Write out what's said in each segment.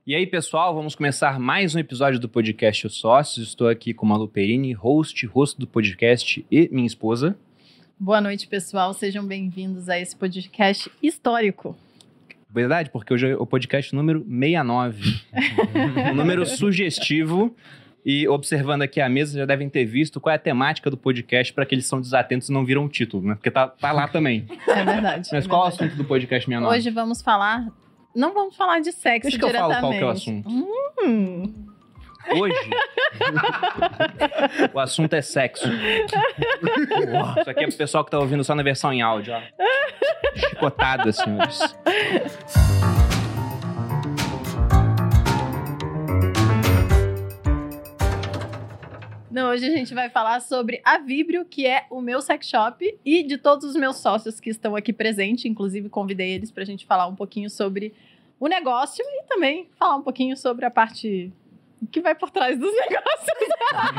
E aí, pessoal, vamos começar mais um episódio do podcast Os Sócios. Estou aqui com Malu Perini, rosto do podcast e minha esposa. Boa noite, pessoal. Sejam bem-vindos a esse podcast histórico. Verdade, porque hoje é o podcast número 69. Um número sugestivo. E observando aqui a mesa, já devem ter visto qual é a temática do podcast para que eles são desatentos e não viram o título, né? Porque tá lá também. É verdade. Mas qual é o assunto do podcast 69? Hoje vamos falar... Não vamos falar de sexo Deixa que eu falo diretamente. qual que é o assunto. Hoje, o assunto é sexo. Isso aqui é pro pessoal que tá ouvindo só na versão em áudio, ó. Chicotada, senhores. Não, hoje a gente vai falar sobre a Vibrio, que é o meu sex shop, e de todos os meus sócios que estão aqui presentes. Inclusive, convidei eles pra gente falar um pouquinho sobre o negócio e também falar um pouquinho sobre a parte que vai por trás dos negócios.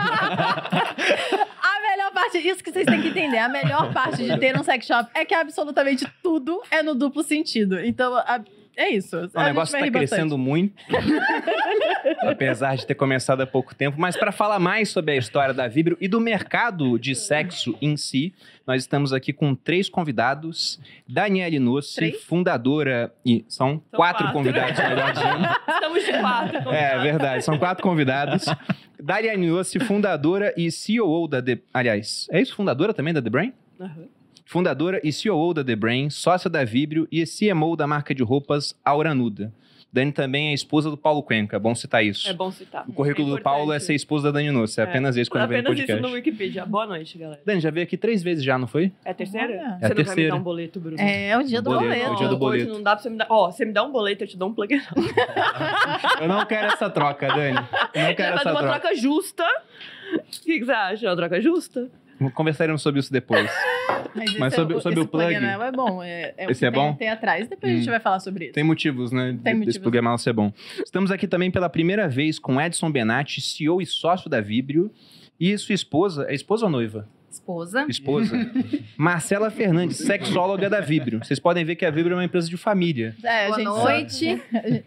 A melhor parte, isso que vocês têm que entender, a melhor parte de ter um sex shop é que absolutamente tudo é no duplo sentido. Então, é isso. O negócio tá crescendo muito, apesar de ter começado há pouco tempo. Mas para falar mais sobre a história da Vibrio e do mercado de sexo em si, nós estamos aqui com 3 convidados. Daniele Nossi, fundadora... E são 4 convidados, melhor dizendo. Estamos de 4 convidados. É verdade, são 4 convidados. Daniele Nossi, fundadora e CEO da... Aliás, é isso? Fundadora também da The Brain? Uhum. Fundadora e CEO da The Brain, sócia da Vibrio e CMO da marca de roupas Aura Nuda. Dani também é esposa do Paulo Cuenca, é bom citar isso. É bom citar. O currículo do Paulo é ser esposa da Dani Nossi, é apenas isso quando vem no podcast. Apenas isso no Wikipedia. Boa noite, galera. Dani, já veio aqui 3 vezes já, não foi? É a terceira? Olha. Você É a não vai me terceira. dar um boleto, Bruno? É o dia do boleto. É o dia do boleto. Hoje não dá pra você me dar... Ó, você me dá um boleto, eu te dou um plug. Eu não quero essa troca, Dani. Eu não quero essa uma troca. troca justa. O que você acha? Uma troca justa? Conversaremos sobre isso depois. Mas sobre o plug... Anel é bom. Esse é bom? Tem atrás, depois a gente vai falar sobre isso. Tem motivos, né? Tem motivos. Desse programa ser bom. Estamos aqui também pela primeira vez com Edson Benatti, CEO e sócio da Vibrio. E sua esposa... É esposa ou noiva? Esposa. Marcela Fernandes, sexóloga da Vibrio. Vocês podem ver que a Vibrio é uma empresa de família. Boa noite.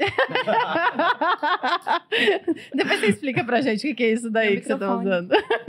Depois você explica pra gente o que é isso daí que você tá usando.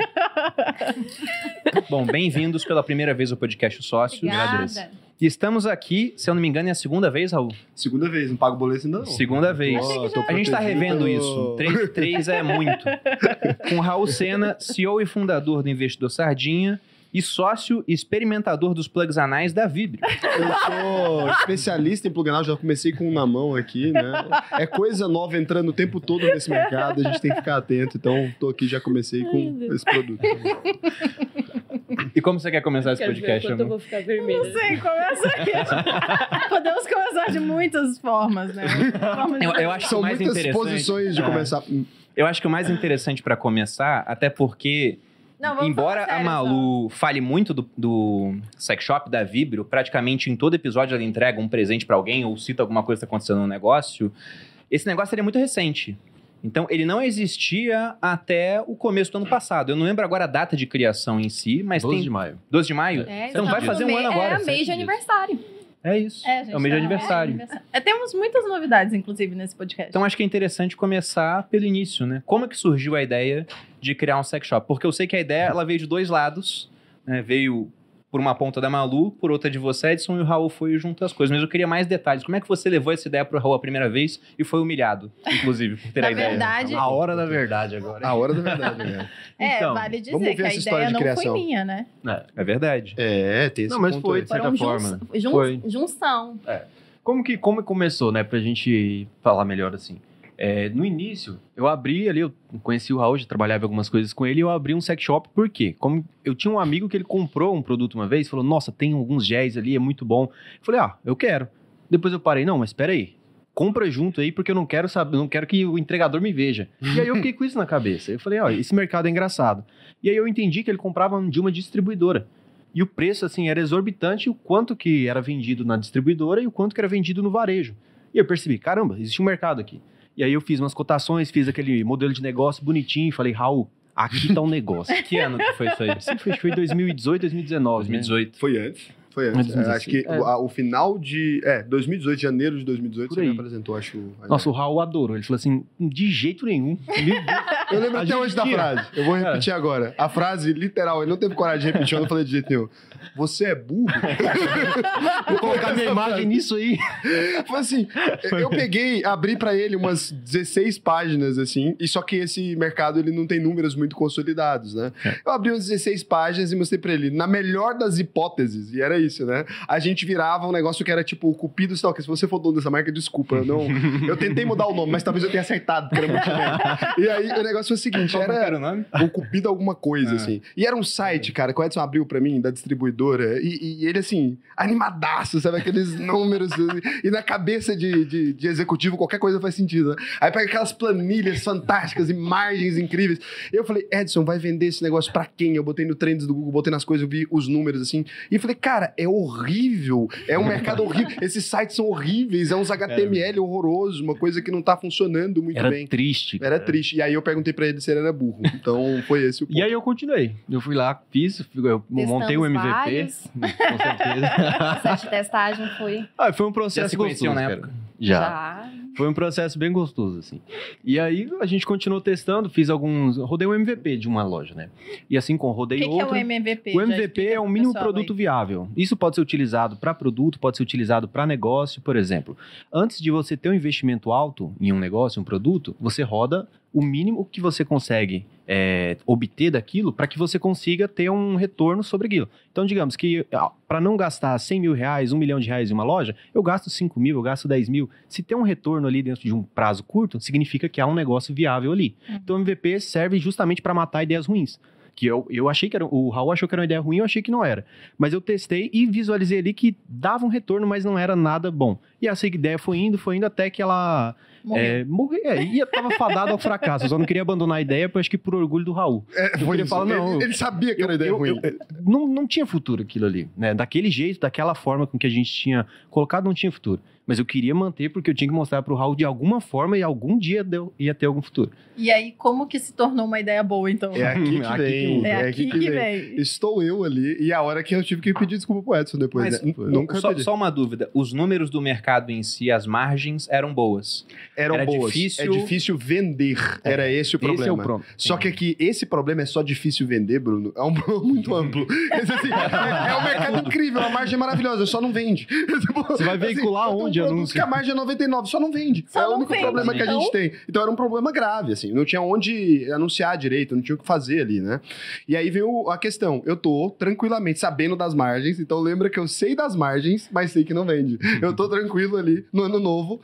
Bom, bem-vindos pela primeira vez ao podcast Os Sócios. Obrigada. E estamos aqui, se eu não me engano, é a segunda vez, Raul? Segunda vez, não pago boleto ainda não. Segunda vez. A gente tá revendo isso. 3 é muito. Com Raul Sena, CEO e fundador do Investidor Sardinha e sócio e experimentador dos plugs anais da Vibrio. Eu sou especialista em plug anal, já comecei com um na mão aqui, né? É coisa nova entrando o tempo todo nesse mercado, a gente tem que ficar atento. Então, tô aqui, já comecei com esse produto. E como você quer começar esse podcast, Eu amor? vou ficar vermelha. Não sei, começa aqui. Podemos começar de muitas formas, né? Eu acho que São o mais muitas interessante... posições de começar. Eu acho que o mais interessante para começar, até porque... Não, vamos embora falar sério, a Malu fale muito do sex shop da Vibrio, praticamente em todo episódio ela entrega um presente pra alguém ou cita alguma coisa que tá acontecendo no negócio, esse negócio ele é muito recente. Então, ele não existia até o começo do ano passado. Eu não lembro agora a data de criação em si, mas 12 tem... de maio. 12 de maio? Você não vai fazer um ano agora. É mês de 7 aniversário. É isso. gente, É o mês de aniversário. Temos muitas novidades, inclusive, nesse podcast. Então, acho que é interessante começar pelo início, né? Como é que surgiu a ideia de criar um sex shop? Porque eu sei que a ideia ela veio de 2 lados, né? Veio por uma ponta da Malu, por outra de você, Edson, e o Raul foi junto as coisas. Mas eu queria mais detalhes. Como é que você levou essa ideia pro Raul a primeira vez e foi humilhado, inclusive, por ter Na a ideia? verdade- A hora da verdade agora. A hora da verdade, né? Então, vale dizer vamos ver que a essa história ideia de não criação. foi minha, né? É verdade. É, tem esse Não, mas ponto foi, aí. de certa forma. Foi. Junção. Como começou, né? Pra gente falar melhor assim. No início, eu abri ali, eu conheci o Raul, já trabalhava algumas coisas com ele, e eu abri um sex shop, por quê? Como eu tinha um amigo que ele comprou um produto uma vez, falou, nossa, tem alguns géis ali, é muito bom. Eu falei, eu quero. Depois eu parei, não, mas espera aí. Compra junto aí, porque eu não quero saber, não quero que o entregador me veja. E aí eu fiquei com isso na cabeça. Eu falei, esse mercado é engraçado. E aí eu entendi que ele comprava de uma distribuidora. E o preço, assim, era exorbitante, o quanto que era vendido na distribuidora e o quanto que era vendido no varejo. E eu percebi, caramba, existe um mercado aqui. E aí eu fiz umas cotações, fiz aquele modelo de negócio bonitinho, falei, Raul, aqui tá um negócio. Que ano que foi isso aí? Isso foi 2018, 2019. 2018. Foi antes. Foi antes. 2016. Acho que o final de... 2018, janeiro de 2018, Por você me aí. apresentou, acho. Nossa, o Raul adorou. Ele falou assim, de jeito nenhum. Meu Deus. Eu lembro A até gente hoje da tinha. frase. Eu vou repetir agora. A frase, literal, ele não teve coragem de repetir, eu não falei de jeito nenhum. Você é burro? Vou colocar minha imagem nisso aí. Foi assim, eu peguei, abri pra ele umas 16 páginas, assim, e só que esse mercado, ele não tem números muito consolidados, né? Eu abri umas 16 páginas e mostrei pra ele, na melhor das hipóteses, e era isso, né? A gente virava um negócio que era tipo o Cupido, sei lá, que se você for dono dessa marca, desculpa, eu tentei mudar o nome, mas talvez eu tenha acertado, porque era muito bem. E aí o negócio foi o seguinte, Qual que era era o nome? o Cupido alguma coisa, assim. E era um site, cara, que o Edson abriu pra mim, da distribuidora, e ele, assim, animadaço, sabe? Aqueles números, e na cabeça de executivo, qualquer coisa faz sentido, né? Aí pega aquelas planilhas fantásticas, imagens incríveis. E eu falei, Edson, vai vender esse negócio pra quem? Eu botei no Trends do Google, botei nas coisas, eu vi os números, assim, e falei, cara, é horrível, é um mercado horrível, esses sites são horríveis, é uns HTML horroroso, uma coisa que não tá funcionando muito Era bem. triste. Era triste. E aí eu perguntei pra ele se ele era burro. Então foi esse o ponto. E aí eu continuei. Eu fui lá, fiz, eu montei o MVP. vários. Com certeza. O processo de testagem foi. Foi um Já processo se conheciam gostoso, na cara. época? Já. Foi um processo bem gostoso, assim. E aí a gente continuou testando, rodei um MVP de uma loja, né? E assim, rodei O que é outra. o MVP? O Já MVP explica é um pro mínimo pessoal aí. produto viável. Isso pode ser utilizado para produto, pode ser utilizado para negócio, por exemplo. Antes de você ter um investimento alto em um negócio, um produto, você roda o mínimo que você consegue obter daquilo para que você consiga ter um retorno sobre aquilo. Então, digamos que para não gastar 100 mil reais, 1 milhão de reais em uma loja, eu gasto 5 mil, eu gasto 10 mil. Se tem um retorno ali dentro de um prazo curto, significa que há um negócio viável ali. Então, o MVP serve justamente para matar ideias ruins. Que eu achei que era... O Raul achou que era uma ideia ruim, eu achei que não era. Mas eu testei e visualizei ali que dava um retorno, mas não era nada bom. E essa ideia foi indo até que ela... Morreu. Tava fadado ao fracasso. Eu só não queria abandonar a ideia, acho que por orgulho do Raul. Foi Ele isso. fala, não, Ele sabia que era ideia ruim. Não tinha futuro aquilo ali, né? Daquele jeito, daquela forma com que a gente tinha colocado, não tinha futuro. Mas eu queria manter porque eu tinha que mostrar pro Raul de alguma forma e algum dia ia ter algum futuro. E aí, como que se tornou uma ideia boa, então? É aqui que Aqui vem. que- É aqui que vem. Estou eu ali. E a hora que eu tive que pedir desculpa pro Edson depois, Mas né? Nunca pedi. só uma dúvida. Os números do mercado em si, as margens, eram boas. Eram era boas. difícil- É difícil vender. Era esse o problema. Esse é o problema. Só que aqui, esse problema é só difícil vender, Bruno. É um problema muito amplo. Mas, assim, é um mercado incrível, a margem é maravilhosa, só não vende. Você vai veicular eu tenho onde um produto anúncio? que a margem é 99, só não vende. Só é não o único vende, problema que a então. gente tem. Então era um problema grave, assim. Não tinha onde anunciar direito, não tinha o que fazer ali, né? E aí veio a questão. Eu tô tranquilamente sabendo das margens, então lembra que eu sei das margens, mas sei que não vende. Eu tô tranquilo ali no ano novo.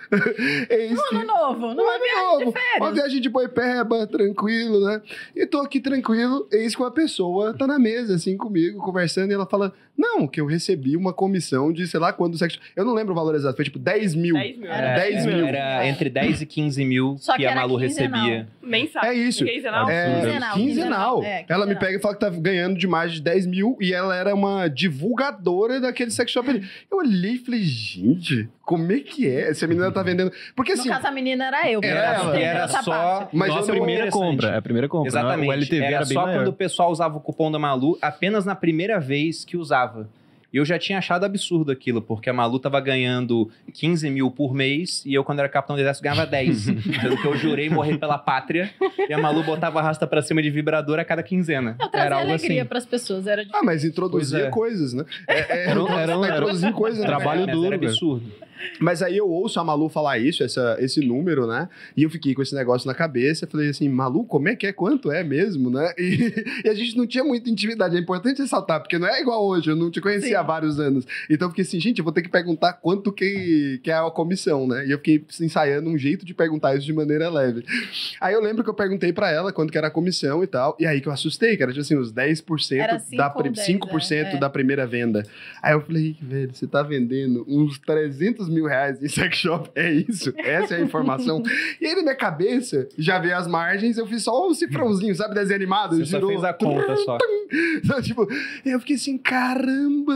Eis que... Ano novo, numa viagem de férias. Uma viagem de Boipeba, tranquilo, né? E tô aqui tranquilo, eis que uma pessoa tá na mesa, assim, comigo, conversando, e ela fala, não, que eu recebi uma comissão de, sei lá, quando sexo... Eu não lembro o valor exato, foi tipo 10 mil. 10 mil. Era 10 mil. Era entre 10 e 15 mil Só que que a era Malu quinzenal. recebia. Mensal. É isso. Quinzenal. É, quinzenal. Ela me pega e fala que tá ganhando de mais de 10 mil e ela era uma divulgadora daquele sex shop ali. Eu olhei e falei, gente, como é que é? Essa menina tá vendendo... Porque No assim... caso, a menina era eu. Era porque eu ela. tentei Era essa só... parte. Mas Nossa eu não- primeira interessante. compra. É a primeira compra. né? Exatamente. O LTV era bem só maior. quando o pessoal usava o cupom da Malu, apenas na primeira vez que usava. E eu já tinha achado absurdo aquilo, porque a Malu tava ganhando 15 mil por mês e eu, quando era capitão do exército, ganhava 10. Sendo que eu jurei morrer pela pátria e a Malu botava a rasta pra cima de vibrador a cada quinzena. Eu trazia Era algo alegria assim. pras pessoas, era difícil. Ah, mas introduzia Pois é. coisas, né? Era um introduzir coisas, né? trabalho Mas duro, era velho. absurdo. Mas aí eu ouço a Malu falar isso, esse número, né? E eu fiquei com esse negócio na cabeça. Falei assim, Malu, como é que é? Quanto é mesmo, né? E a gente não tinha muita intimidade. É importante ressaltar, porque não é igual hoje. Eu não te conhecia Sim. há vários anos. Então eu fiquei assim, gente, eu vou ter que perguntar quanto que é a comissão, né? E eu fiquei ensaiando um jeito de perguntar isso de maneira leve. Aí eu lembro que eu perguntei pra ela quanto que era a comissão e tal. E aí que eu assustei, que era tipo assim, os 10% Era 5 da ou 10, 5% da primeira venda. Aí eu falei, velho, você tá vendendo uns 300 mil reais em sex shop? É isso? Essa é a informação? E aí na minha cabeça, já veio as margens, eu fiz só um cifrãozinho, sabe, desenho animado? Você só fez a conta só. Então, tipo, eu fiquei assim, caramba,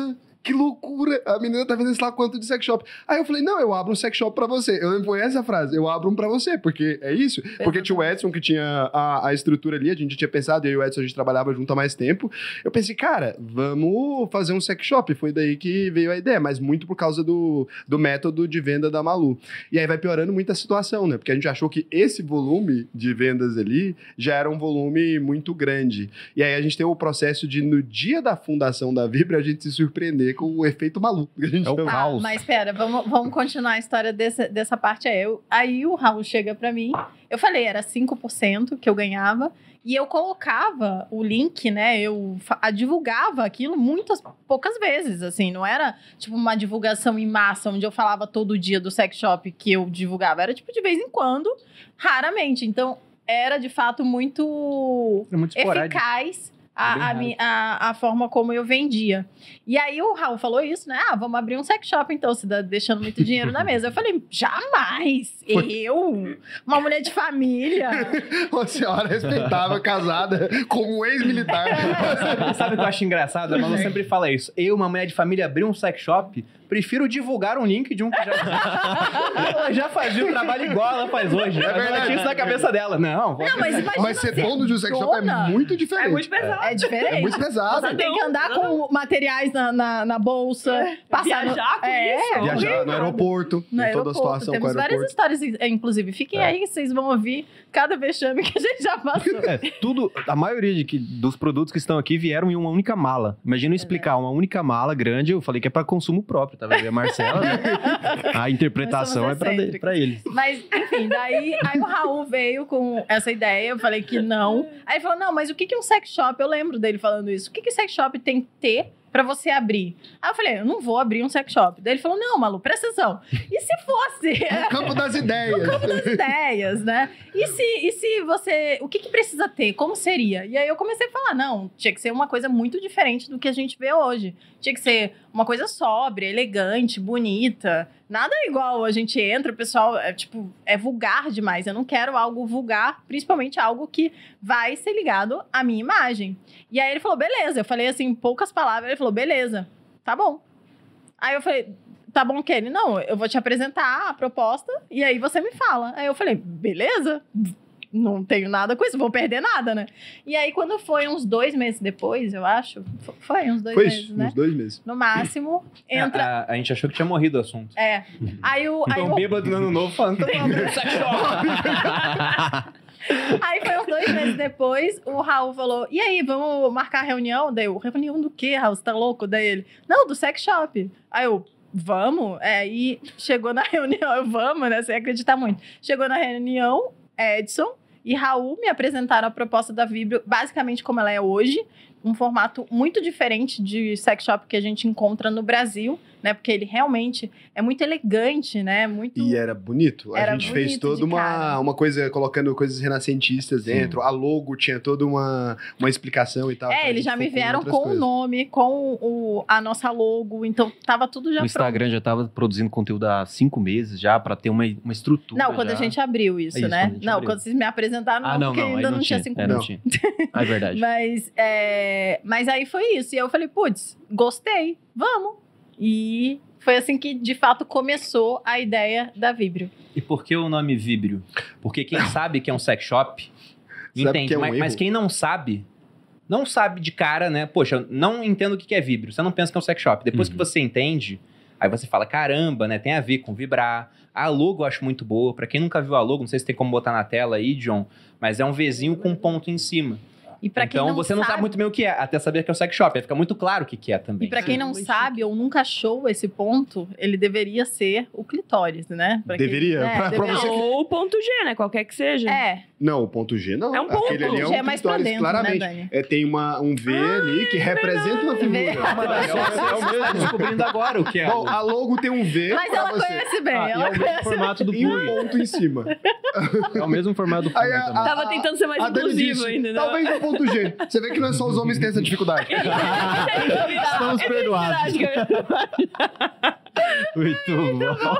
que loucura, a menina tá vendendo sei lá quanto de sex shop. Aí eu falei, não, eu abro um sex shop pra você. Eu lembro, foi essa a frase, eu abro um pra você, porque é isso. Porque tinha o Edson que tinha a estrutura ali, a gente tinha pensado, eu e o Edson, a gente trabalhava junto há mais tempo. Eu pensei, cara, vamos fazer um sex shop. Foi daí que veio a ideia, mas muito por causa do método de venda da Malu. E aí vai piorando muito a situação, né? Porque a gente achou que esse volume de vendas ali já era um volume muito grande. E aí a gente tem o processo de, no dia da fundação da Vibra, a gente se surpreender com o efeito Malu. Que a gente É o chama. caos. Mas pera, vamos continuar a história dessa parte. Aí o Raul chega pra mim, eu falei, era 5% que eu ganhava, e eu colocava o link, né, eu divulgava aquilo poucas vezes, assim, não era tipo uma divulgação em massa, onde eu falava todo dia do sex shop que eu divulgava, era tipo de vez em quando, raramente, então era de fato muito É muito esporádico. eficaz É bem a forma como eu vendia. E aí o Raul falou isso, né? Vamos abrir um sex shop, então, você tá deixando muito dinheiro na mesa. Eu falei, jamais! Eu? Uma mulher de família? Uma senhora respeitável, casada, com um ex-militar. Sabe o que eu acho engraçado? A Malu sempre fala isso. Eu, uma mulher de família, abrir um sex shop, prefiro divulgar um link de um que já... ela já fazia o trabalho igual ela faz hoje. Mas ela verdade. tinha isso na cabeça dela. Não, Não, mas imagina Mas ser ser dono de um sex shop é dona. muito diferente. É muito pesado. É diferente. É muito pesado. Você tem que andar com materiais na bolsa, passar Viajar com isso. Viajar no aeroporto, No em toda a aeroporto. situação com o Temos várias aeroporto. histórias, inclusive. Fiquem aí, vocês vão ouvir cada vexame que a gente já passou. Tudo, a maioria dos produtos que estão aqui vieram em uma única mala. Imagina eu explicar uma única mala grande, eu falei que é para consumo próprio, tá vendo? A Marcela, né? A interpretação Nós é somos para eles. Mas, enfim, daí aí o Raul veio com essa ideia, eu falei que não. Aí ele falou, não, mas o que é um sex shop? Eu lembro dele falando isso. O que sex shop tem que ter pra você abrir? Aí eu falei, eu não vou abrir um sex shop. Daí ele falou, não, Malu, presta atenção. E se fosse? No campo das ideias. Das ideias, né? E se você... O que precisa ter? Como seria? E aí eu comecei a falar, não, tinha que ser uma coisa muito diferente do que a gente vê hoje. Tinha que ser uma coisa sóbria, elegante, bonita. Nada igual a gente entra, o pessoal, é vulgar demais. Eu não quero algo vulgar, principalmente algo que vai ser ligado à minha imagem. E aí ele falou, beleza. Eu falei assim, em poucas palavras, ele falou, beleza, tá bom. Aí eu falei, tá bom, Kenny? Não, eu vou te apresentar a proposta e aí você me fala. Aí eu falei, beleza, não tenho nada com isso, vou perder nada, né? E aí quando foi uns 2 meses depois, eu acho, foi uns 2 Foi meses, isso, né? uns 2 meses. No máximo, entra... A gente achou que tinha morrido o assunto. Aí o... Então, o bêbado do ano novo falando, então vamos abrir um sex shop. Aí foi uns 2 meses depois, o Raul falou, e aí, vamos marcar a reunião? Daí eu, reunião do quê, Raul? Você tá louco? Daí ele, não, do sex shop. Aí eu, vamos? E chegou na reunião, vamos, né? Sem acreditar muito. Chegou na reunião, Edson e Raul me apresentaram a proposta da Vibrio, basicamente como ela é hoje, um formato muito diferente de sex shop que a gente encontra no Brasil, né? Porque ele realmente é muito elegante, né? Muito... E era bonito. Era A gente fez bonito toda de cara. uma coisa, colocando coisas renascentistas dentro. A logo tinha toda uma explicação e tal. Então a eles gente já me focou em vieram outras com o coisas. nome, com a nossa logo, então tava tudo já O pronto. Instagram já tava produzindo conteúdo há 5 meses já, para ter uma estrutura. Não, quando já. a gente abriu isso, Isso, né? quando a gente Não, abriu. quando vocês me apresentaram, não, porque aí ainda não tinha 5 não meses. tinha. É verdade. Mas aí foi isso. E eu falei, putz, gostei, vamos. E foi assim que, de fato, começou a ideia da Vibrio. E por que o nome Vibrio? Porque quem sabe que é um sex shop, Sabe entende. que é um Mas erro. quem não sabe de cara, né? Poxa, não entendo o que é Vibrio. Você não pensa que é um sex shop. Depois que você entende, aí você fala, caramba, né? Tem a ver com vibrar. A logo eu acho muito boa. Pra quem nunca viu a logo, não sei se tem como botar na tela aí, John, mas é um Vzinho com um ponto em cima. E pra quem Então não você não sabe muito bem o que é, até saber que é o sex shop. Aí fica muito claro o que é também. E pra quem não Muito sabe ou nunca achou esse ponto, ele deveria ser o clitóris, né? Pra quem- Deveria? Pra deveria. você- Ou o ponto G, né? Qualquer que seja. Não, o ponto G não. É um ponto. Aquele ali é O um G é mais pra clitóris, dentro, claramente. né, Dani? Tem um V ali que representa uma figura. Você tá descobrindo agora o que é. Bom, a logo tem um V Mas pra ela você. conhece bem, E ela é o mesmo conhece. formato do E um plug. ponto em cima. É o mesmo formato do Aí plug também. Tava tentando ser mais a Dani inclusivo disse, ainda, né? talvez um ponto G. Você vê que não é só os homens que têm essa dificuldade. Estamos perdoados. Muito bom.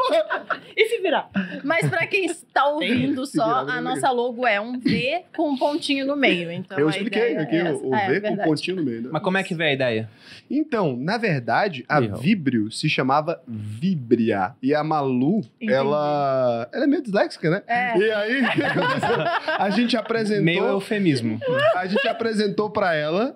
E se virar? Mas pra quem está ouvindo Se só, virar, a vai nossa logo é um V com um pontinho no meio. Então, Eu a expliquei ideia aqui é o essa. V com verdade. pontinho no meio, né? Mas como é que veio a ideia? Então, na verdade, a Ih, Raul. Vibrio se chamava Vibria. E a Malu, Entendi. ela é meio disléxica, né? É. E aí, o que aconteceu? A gente apresentou... Meio eufemismo. A gente apresentou pra ela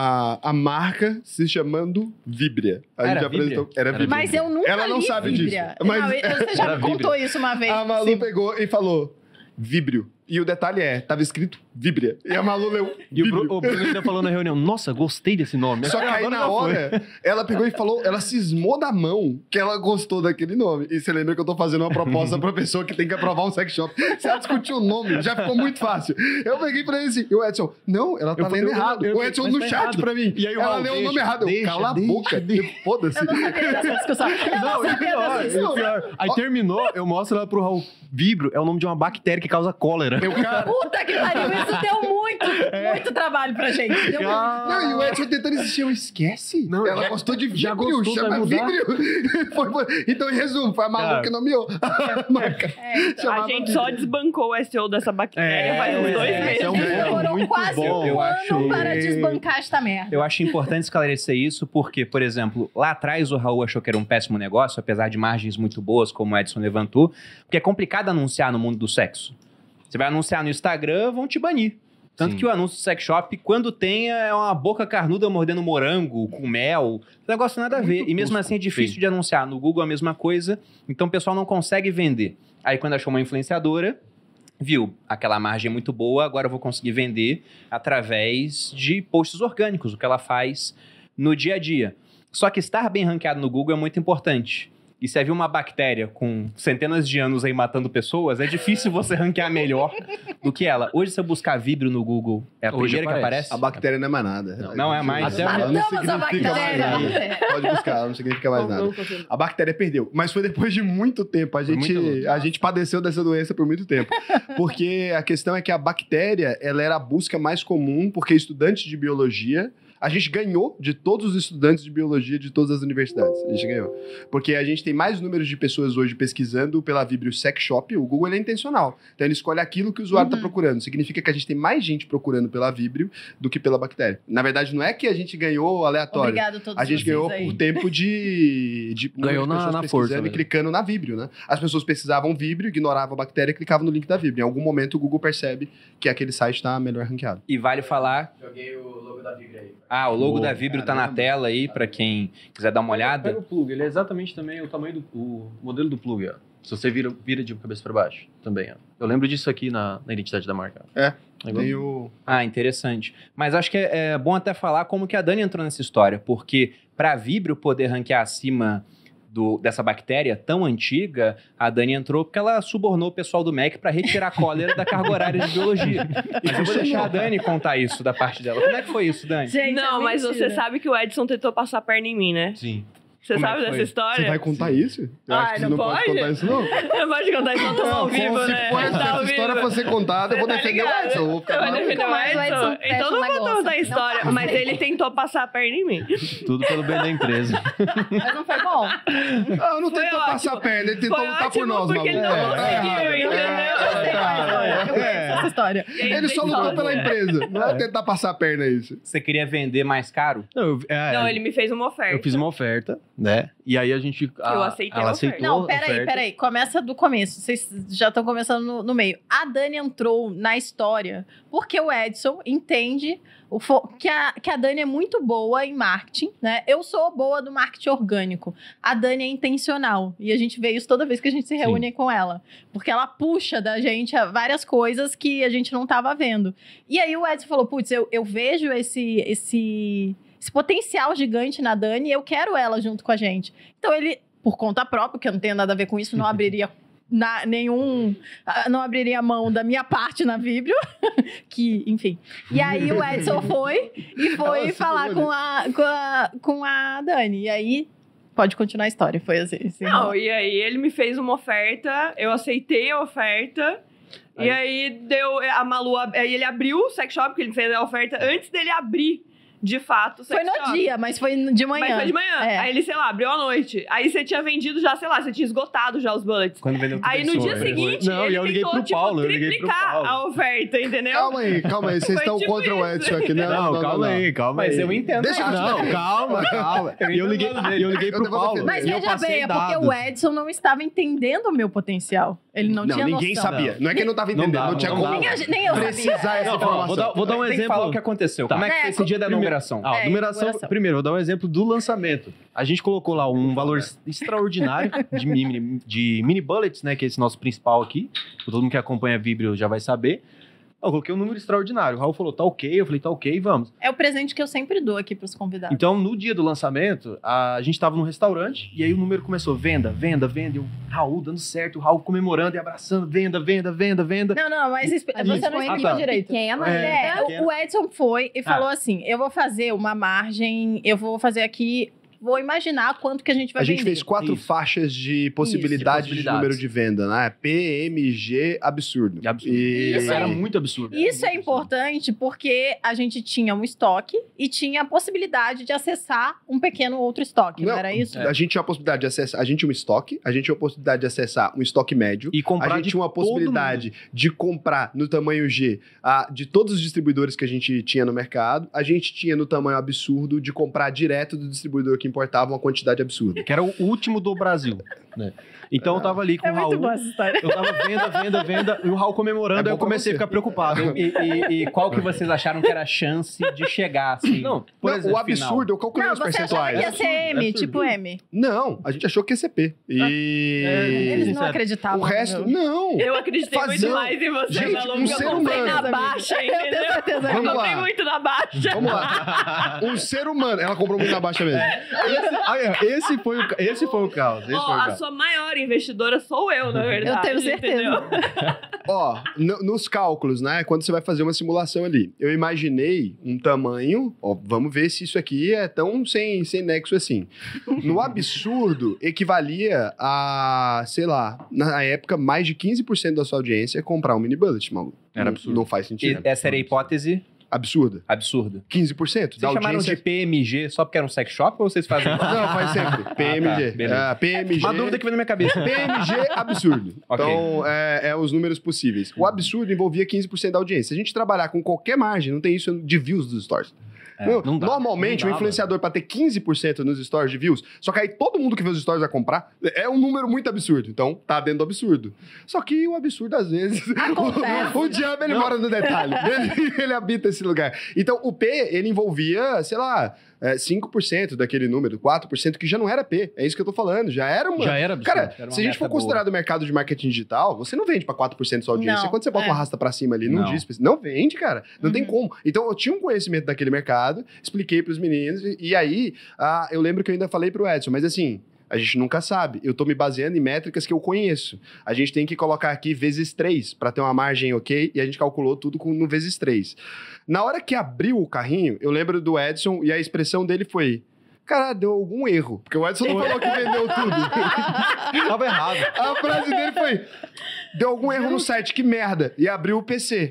a marca se chamando Vibria. A Era gente apresentou. Era Vibria. Mas eu nunca Ela não li sabe Vibria. disso, mas- Não, você já Era me contou isso uma vez. A Malu Sim. pegou e falou Vibrio. E o detalhe tava escrito Vibria. E a Malu leu E Vibrio. o Bruno ainda falou na reunião, nossa, gostei desse nome. Só que aí Agora na já foi. hora, ela pegou e falou, ela cismou da mão que ela gostou daquele nome. E você lembra que eu tô fazendo uma proposta pra pessoa que tem que aprovar um sex shop. Se ela discutir o nome, já ficou muito fácil. Eu peguei pra ele assim, e o Edson, não, ela tá Eu falei, lendo errado. eu- O Edson mas no tá chat errado. pra mim. E aí o ela Raul, leu o nome deixa, errado. Eu, deixa, cala a deixa, boca. Foda-se. Eu não sabia dessa discussão. Eu não sabia dessa E discussão. o pior, aí terminou, eu mostro ela pro Raul. Vibrio é o nome de uma bactéria que causa cólera. Eu, cara... Puta que pariu, isso deu muito trabalho pra gente. Deu muito. Não, e o Edson tentando insistir, eu esquece. Não, ela já- gostou de já Vibrio, gostou, chama vai mudar? Vibrio. Então, em resumo, foi a Malu Cara. que nomeou a marca. É, então. Chamava A gente Vibrio. só desbancou o SEO dessa bactéria faz uns 2 é, meses. é um A gente demorou muito quase bom. um Eu ano acho- para desbancar esta merda. Eu acho importante esclarecer isso porque, por exemplo, lá atrás o Raul achou que era um péssimo negócio, apesar de margens muito boas, como o Edson levantou, porque é complicado anunciar no mundo do sexo. Você vai anunciar no Instagram, vão te banir. Tanto Sim. que o anúncio do sex shop, quando tem, é uma boca carnuda mordendo morango com mel. Esse negócio nada a ver. Muito E mesmo tosco. assim é difícil Sim. de anunciar. No Google é a mesma coisa, então o pessoal não consegue vender. Aí quando achou uma influenciadora, viu, aquela margem é muito boa, agora eu vou conseguir vender através de posts orgânicos, o que ela faz no dia a dia. Só que estar bem ranqueado no Google é muito importante. E se havia uma bactéria com centenas de anos aí matando pessoas, é difícil você ranquear melhor do que ela. Hoje, se eu buscar Vibrio no Google, é a Hoje primeira que aparece. aparece? A bactéria não é mais nada. Não é mais. Até Ela não Matamos a significa mais bactéria. nada. Pode buscar, ela não significa mais nada. A bactéria perdeu. Mas foi depois de muito tempo. A muita gente, luta. a gente padeceu dessa doença por muito tempo. Porque a questão é que a bactéria, ela era a busca mais comum, porque estudantes de biologia... A gente ganhou de todos os estudantes de biologia de todas as universidades. A gente ganhou. Porque a gente tem mais números de pessoas hoje pesquisando pela Vibrio Sex Shop. O Google ele é intencional. Então ele escolhe aquilo que o usuário está procurando. Significa que a gente tem mais gente procurando pela Vibrio do que pela bactéria. Na verdade, não é que a gente ganhou aleatório. Obrigado a todos A gente vocês ganhou aí. por tempo de Ganhou número de pessoas na pesquisando força e mesmo. clicando na Vibrio, né? As pessoas pesquisavam Vibrio, ignoravam a bactéria e clicavam no link da Vibrio. Em algum momento o Google percebe que aquele site está melhor ranqueado. E vale falar... Joguei o logo da Vibrio aí. Ah, o logo Boa, da Vibrio tá na caramba. tela aí, pra quem quiser dar uma olhada. Pega o plug, ele é exatamente também o tamanho o modelo do plug, ó. Se você vira de cabeça para baixo, também, ó. Eu lembro disso aqui na identidade da marca. É. igual. Tem o... Ah, interessante. Mas acho que é bom até falar como que a Dani entrou nessa história, porque para a Vibrio poder ranquear acima dessa bactéria tão antiga, a Dani entrou porque ela subornou o pessoal do MEC para retirar a cólera da carga horária de biologia. Mas eu vou deixar a Dani contar isso da parte dela. Como é que foi isso, Dani? Gente, Não, é mas mentira. você sabe que o Edson tentou passar a perna em mim, né? Sim. Você Como é sabe que dessa foi? história? Você vai contar isso? Eu Ai, acho que você não não pode pode? contar isso, não. Não pode contar isso, não tô ao vivo, se né? for essa Tá ao história vivo. pra ser contada, eu vou Tá defender o ligado? Edson. Eu vou ficar Você vai maluco. defender o mais o Edson Edson? fecha Então o não vou negócio. contar a história. Não Mas ele tentou passar a perna em mim. Tudo pelo bem da empresa. Mas não foi bom. Ah, não Foi tentou ótimo. passar a perna, ele tentou Foi lutar por ótimo nós, porque ele maluco. não conseguiu, entendeu? Eu sei qual é a história. Eu conheço essa história. E aí Ele só tem lutou sócio. pela empresa. Não é tentar passar a perna, isso. Você queria vender mais caro? Não, Não, ele me fez uma oferta. eu fiz uma oferta, né? E aí a gente... Eu aceitei ela a oferta. aceitou Não, a oferta. peraí. Começa do começo. Vocês já estão começando no meio. A Dani entrou na história porque o Edson entende que a Dani é muito boa em marketing, né? Eu sou boa do marketing orgânico. A Dani é intencional. E a gente vê isso toda vez que a gente se reúne com ela. Porque ela puxa da gente várias coisas que a gente não estava vendo. E aí o Edson falou, putz, eu vejo esse potencial gigante na Dani e eu quero ela junto com a gente. Então ele, por conta própria, que eu não tenho nada a ver com isso, não abriria não abriria mão da minha parte na Vibrio, que, enfim. E aí o Edson foi Ela falar segurou com a Dani. E aí, pode continuar a história, foi assim. Não, e aí ele me fez uma oferta, eu aceitei a oferta. E aí deu a Malu, aí ele abriu o sex shop, porque ele fez a oferta antes dele abrir, de fato, o sex Foi no shop. dia, mas foi de manhã. Mas foi de manhã. É. Aí ele, sei lá, abriu à noite. Aí você tinha vendido já, sei lá, você tinha esgotado já os bullets. Quando vendeu Aí no dia seguinte, Não, e ele eu liguei tentou, pro tipo, Paulo, eu liguei pro triplicar Paulo. a oferta, entendeu? Calma aí. Vocês Foi estão tipo contra o isso. Edson aqui, né? Não, calma aí. Mas aí. eu entendo. Deixa eu Não, calma. E eu liguei pro Eu vou Paulo. Mas e eu veja passei bem, é porque dados. o Edson não estava entendendo o meu potencial. Ele não tinha ninguém noção. sabia. Não é que ele não tava entendendo, dava, não tinha não como dava. Nem eu sabia. precisar essa Não, informação. vou dar um Tem que exemplo. falar o que aconteceu. Tá. Como é que foi esse dia da numeração? Ah, numeração. Primeiro, vou dar um exemplo do lançamento. A gente colocou lá um valor extraordinário de mini bullets, né? Que é esse nosso principal aqui. Todo mundo que acompanha a Vibrio já vai saber. Eu coloquei um número extraordinário. O Raul falou, tá ok. Eu falei, tá ok, vamos. É o presente que eu sempre dou aqui pros convidados. Então, no dia do lançamento, a gente tava num restaurante e aí o número começou, venda. E o Raul dando certo, o Raul comemorando e abraçando, venda. Não, mas A gente você não foi explicou tá. direito. pequena, O Edson foi e falou assim, eu vou fazer uma margem, eu vou fazer aqui, vou imaginar quanto que a gente vai A gente vender. fez 4 Isso. faixas de possibilidade de possibilidades. número de venda, né? PMG, absurdo. Absurdo. E... Isso Era aí. muito absurdo. Isso é importante porque a gente tinha um estoque e tinha a possibilidade de acessar um pequeno outro estoque, não, Não, era isso? A gente tinha a possibilidade de acessar. A gente tinha um estoque, a gente tinha a possibilidade de acessar um estoque médio. E comprar A gente de tinha uma todo possibilidade de comprar no tamanho G de todos os distribuidores que a gente tinha no mercado. A gente tinha no tamanho absurdo de comprar direto do distribuidor que importava uma quantidade absurda. Que era o último do Brasil, né? Então eu tava ali com É o Raul. muito boa essa história. Eu tava venda, e o Raul comemorando, É bom aí eu comecei a pra você. ficar preocupado. E qual que vocês acharam que era a chance de chegar, assim? Não, por Não, exemplo, o absurdo, eu calculei Não, os você achava percentuais. que ia ser M, absurdo. tipo M. Não, a gente achou que ia ser P. Eles não Sincero. acreditavam. O resto, meu. não. Eu acreditei Fazer- muito mais em você, Gente, Malu, um porque ser eu comprei humano. na baixa, Eu tenho entendeu? certeza. Eu Vamos comprei lá. muito na baixa. Vamos lá. Um ser humano. Ela comprou muito na baixa mesmo. Esse foi o caos. Esse Ó, foi o a caos. sua maior investidora sou eu, na verdade. Eu tenho certeza. entendeu? Ó, nos cálculos, né? Quando você vai fazer uma simulação ali, eu imaginei um tamanho. Ó, vamos ver se isso aqui é tão sem nexo assim. No absurdo, equivalia a, sei lá, na época, mais de 15% da sua audiência comprar um mini bullet, maluco. Era absurdo. Não faz E sentido. essa era a hipótese Absurda. absurda. 15% Vocês da chamaram audiência. de PMG só porque era um sex shop ou vocês fazem? Não, faz sempre. PMG. beleza. PMG. Uma dúvida que veio na minha cabeça. PMG absurdo. Ok. Então, é os números possíveis. O absurdo envolvia 15% da audiência. Se a gente trabalhar com qualquer margem, não tem isso de views dos stories. não dá. Normalmente, Não o dá, influenciador, para ter 15% nos stories de views, só que aí todo mundo que vê os stories vai comprar, é um número muito absurdo. Então, tá dentro do absurdo. Só que o absurdo, às vezes, Acontece. o diabo, ele mora no detalhe. Ele habita esse lugar. Então, o P, ele envolvia, sei lá, 5% daquele número, 4%, que já não era P. É isso que eu tô falando. Já era uma... Já era absurdo. Cara, Era uma se a gente for meta boa. considerar do mercado de marketing digital, você não vende pra 4% da sua audiência. Não, Quando você bota uma arrasta pra cima ali, não Não. diz... Não vende, cara. Não tem Uhum. como. Então, eu tinha um conhecimento daquele mercado, expliquei pros meninos, e aí, eu lembro que eu ainda falei pro Edson, mas assim... A gente nunca sabe. Eu tô me baseando em métricas que eu conheço. A gente tem que colocar aqui vezes 3 para ter uma margem ok, e a gente calculou tudo no vezes 3. Na hora que abriu o carrinho, eu lembro do Edson e a expressão dele foi: cara, deu algum erro. Porque o Edson não falou que vendeu tudo. Tava errado. A frase dele foi: deu algum erro no site, que merda. E abriu o PC.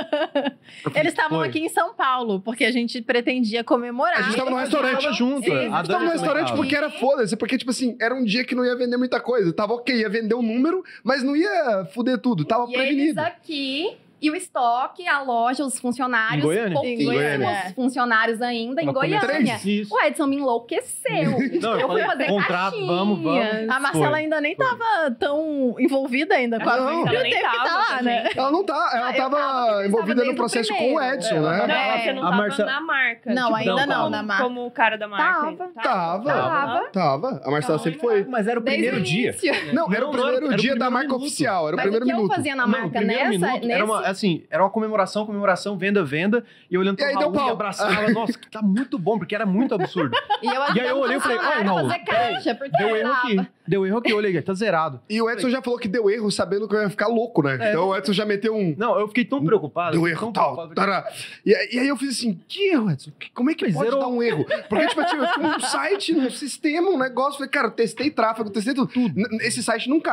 Eles estavam Foi. aqui em São Paulo, porque a gente pretendia comemorar. A gente tava no restaurante. Tava junto. Sim, A A gente tava Dani no também restaurante tava. porque era foda-se, porque, tipo assim, era um dia que não ia vender muita coisa. Tava ok, ia vender um número, mas não ia fuder tudo. Tava E eles prevenido. aqui, e o estoque, a loja, os funcionários, Em Goiânia? pouquíssimos Em Goiânia. funcionários ainda em Tava Goiânia. começando. Isso. O Edson me enlouqueceu. Não, eu fui falei, fazer contrato, caixinhas. vamos. A Marcela Foi. ainda nem tava tão envolvida ainda com a Não. venda. Ela Teve nem que tava, tá lá, né? gente. Ela não tá, ela Eu tava, tava porque eu envolvida tava no desde o processo com o primeiro. Edson, É, né? Não, É. você não A tava Marcela- na marca. Não, ainda como, não, na marca. Como o cara da marca. Tava. Tava. A Marcela sempre foi. Mas era o Desde primeiro o dia. início. Não, era o Não, primeiro era o dia da primeiro marca minuto. oficial, era o Mas primeiro o que eu minuto. fazia na Não, o marca primeiro nessa, minuto nesse... era uma comemoração, venda, e eu olhando E aí pro deu Raul pau. e abraçava, nossa, tá muito bom, porque era muito absurdo. E eu E aí eu olhei e falei, ai, Raul, fazer caixa, porque deu eu erro tava. aqui, eu olhei, tá zerado. E o Edson já falou que deu erro sabendo que eu ia ficar louco, né? É. Então o Edson já meteu um... Não, eu fiquei tão preocupado. Deu tão erro, tal. preocupado, Tará. E aí eu fiz assim, que erro, Edson? Como é que pode Zerou. dar um erro? Porque, tipo, eu tinha um site, um sistema, um negócio. Falei, cara, eu testei tráfego, testei tudo. Esse site não cai.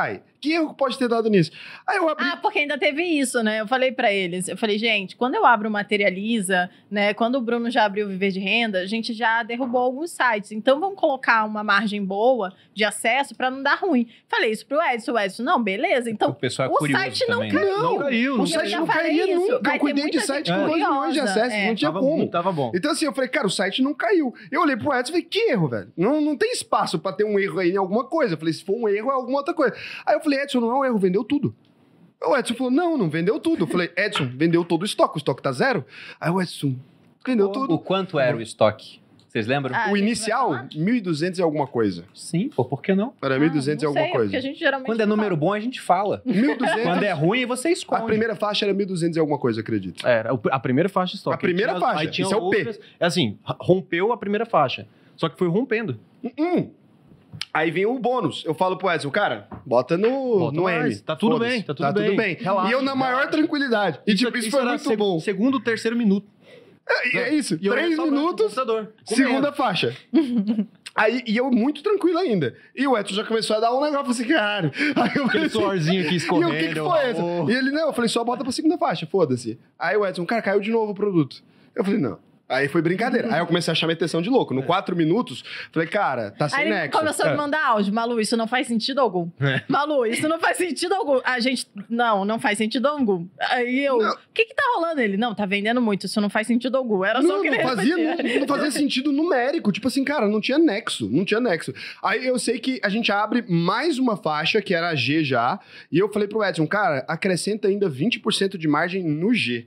que erro pode ter dado nisso? Aí eu abri... Ah, porque ainda teve isso, né? Eu falei pra eles, gente, quando eu abro o Materializa, né, quando o Bruno já abriu o Viver de Renda, a gente já derrubou alguns sites. Então, vamos colocar uma margem boa de acesso pra não dar ruim. Falei isso pro Edson. O Edson, não, beleza. Então, O pessoal é o curioso site não também, caiu. né? Não caiu. O Não site já não falei caía isso. nunca. Vai Eu ter cuidei de muita site gente com 2 milhões de curiosa, acessos, não tinha Tava como. bom, tava bom. Então, assim, eu falei, cara, o site não caiu. Eu olhei pro Edson e falei, que erro, velho? Não tem espaço pra ter um erro aí em alguma coisa. Eu falei, se for um erro, é alguma outra coisa. Aí eu falei, Edson, não é um erro, vendeu tudo. O Edson falou, não vendeu tudo. Eu falei, Edson, vendeu todo o estoque tá zero? Aí o Edson, vendeu O tudo. quanto era o estoque? Vocês lembram? Ah, O a gente inicial, vai falar? 1.200 e alguma coisa. Sim, pô, por que não? Era 1.200 não e sei, alguma porque coisa. a gente geralmente Quando é não número bom, a gente fala. 1.200. Quando é ruim, você A esconde. primeira faixa era 1.200 e alguma coisa, acredito. Era a primeira faixa de estoque. A primeira Aí faixa, tinha isso é o P. outras- É assim, rompeu a primeira faixa. Só que foi rompendo. Aí vem o bônus. Eu falo pro Edson, cara, bota no, Bota no mais. M. Tá tudo Foda-se. bem, tá tudo bem. Relaxa, e eu na maior relaxa. tranquilidade. E tipo, isso foi era muito bom. Segundo, terceiro minuto. É isso, E eu 3 restaurante, minutos, computador, segunda faixa. Aí, e eu muito tranquilo ainda. E o Edson já começou a dar um negócio assim, caralho. Aí eu falei Aquele assim, suorzinho aqui e escorrendo. o que eu, foi essa? "Oh". E ele, não, eu falei, só bota pra segunda faixa, foda-se. Aí o Edson, cara, caiu de novo o produto. Eu falei, não. Aí foi brincadeira. Aí eu comecei a chamar a atenção de louco. No 4 minutos, falei, cara, tá sem Aí ele nexo. começou a me mandar áudio. Malu, isso não faz sentido algum. Malu, isso não faz sentido algum. A gente, não faz sentido algum. Aí eu, Não. o que tá rolando? Ele, não, tá vendendo muito, isso não faz sentido algum. Era só o que ele repetia. Não fazia sentido numérico. Tipo assim, cara, não tinha nexo. Aí eu sei que a gente abre mais uma faixa, que era a G já, e eu falei pro Edson, cara, acrescenta ainda 20% de margem no G.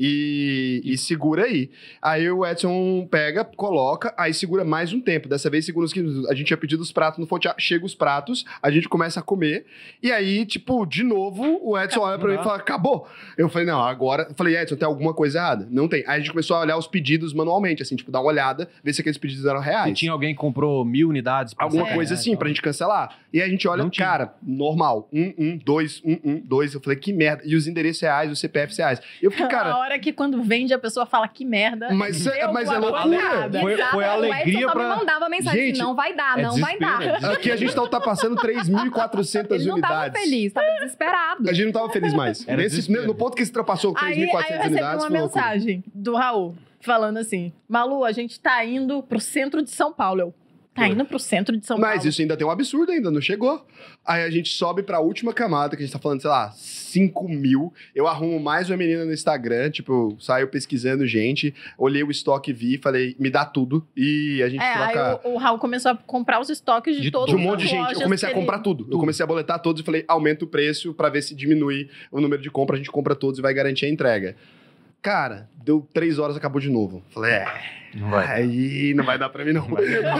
E segura aí. Aí o Edson pega, coloca, aí segura mais um tempo. Dessa vez segura os que a gente tinha pedido os pratos no Fonte. Chega os pratos, a gente começa a comer. E aí, tipo, de novo, o Edson olha pra mim e fala, acabou. Eu falei, não, agora... Eu falei, Edson, tem alguma coisa errada? Não tem. Aí a gente começou a olhar os pedidos manualmente, assim, tipo, dar uma olhada, ver se aqueles pedidos eram Se reais. tinha alguém que comprou 1.000 unidades. pra Alguma você. coisa assim, pra gente cancelar. E aí a gente olha, Não tinha. cara, normal. 2. Eu falei, que merda. E os endereços reais, os CPFs reais. E eu fiquei, A cara... hora que quando vende, a pessoa fala que merda. Mas é deu loucura. alguma coisa. Foi Exato, a o alegria Edson só pra- me mandava mensagem Gente, assim, não vai dar, não vai dar. Aqui a gente tá passando 3.400 Ele não tava unidades. feliz, tava desesperado. A gente não tava feliz mais. Era desespero. No ponto que se ultrapassou Aí 3.400 eu recebi unidades, uma foi loucura. mensagem do Raul, falando assim, Malu, a gente tá indo pro centro de São Paulo. Eu, tá indo pro centro de São Paulo. Mas isso ainda tem um absurdo ainda, não chegou. Aí a gente sobe pra última camada, que a gente tá falando, sei lá, 5.000. Eu arrumo mais uma menina no Instagram, tipo, eu saio pesquisando gente, olhei o estoque, vi, falei, me dá tudo. E a gente Aí troca... o Raul começou a comprar os estoques de todos De um monte de as gente. lojas Eu comecei a que ele- comprar tudo. Eu comecei a boletar todos e falei, aumenta o preço pra ver se diminui o número de compra. A gente compra todos e vai garantir a entrega. Cara, deu 3 horas, acabou de novo. Falei, Não vai. aí não vai dar pra mim não.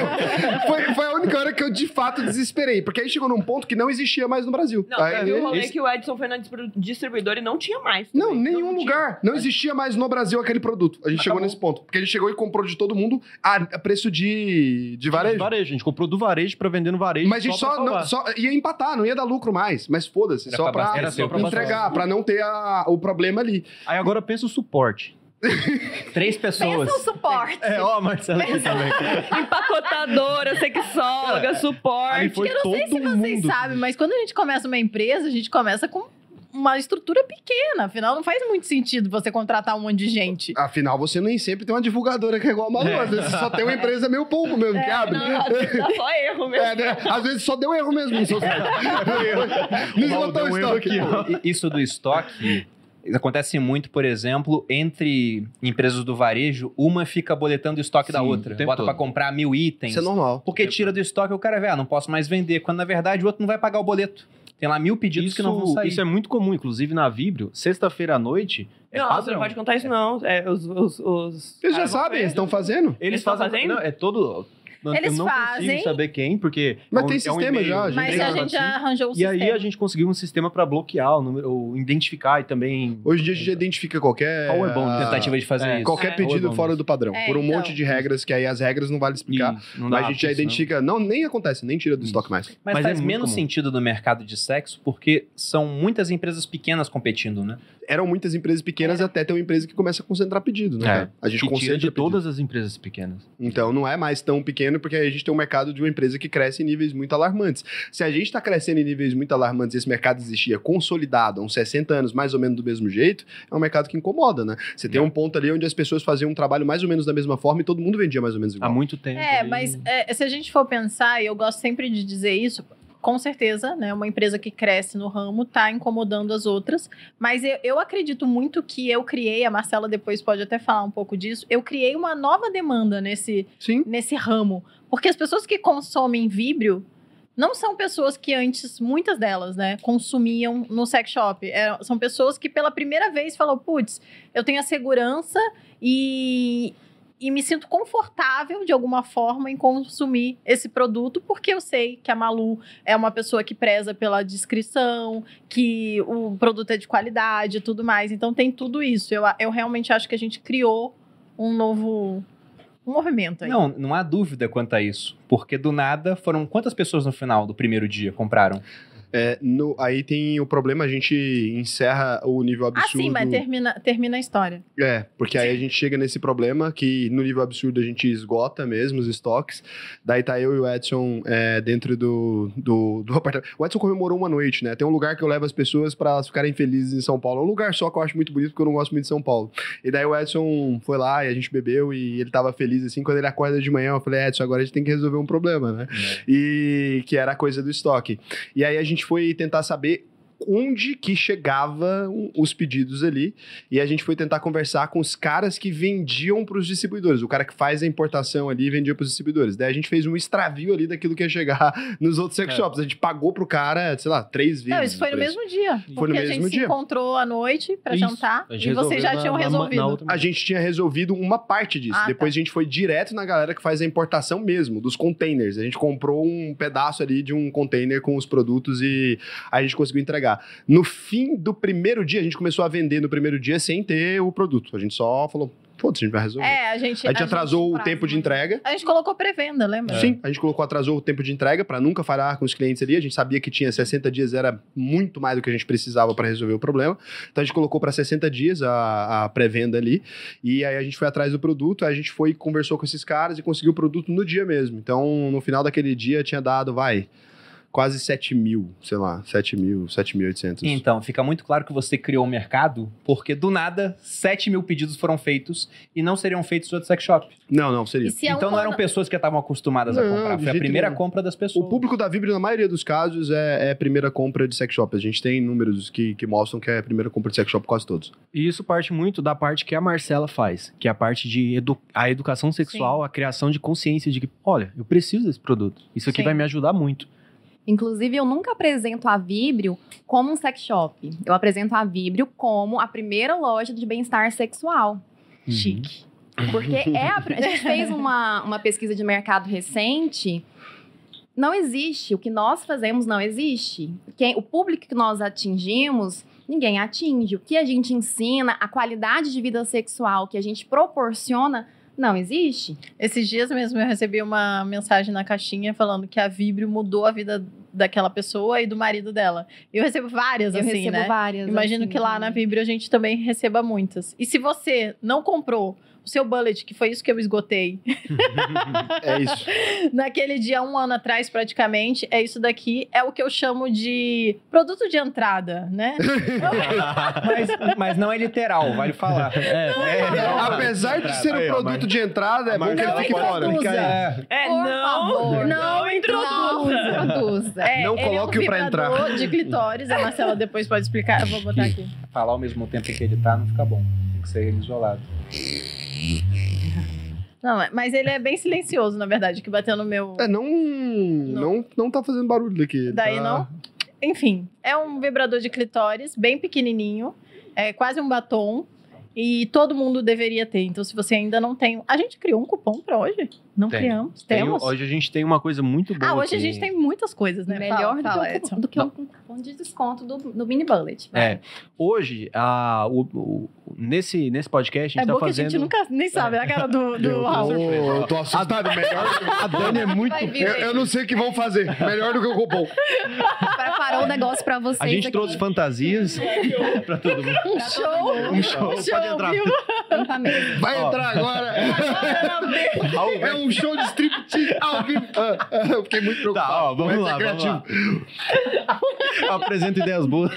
foi a única hora que eu de fato desesperei. Porque aí chegou num ponto que não existia mais no Brasil. Não, Aí, eu vi o rolê esse- que o Edson foi na distribuidora e não tinha mais. Não, também. nenhum tinha. lugar. Não existia mais no Brasil aquele produto. A gente chegou Acabou. nesse ponto. Porque a gente chegou e comprou de todo mundo a preço de varejo. A gente comprou do varejo pra vender no varejo. Mas a gente pra salvar. só ia empatar, não ia dar lucro mais. Mas foda-se, Era só pra pra, abastecer, pra entregar, pra não ter o problema ali. Aí agora pensa o suporte. 3 pessoas. Pensa o suporte. Ó, a Marcela aqui também. Empacotadora, sexóloga, suporte. Ali foi Eu não todo sei se vocês mundo. sabem, mas quando a gente começa uma empresa, a gente começa com uma estrutura pequena. Afinal, não faz muito sentido você contratar um monte de gente. Afinal, você nem sempre tem uma divulgadora que é igual a Malu. Às vezes você só tem uma empresa meio pouco mesmo, que abre. Dá só erro mesmo. É, né? Às vezes só deu erro mesmo no seu site. Não esgotou o deu um erro estoque. aqui, Isso do estoque acontece muito, por exemplo, entre empresas do varejo, uma fica boletando o estoque da Sim, outra. o tempo Bota todo. pra comprar 1.000 itens. Isso é normal. Porque tira do estoque, o cara vê, não posso mais vender. Quando, na verdade, o outro não vai pagar o boleto. Tem lá 1.000 pedidos que não vão sair. Isso é muito comum, inclusive na Vibrio, sexta-feira à noite. É Não, você padrão. não pode contar isso, não. É, os Eles já caras vão sabem, eles ver. estão fazendo. Eles estão fazem. fazendo? Não, é todo. Eles eu não fazem. consigo saber quem, porque. Mas é um- tem é um sistema e-mail, já, a gente Mas tem a uma gente já arranjou o E sistema. aí a gente conseguiu um sistema pra bloquear o número, ou identificar e também. Hoje em dia a gente identifica qualquer... Qual é bom de Tentativa de fazer isso. Qualquer É. pedido Ou é fora bom do padrão. É, por um então. monte de regras, que aí as regras não vale explicar. Isso, não dá Mas a gente já aflição. identifica... Não, nem acontece, nem tira do estoque mais. Mas Mas faz é muito menos comum. sentido no mercado de sexo, porque são muitas empresas pequenas competindo, né? eram muitas empresas pequenas até ter uma empresa que começa a concentrar pedido, né? Cara? A gente que tira concentra de pedido. todas as empresas pequenas. Então não é mais tão pequeno, porque a gente tem um mercado de uma empresa que cresce em níveis muito alarmantes. Se a gente está crescendo em níveis muito alarmantes e esse mercado existia consolidado há uns 60 anos, mais ou menos do mesmo jeito, é um mercado que incomoda, né? Você tem um ponto ali onde as pessoas faziam um trabalho mais ou menos da mesma forma e todo mundo vendia mais ou menos igual. Há muito tempo. Mas se a gente for pensar, e eu gosto sempre de dizer isso, com certeza, né, uma empresa que cresce no ramo está incomodando as outras, mas eu acredito muito que eu criei, a Marcela depois pode até falar um pouco disso, eu criei uma nova demanda nesse ramo, porque as pessoas que consomem Vibrio não são pessoas que antes, muitas delas, né, consumiam no sex shop. São pessoas que pela primeira vez falam, putz, eu tenho a segurança e me sinto confortável, de alguma forma, em consumir esse produto, porque eu sei que a Malu é uma pessoa que preza pela discrição, que o produto é de qualidade e tudo mais. Então, tem tudo isso. Eu realmente acho que a gente criou um novo movimento aí. Não há dúvida quanto a isso. Porque, do nada, foram quantas pessoas no final do primeiro dia compraram? Aí tem o problema, a gente encerra o nível absurdo. Ah, sim, mas termina a história. Porque aí a gente chega nesse problema que no nível absurdo a gente esgota mesmo os estoques. Daí tá eu e o Edson dentro do apartamento. O Edson comemorou uma noite, né? Tem um lugar que eu levo as pessoas pra elas ficarem felizes em São Paulo. É um lugar só que eu acho muito bonito, porque eu não gosto muito de São Paulo. E daí o Edson foi lá e a gente bebeu e ele tava feliz assim. Quando ele acorda de manhã, eu falei, Edson, agora a gente tem que resolver um problema, né? E que era a coisa do estoque. E aí a gente foi tentar saber onde que chegavam os pedidos ali, e a gente foi tentar conversar com os caras que vendiam para os distribuidores, o cara que faz a importação ali e vendia para os distribuidores. Daí a gente fez um extravio ali daquilo que ia chegar nos outros sex shops. A gente pagou pro cara, sei lá, 3 vezes. Não, isso foi no mesmo dia. Porque a gente se encontrou à noite para jantar e vocês já tinham resolvido. A gente tinha resolvido uma parte disso. Depois a gente foi direto na galera que faz a importação mesmo, dos containers. A gente comprou um pedaço ali de um container com os produtos e a gente conseguiu entregar. No fim do primeiro dia, a gente começou a vender no primeiro dia sem ter o produto. A gente só falou, foda-se, a gente vai resolver. A gente atrasou o tempo de entrega. A gente colocou pré-venda, lembra? Sim, a gente atrasou o tempo de entrega para nunca falhar com os clientes ali. A gente sabia que tinha 60 dias, era muito mais do que a gente precisava para resolver o problema. Então a gente colocou para 60 dias a pré-venda ali. E aí a gente foi atrás do produto, aí a gente foi e conversou com esses caras e conseguiu o produto no dia mesmo. Então no final daquele dia tinha dado, quase 7 mil, sei lá, 7.800. Então, fica muito claro que você criou um mercado, porque do nada, 7 mil pedidos foram feitos e não seriam feitos em outro sex shop. Não seria. Então não eram pessoas que estavam acostumadas a comprar, foi a primeira compra das pessoas. O público da Vibrio, na maioria dos casos, é a primeira compra de sex shop. A gente tem números que mostram que é a primeira compra de sex shop quase todos. E isso parte muito da parte que a Marcela faz, que é a parte de a educação sexual, a criação de consciência de que, olha, eu preciso desse produto. Isso aqui vai me ajudar muito. Inclusive, eu nunca apresento a Vibrio como um sex shop. Eu apresento a Vibrio como a primeira loja de bem-estar sexual. Chique. Porque a gente fez uma pesquisa de mercado recente. Não existe. O que nós fazemos não existe. O público que nós atingimos, ninguém atinge. O que a gente ensina, a qualidade de vida sexual que a gente proporciona, não existe. Esses dias mesmo eu recebi uma mensagem na caixinha falando que a Vibrio mudou a vida daquela pessoa e do marido dela. Eu recebo várias, né? Imagino que lá na Vibrio a gente também receba muitas. E se você não comprou o seu bullet, que foi isso que eu esgotei. É isso. Naquele dia, 1 ano atrás, praticamente, é isso daqui. É o que eu chamo de produto de entrada, né? mas não é literal, vale falar. Apesar de ser um produto de entrada, é bom que ele fique fora. Não introduza. Não coloque-o pra entrar. É um vibrador de clitóris. A Marcela depois pode explicar. Eu vou botar aqui. Falar ao mesmo tempo que ele tá, não fica bom. Tem que ser isolado. Não, mas ele é bem silencioso, na verdade, que bateu no meu... Não tá fazendo barulho daqui. Daí não? Enfim, é um vibrador de clitóris, bem pequenininho, é quase um batom, e todo mundo deveria ter. Então, se você ainda não tem... A gente criou um cupom pra hoje? Não criamos? Temos? Hoje a gente tem uma coisa muito boa. Hoje a gente tem muitas coisas, né? Melhor do que um cupom de desconto do Mini Bullet. Hoje, nesse podcast, a É gente bom tá que a gente fazendo... nunca nem sabe a cara do Raul. Eu tô assustado. Melhor. A Dani é muito... Vai vir Eu não sei o que vão fazer. Melhor do que o cupom. Preparou o negócio pra vocês A gente aqui. trouxe fantasias pra todo mundo. Um show. Um show, pode entrar. viu? Limpa mesmo. Vai entrar agora. É um show de striptease ao vivo. Eu fiquei muito preocupado. Tá, ó, vamos Mas lá, é vamos lá. criativo. Eu apresento ideias boas.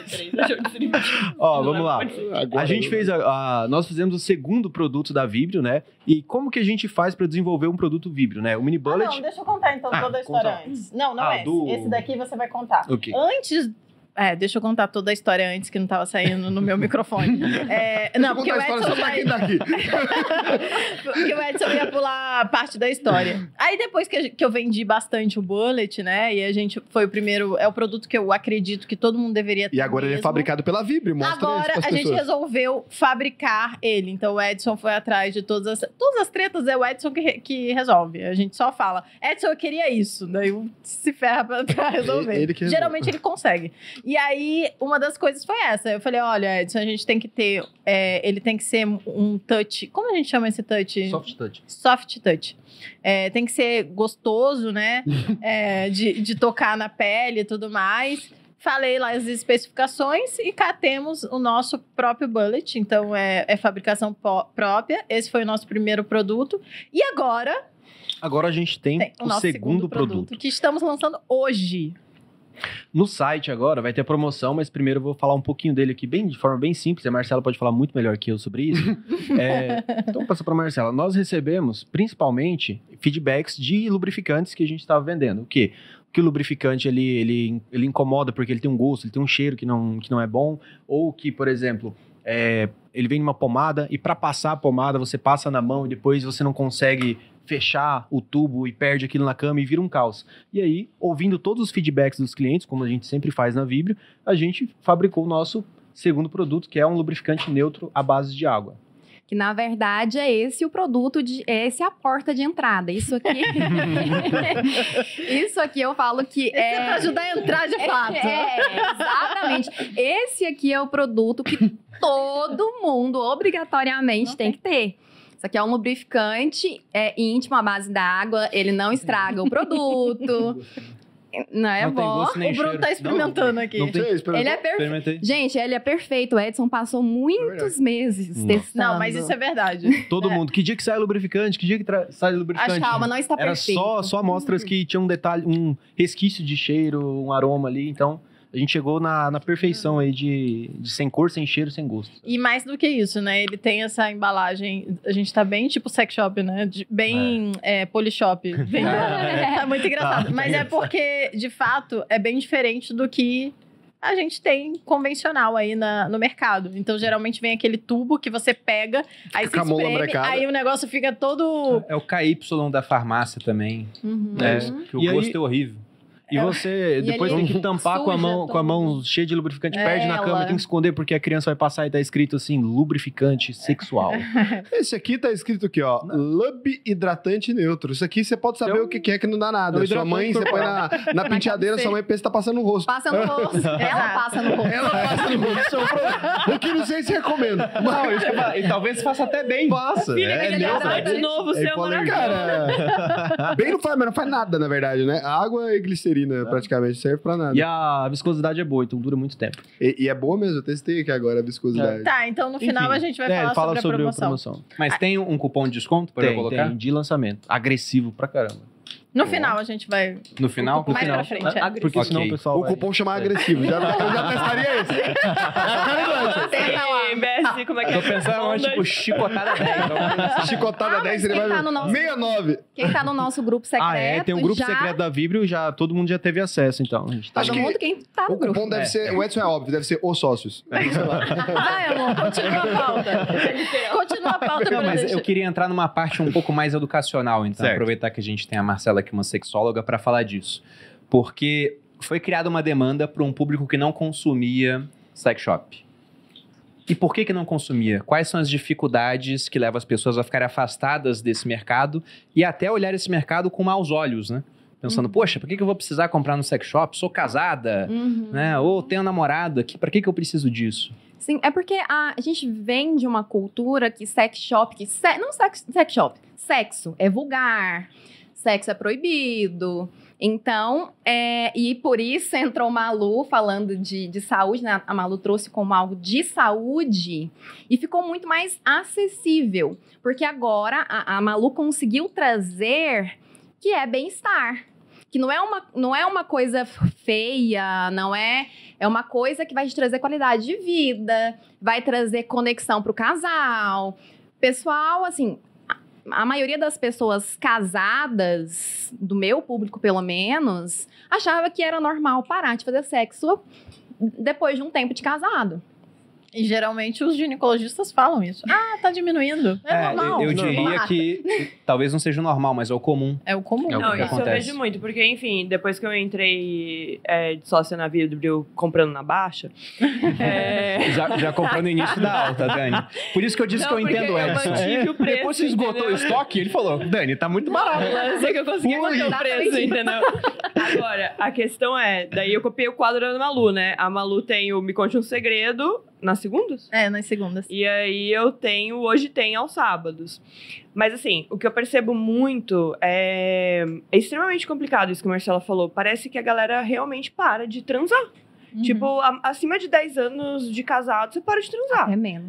Ó, vamos lá. Agora A gente fez nós fizemos o segundo produto da Vibrio, né? E como que a gente faz pra desenvolver um produto Vibrio, né? O Mini Bullet... Não, deixa eu contar então toda a história conta. antes. Não Ah, é esse. do- Esse daqui você vai contar. Ok. Antes... deixa eu contar toda a história antes, que não tava saindo no meu microfone. Não, porque o Deixa eu contar a Edson história só pra quem vai... tá aqui. Porque o Edson ia pular parte da história. Aí depois que eu vendi bastante o Bullet, né? E a gente foi o primeiro... É o produto que eu acredito que todo mundo deveria ter E agora ele é mesmo. fabricado pela Vibrio. Mostra isso Agora pras a gente pessoas. resolveu fabricar ele. Então o Edson foi atrás de todas as tretas, é o Edson que resolve. A gente só fala, Edson, eu queria isso. Daí se ferra pra resolver. Ele que resolve. Geralmente ele consegue. E aí, uma das coisas foi essa. Eu falei, olha, Edson, a gente tem que ter... ele tem que ser um touch... Como a gente chama esse touch? Soft touch. Soft touch. Tem que ser gostoso, né? De tocar na pele e tudo mais. Falei lá as especificações e catemos o nosso próprio Bullet. Então, é fabricação própria. Esse foi o nosso primeiro produto. E agora, Agora a gente tem tem o o nosso segundo produto. que estamos lançando hoje. No site agora vai ter promoção, mas primeiro eu vou falar um pouquinho dele aqui de forma bem simples. A Marcela pode falar muito melhor que eu sobre isso. Então, vou passar para a Marcela. Nós recebemos, principalmente, feedbacks de lubrificantes que a gente estava vendendo. O quê? Que o lubrificante ele incomoda porque ele tem um gosto, ele tem um cheiro que não é bom. Ou que, por exemplo, ele vem numa pomada e para passar a pomada você passa na mão e depois você não consegue fechar o tubo e perde aquilo na cama e vira um caos. E aí, ouvindo todos os feedbacks dos clientes, como a gente sempre faz na Vibrio, a gente fabricou o nosso segundo produto, que é um lubrificante neutro à base de água. Que na verdade é esse o produto, esse é a porta de entrada. Isso aqui. Isso aqui eu falo que Esse é pra ajudar a entrar de fato. Exatamente. Esse aqui é o produto que todo mundo obrigatoriamente tem que ter. Isso aqui é um lubrificante íntimo à base da água. Ele não estraga o produto. Não é Não tem bom. gosto nem O Bruno cheiro. tá experimentando aqui. não tem- Você experimentou? Ele é perfeito. Experimentei. Gente, ele é perfeito. O Edson passou muitos meses testando. Não, mas isso é verdade. Todo mundo. Que dia que sai lubrificante? Que dia que sai lubrificante? Calma, não está Era perfeito. só amostras que tinham um detalhe, um resquício de cheiro, um aroma ali. Então, a gente chegou na perfeição aí de sem cor, sem cheiro, sem gosto. E mais do que isso, né? Ele tem essa embalagem. A gente tá bem tipo sex shop, né? Bem polishop. Vendendo. Tá muito engraçado. Tá, Mas tá é porque, de fato, é bem diferente do que a gente tem convencional aí no mercado. Então, geralmente vem aquele tubo que você pega, aí Fica você a mão espreme, lambrecada. aí o negócio fica todo... É o KY da farmácia também. Uhum. Que o E aí- gosto é horrível. E você depois ali tem que tampar com a mão, suja com a mão cheia de lubrificante, perde na Ela. cama, tem que esconder porque a criança vai passar e tá escrito assim, lubrificante sexual. Esse aqui tá escrito aqui, ó. Lub hidratante neutro. Isso aqui você pode saber É um- o que é que não dá nada. é um Sua mãe, hidratante você põe na penteadeira, sua mãe pensa que tá passando no rosto. Passa no rosto. Ela passa no rosto. Ela passa no rosto. Isso é um problema. O que não sei se recomendo. Não, isso que eu falo. E talvez faça até bem. Passa, Filha, é que neutro. ele de novo, É seu hipoalergia. maravilhoso. Cara, bem não faz, mas não faz nada, na verdade, né? A água e glicerina, praticamente, serve pra nada. E a viscosidade é boa, então dura muito tempo. E é boa mesmo, eu testei aqui agora a viscosidade. Tá, então no final Enfim, a gente vai falar fala sobre a promoção. Mas tem um cupom de desconto para eu colocar? Tem, de lançamento. Agressivo pra caramba. No final a gente vai... No final? Mais pra frente, Porque senão Ok. o pessoal O vai... cupom chama agressivo, eu já testaria esse. Tenta lá. BS, como é que Tô é? pensando mais tipo chicotada 10. Chicotada 10, ele quem vai... tá no nosso- 69. Quem tá no nosso grupo secreto tem um grupo já... secreto da Vibrio, todo mundo já teve acesso, então. A gente tá... Acho Todo que mundo quem tá no O grupo. cupom deve ser... O Edson é óbvio, deve ser os sócios. Vai, amor, continua a pauta. Continua a pauta Não, pra mas gente. eu queria entrar numa parte um pouco mais educacional, então. Certo. Aproveitar que a gente tem a Marcela aqui, uma sexóloga, para falar disso. Porque foi criada uma demanda para um público que não consumia sex shop. E por que não consumia? Quais são as dificuldades que levam as pessoas a ficarem afastadas desse mercado e até olhar esse mercado com maus olhos, né? Pensando, poxa, por que eu vou precisar comprar no sex shop? Sou casada, Uhum. né? Ou tenho namorado aqui, para que eu preciso disso? Sim, é porque a gente vem de uma cultura que sex shop, não sex shop, sexo é vulgar, sexo é proibido. Então, e por isso entrou Malu falando de saúde, né? A Malu trouxe como algo de saúde e ficou muito mais acessível. Porque agora a Malu conseguiu trazer que é bem-estar. Que não é uma coisa feia, é uma coisa que vai te trazer qualidade de vida, vai trazer conexão pro casal. Pessoal, assim, a maioria das pessoas casadas, do meu público pelo menos, achava que era normal parar de fazer sexo depois de um tempo de casado. E geralmente os ginecologistas falam isso. Ah, tá diminuindo. É normal. Eu diria que talvez não seja o normal, mas é o comum. É o comum. É o que Não, isso acontece. eu vejo muito, porque, enfim, depois que eu entrei de sócia na Vibrio comprando na baixa, Já comprou no início da alta, Dani. Por isso que eu disse que eu entendo o Edson. mantive o preço, Depois você esgotou entendeu? o estoque, ele falou, Dani, tá muito barato. Eu sei que eu consegui manter o preço, entendeu? Agora, a questão daí eu copiei o quadro da Malu, né? A Malu tem o Me Conte um Segredo nas segundas. Nas segundas. E aí hoje tem aos sábados. Mas assim, o que eu percebo muito é extremamente complicado isso que a Marcela falou. Parece que a galera realmente para de transar. Tipo, acima de 10 anos de casado, você para de transar. É menos.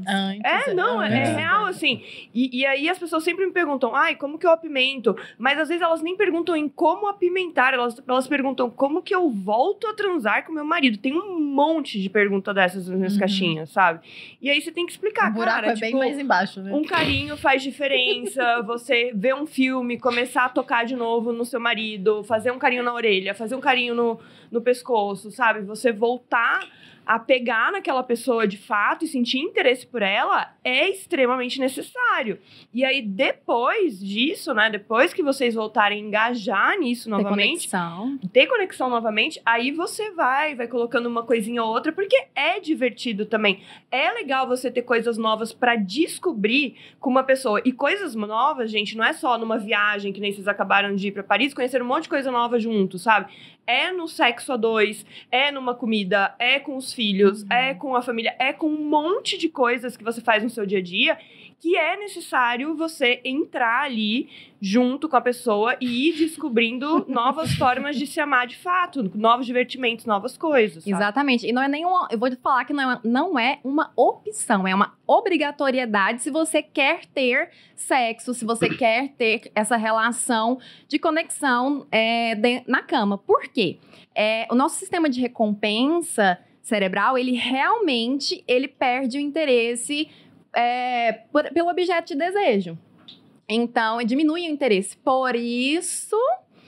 É real, assim. E aí as pessoas sempre me perguntam, como que eu apimento? Mas às vezes elas nem perguntam em como apimentar, elas perguntam como que eu volto a transar com meu marido. Tem um monte de pergunta dessas nas minhas caixinhas, sabe? E aí você tem que explicar, O buraco cara. é bem mais embaixo, né? Um carinho faz diferença, você ver um filme, começar a tocar de novo no seu marido, fazer um carinho na orelha, fazer um carinho no pescoço, sabe? Você voltar a pegar naquela pessoa de fato e sentir interesse por ela é extremamente necessário. E aí, depois disso, né? Depois que vocês voltarem a engajar nisso novamente, ter conexão novamente, aí você vai colocando uma coisinha ou outra, porque é divertido também. É legal você ter coisas novas pra descobrir com uma pessoa. E coisas novas, gente, não é só numa viagem, que nem vocês acabaram de ir pra Paris, conhecer um monte de coisa nova junto, sabe? É no sexo a dois, é numa comida, é com os filhos, é com a família, é com um monte de coisas que você faz no seu dia a dia, que é necessário você entrar ali junto com a pessoa e ir descobrindo novas formas de se amar de fato, novos divertimentos, novas coisas, sabe? Exatamente. E não é nenhuma... Eu vou te falar que não é uma opção, é uma obrigatoriedade se você quer ter sexo, se você quer ter essa relação de conexão na cama. Por quê? O nosso sistema de recompensa cerebral, ele realmente perde o interesse pelo objeto de desejo. Então, diminui o interesse. Por isso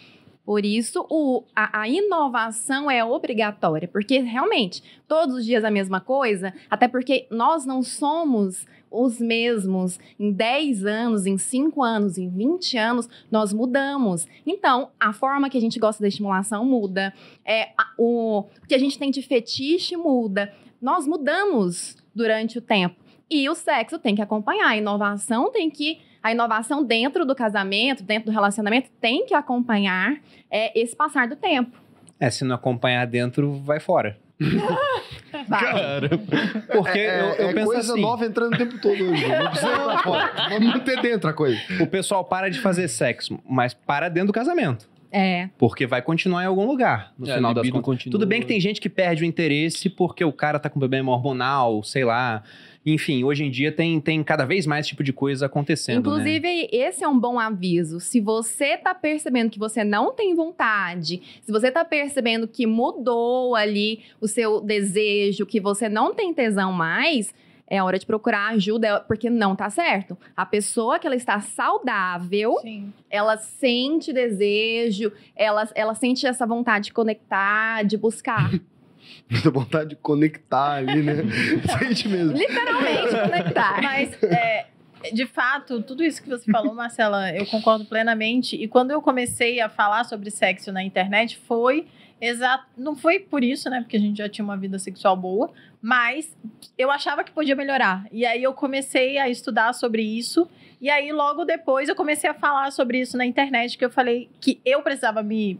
a inovação é obrigatória. Porque, realmente, todos os dias a mesma coisa. Até porque nós não somos os mesmos em 10 anos, em 5 anos, em 20 anos. Nós mudamos. Então, a forma que a gente gosta da estimulação muda. O que a gente tem de fetiche muda. Nós mudamos durante o tempo. E o sexo tem que acompanhar. A inovação dentro do casamento, dentro do relacionamento, tem que acompanhar esse passar do tempo. Se não acompanhar dentro, vai fora. Cara, Porque eu penso coisa assim, nova entrando o tempo todo hoje. Não precisa ir pra fora. Vamos manter dentro a coisa. o pessoal para de fazer sexo, mas para dentro do casamento. Porque vai continuar em algum lugar, no final das contas. Continua. Tudo bem que tem gente que perde o interesse porque o cara tá com problema hormonal, sei lá. Enfim, hoje em dia tem cada vez mais esse tipo de coisa acontecendo, Inclusive, esse é um bom aviso. Se você tá percebendo que você não tem vontade, se você tá percebendo que mudou ali o seu desejo, que você não tem tesão mais, é hora de procurar ajuda, porque não tá certo. A pessoa que ela está saudável, Sim. ela sente desejo, ela sente essa vontade de conectar, de buscar. Muita vontade de conectar ali, né? Sente mesmo. Literalmente conectar. Mas, de fato, tudo isso que você falou, Marcela, eu concordo plenamente. E quando eu comecei a falar sobre sexo na internet, não foi por isso, né? Porque a gente já tinha uma vida sexual boa, mas eu achava que podia melhorar. E aí eu comecei a estudar sobre isso. E aí, logo depois, eu comecei a falar sobre isso na internet, que eu falei que eu precisava me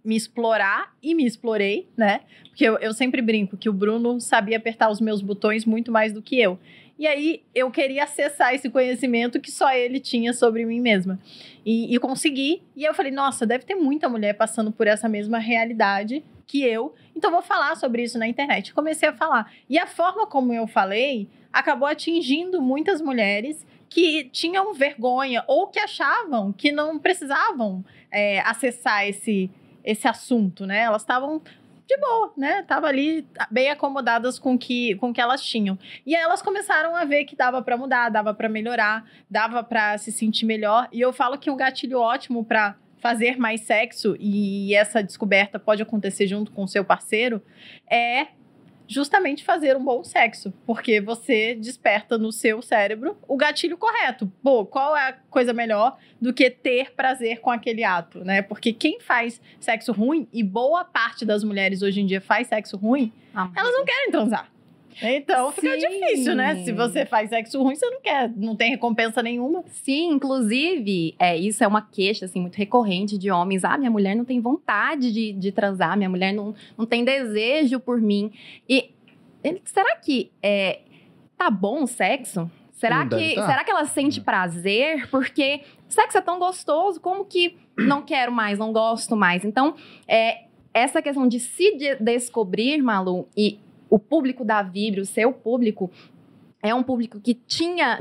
me explorar e me explorei, né? Porque eu sempre brinco que o Bruno sabia apertar os meus botões muito mais do que eu. E aí, eu queria acessar esse conhecimento que só ele tinha sobre mim mesma. E consegui. E eu falei, nossa, deve ter muita mulher passando por essa mesma realidade que eu. Então, vou falar sobre isso na internet. Comecei a falar. E a forma como eu falei acabou atingindo muitas mulheres que tinham vergonha ou que achavam que não precisavam acessar esse assunto, né? Elas estavam de boa, né? Estavam ali bem acomodadas com o que elas tinham. E aí elas começaram a ver que dava para mudar, dava para melhorar, dava para se sentir melhor. E eu falo que um gatilho ótimo para fazer mais sexo, e essa descoberta pode acontecer junto com o seu parceiro, é justamente fazer um bom sexo, porque você desperta no seu cérebro o gatilho correto. Pô, qual é a coisa melhor do que ter prazer com aquele ato, né? Porque quem faz sexo ruim, e boa parte das mulheres hoje em dia faz sexo ruim, elas não querem transar. Então fica difícil, né? Se você faz sexo ruim, você não tem recompensa nenhuma. Sim, inclusive, isso é uma queixa, assim, muito recorrente de homens. Minha mulher não tem vontade de transar, minha mulher não tem desejo por mim. E será que tá bom o sexo? Será que ela sente prazer? Porque sexo é tão gostoso, como que não quero mais, não gosto mais? Então, essa questão de se descobrir, Malu, e o público da Vibrio, o seu público, é um público que tinha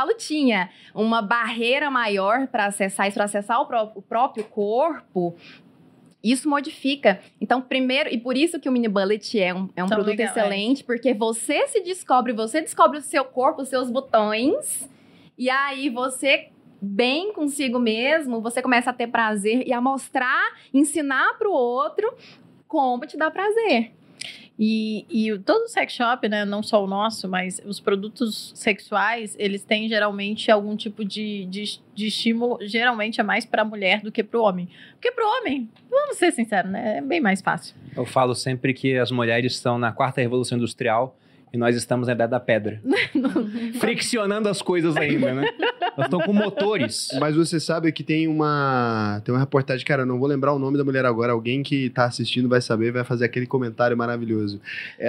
uma barreira maior para acessar isso, para acessar o próprio corpo. Isso modifica. Então, primeiro, e por isso que o Mini Bullet é um produto legal, excelente, porque você descobre o seu corpo, os seus botões, e aí você, bem consigo mesmo, você começa a ter prazer e a mostrar, ensinar para o outro como te dá prazer. E todo o sex shop, né, não só o nosso, mas os produtos sexuais, eles têm geralmente algum tipo de estímulo, geralmente é mais para a mulher do que para o homem. Porque para o homem, vamos ser sinceros, né, é bem mais fácil. Eu falo sempre que as mulheres estão na 4ª Revolução Industrial e nós estamos na Idade da Pedra. Friccionando as coisas ainda, né? Nós estamos com motores. Mas você sabe que tem uma reportagem, cara, eu não vou lembrar o nome da mulher agora, alguém que tá assistindo vai saber, vai fazer aquele comentário maravilhoso.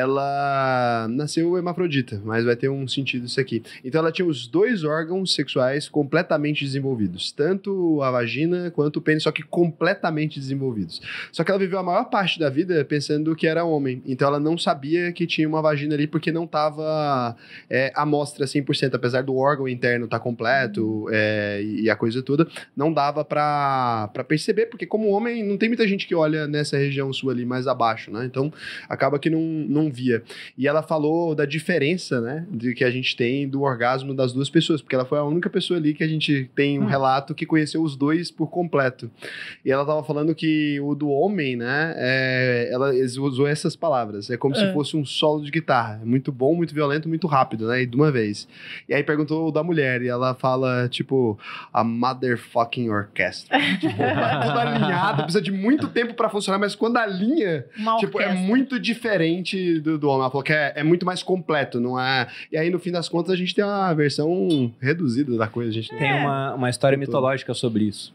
Ela nasceu hermafrodita, mas vai ter um sentido isso aqui. Então ela tinha os 2 órgãos sexuais completamente desenvolvidos, tanto a vagina quanto o pênis, só que completamente desenvolvidos. Só que ela viveu a maior parte da vida pensando que era homem, então ela não sabia que tinha uma vagina ali, porque não tava à mostra 100%, apesar do órgão interno estar completo e a coisa toda, não dava pra perceber, porque como homem não tem muita gente que olha nessa região sua ali mais abaixo, né? Então acaba que não via. E ela falou da diferença, né, de que a gente tem do orgasmo das 2 pessoas, porque ela foi a única pessoa ali que a gente tem um relato que conheceu os 2 por completo. E ela tava falando que o do homem, né, ela usou essas palavras, é como se fosse um solo de guitarra, muito bom, muito violento, muito rápido, né, e de uma vez. E aí perguntou da mulher, e ela fala, tipo, a motherfucking orquestra. Tipo, tá tudo alinhado, precisa de muito tempo pra funcionar, mas quando alinha, tipo, é muito diferente do homem. Ela falou que é muito mais completo, não é? E aí, no fim das contas, a gente tem uma versão reduzida da coisa. A gente tem uma história mitológica sobre isso.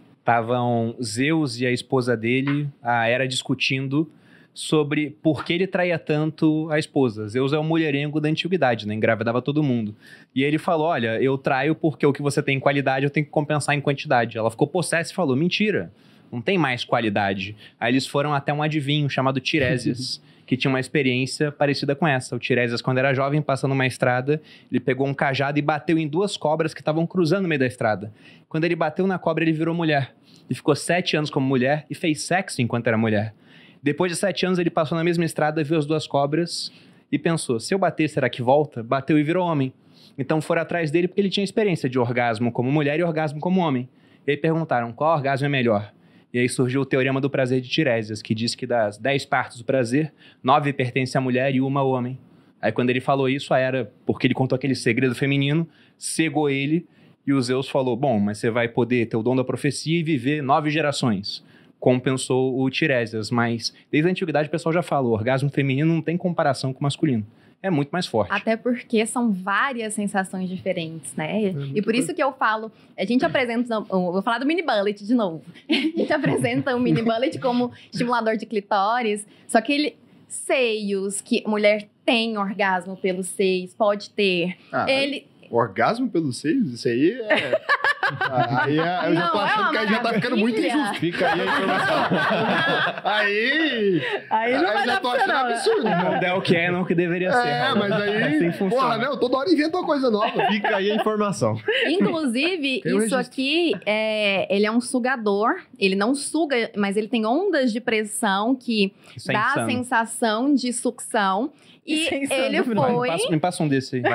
Estavam Zeus e a esposa dele, a Hera, discutindo sobre por que ele traía tanto a esposa. Zeus é o mulherengo da antiguidade, né? Engravidava todo mundo. E ele falou, olha, eu traio porque o que você tem em qualidade eu tenho que compensar em quantidade. Ela ficou possessa e falou, mentira, não tem mais qualidade. Aí eles foram até um adivinho chamado Tiresias, que tinha uma experiência parecida com essa. O Tiresias, quando era jovem, passando uma estrada, ele pegou um cajado e bateu em 2 cobras que estavam cruzando no meio da estrada. Quando ele bateu na cobra, ele virou mulher. E ficou 7 anos como mulher e fez sexo enquanto era mulher. Depois de 7 anos, ele passou na mesma estrada, viu as 2 cobras e pensou, se eu bater, será que volta? Bateu e virou homem. Então foram atrás dele porque ele tinha experiência de orgasmo como mulher e orgasmo como homem. E aí perguntaram, qual orgasmo é melhor? E aí surgiu o teorema do prazer de Tiresias, que diz que das 10 partes do prazer, 9 pertencem à mulher e 1 ao homem. Aí quando ele falou isso, a Hera, porque ele contou aquele segredo feminino, cegou ele e o Zeus falou, bom, mas você vai poder ter o dom da profecia e viver 9 gerações. Compensou o Tiresias, mas desde a antiguidade o pessoal já fala, o orgasmo feminino não tem comparação com o masculino. é muito mais forte. Até porque são várias sensações diferentes, né? E por isso que eu falo, a gente apresenta, eu vou falar do mini bullet de novo. A gente apresenta o mini bullet como estimulador de clitóris, só que seios, que mulher tem orgasmo pelos seios, pode ter. Ele Orgasmo pelos seios? Isso aí é... Aí eu já tô Não, achando que aí já tá ficando muito maravilha. injusto. Fica aí a informação. Aí não vai já dar tô pra você achando não, né? absurdo. Não é o que é, não o que deveria ser. É, Raul. mas aí... Assim funciona. Porra, não, toda hora inventa uma coisa nova. Fica aí a informação. Inclusive, Tem um isso registro. aqui, ele é um sugador. Ele não suga, mas ele tem ondas de pressão que Isso é dá a insano. sensação de sucção. E Isso é insano, ele Bruno. foi... Me passa um desse aí.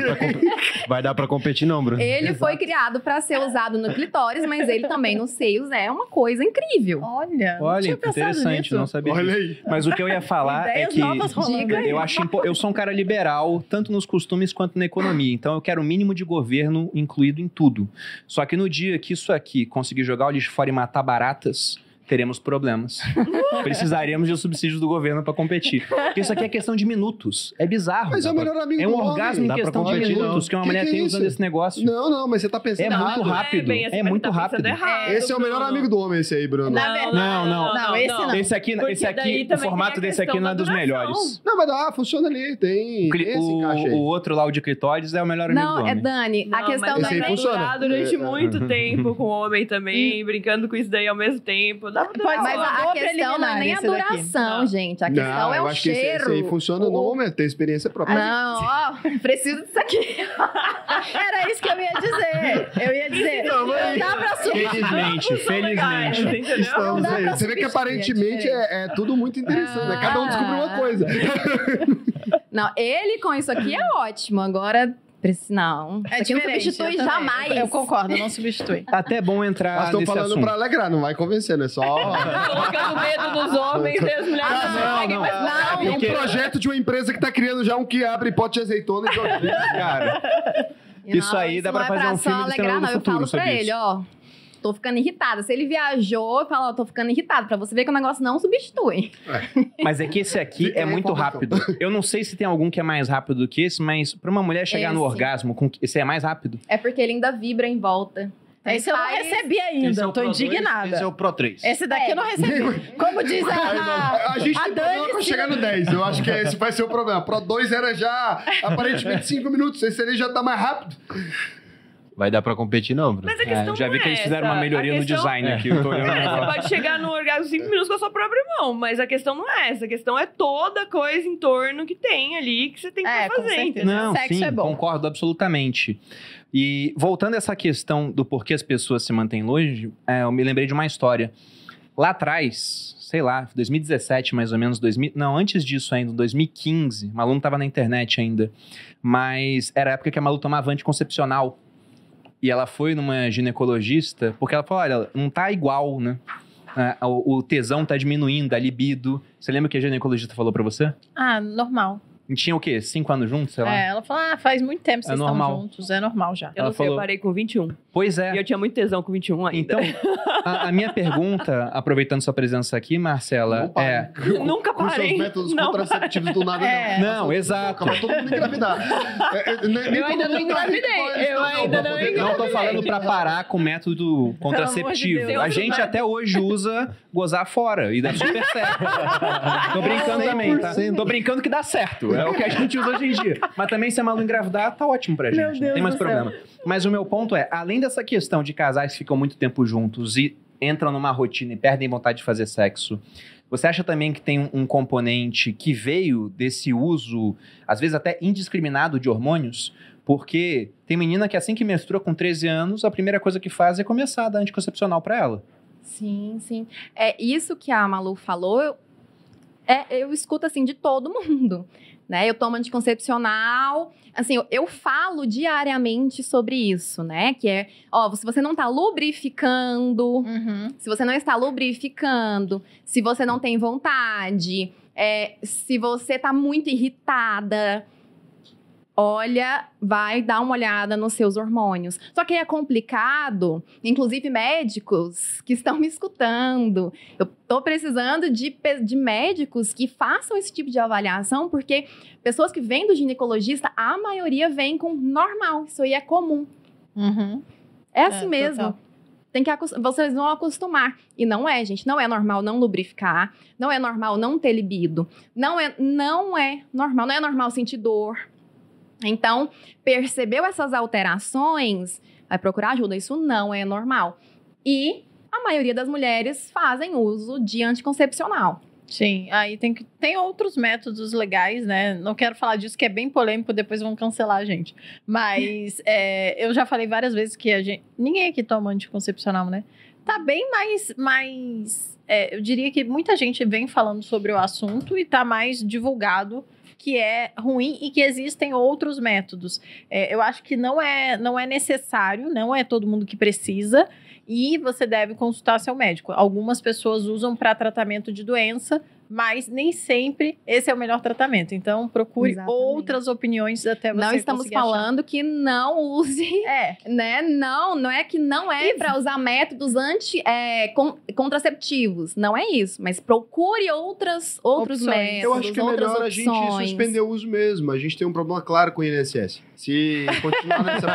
Vai dar pra competir, não, Bruno? Ele foi criado para ser usado no clitóris, mas ele também nos seios é uma coisa incrível. Olha, não Olha, tinha pensado interessante, nisso. não sabia Olha disso. aí. Mas o que eu ia falar é Ideias que novas rolando Diga aí. eu sou um cara liberal, tanto nos costumes quanto na economia. Então eu quero o mínimo de governo incluído em tudo. Só que no dia que isso aqui conseguir jogar o lixo fora e matar baratas, teremos problemas. Precisaríamos de subsídios do governo para competir. Porque isso aqui é questão de minutos. É bizarro. Mas é o melhor amigo É do um homem. orgasmo em Dá pra questão de competir, minutos que uma Que mulher é tem isso? usando esse negócio. Não, mas você tá pensando É muito errado. rápido. bem assim, É mas muito tá pensando rápido. errado, Esse é o melhor Bruno. amigo do homem, esse aí, Bruno. Na verdade- Não. Esse não. Esse aqui, Porque esse daí aqui o também formato tem a desse aqui questão não é da dos duração. melhores. Não, mas funciona ali. Tem esse encaixe aí. O outro lá, o de clitóris, é o melhor amigo do Não, homem. Dani, a questão mas não esse aí é vai nem... funciona. durar durante É. muito tempo com o homem também, brincando com isso daí ao mesmo tempo. Dá pra durar. Pode Mas ser. a Boa questão não é preliminar nem a esse daqui. duração, Não. gente. A questão é eu o acho que esse cheiro. aí funciona no momento, tem experiência própria. Não, ó, preciso disso aqui. Era isso que eu ia dizer. Eu ia dizer, não dá pra subir. Felizmente. Entendeu? Estamos dá aí. pra Você vê que substituir, aparentemente é é tudo muito interessante, né? Cada um descobriu uma coisa. Não, ele com isso aqui é ótimo. Agora, não. Isso aqui não substitui eu também. jamais. Eu concordo, não substitui. Até bom Nós entrar estamos nesse falando assunto. pra alegrar, não vai convencendo, é só... Colocando o dedo nos homens e as mulheres Ah, não conseguem não. mais nada. É um projeto de uma empresa que tá criando já um que abre pote de azeitona e joga. Cara, isso aí dá não pra é fazer um só filme do alegrar, Exterminador do não. Eu Futuro falo pra sobre ele, isso. ó. Tô ficando irritada. Se ele viajou, eu falo, ó, tô ficando irritada. Pra você ver que o negócio não substitui. Mas é que esse aqui Fica é aí a muito informação. rápido. Eu não sei se tem algum que é mais rápido do que esse, mas pra uma mulher chegar no Esse. orgasmo, esse é mais rápido. É porque ele ainda vibra em volta. Esse eu não Faz- recebi ainda, Esse é eu o tô Pro 2, indignada. Esse é o Pro 3. Esse daqui eu não recebi. Como diz A gente tem problema Dani pra chegar no 10. Eu acho que esse vai ser o problema. Pro 2 era já, aparentemente, 5 minutos. Esse ali já tá mais rápido. Vai dar pra competir, não, Bruno? Mas a questão Já vi não que eles é fizeram uma essa. melhoria A no questão- design aqui. Eu tô olhando Você agora. pode chegar no orgasmo 5 minutos com a sua própria mão, mas a questão não é essa. A questão é toda a coisa em torno que tem ali que você tem que com fazer. certeza. entendeu? Não, Sexo sim, é bom. concordo absolutamente. E voltando a essa questão do porquê as pessoas se mantêm longe, eu me lembrei de uma história. Lá atrás, sei lá, 2017 mais ou menos, não, antes disso ainda, 2015, Malu não tava na internet ainda, mas era a época que a Malu tomava anticoncepcional. E ela foi numa ginecologista, porque ela falou, olha, não tá igual, né? O tesão tá diminuindo, a libido. Você lembra o que a ginecologista falou pra você? Ah, normal. E tinha o quê? 5 anos juntos, sei lá? Ela falou, faz muito tempo que vocês estão normal. juntos, é normal já. Eu Ela não sei, falou- eu parei com 21. Pois é. E eu tinha muito tesão com 21 ainda. Então, a minha pergunta, aproveitando sua presença aqui, Marcela, Não é... para. Nunca Com seus parei. métodos Não contraceptivos do nada, É. Não, exato. Acaba todo mundo engravidar. Nem Eu ainda todo não mundo tá rico engravidei. igual eles Eu estão, ainda pra não poder- Não tô falando pra parar com método contraceptivo. Deus. A gente até hoje usa gozar fora e dá super certo. Tô brincando também, tá? 100%. Tô brincando que dá certo. É o que a gente usa hoje em dia. Mas também se a Malu engravidar, tá ótimo pra gente. Meu Não Deus tem mais do céu. problema. Mas o meu ponto é, além dessa questão de casais que ficam muito tempo juntos e entram numa rotina e perdem vontade de fazer sexo, você acha também que tem um componente que veio desse uso, às vezes até indiscriminado, de hormônios? Porque tem menina que assim que menstrua com 13 anos, a primeira coisa que faz é começar a dar anticoncepcional pra ela. Sim, sim. É isso que a Malu falou, eu escuto assim de todo mundo, né? Eu tomo anticoncepcional, assim, eu falo diariamente sobre isso, né? Que é, ó, se você não tá lubrificando, se você não está lubrificando, se você não tem vontade, se você tá muito irritada, olha, vai dar uma olhada nos seus hormônios. Só que é complicado, inclusive médicos que estão me escutando. Eu tô precisando de médicos que façam esse tipo de avaliação, porque pessoas que vêm do ginecologista, a maioria vem com normal. Isso aí é comum. Uhum. É assim mesmo. Total. Vocês vão acostumar. E não é, gente. Não é normal não lubrificar. Não é normal não ter libido. Não é normal. Não é normal sentir dor. Então, percebeu essas alterações, vai procurar ajuda. Isso não é normal. E a maioria das mulheres fazem uso de anticoncepcional. Sim, aí tem outros métodos legais, né? Não quero falar disso, que é bem polêmico, depois vão cancelar a gente. Mas eu já falei várias vezes que ninguém aqui toma anticoncepcional, né? Tá bem mais eu diria que muita gente vem falando sobre o assunto e tá mais divulgado que é ruim e que existem outros métodos. Eu acho que não é necessário, não é todo mundo que precisa, e você deve consultar seu médico. Algumas pessoas usam para tratamento de doença, mas nem sempre esse é o melhor tratamento. Então, procure outras opiniões até você não estamos conseguir achar. falando que não use, né? Não é que não é para usar métodos contraceptivos. Não é isso. Mas procure outros métodos. Eu acho que é melhor a gente suspender o uso mesmo. A gente tem um problema claro com o INSS. Se continuar nessa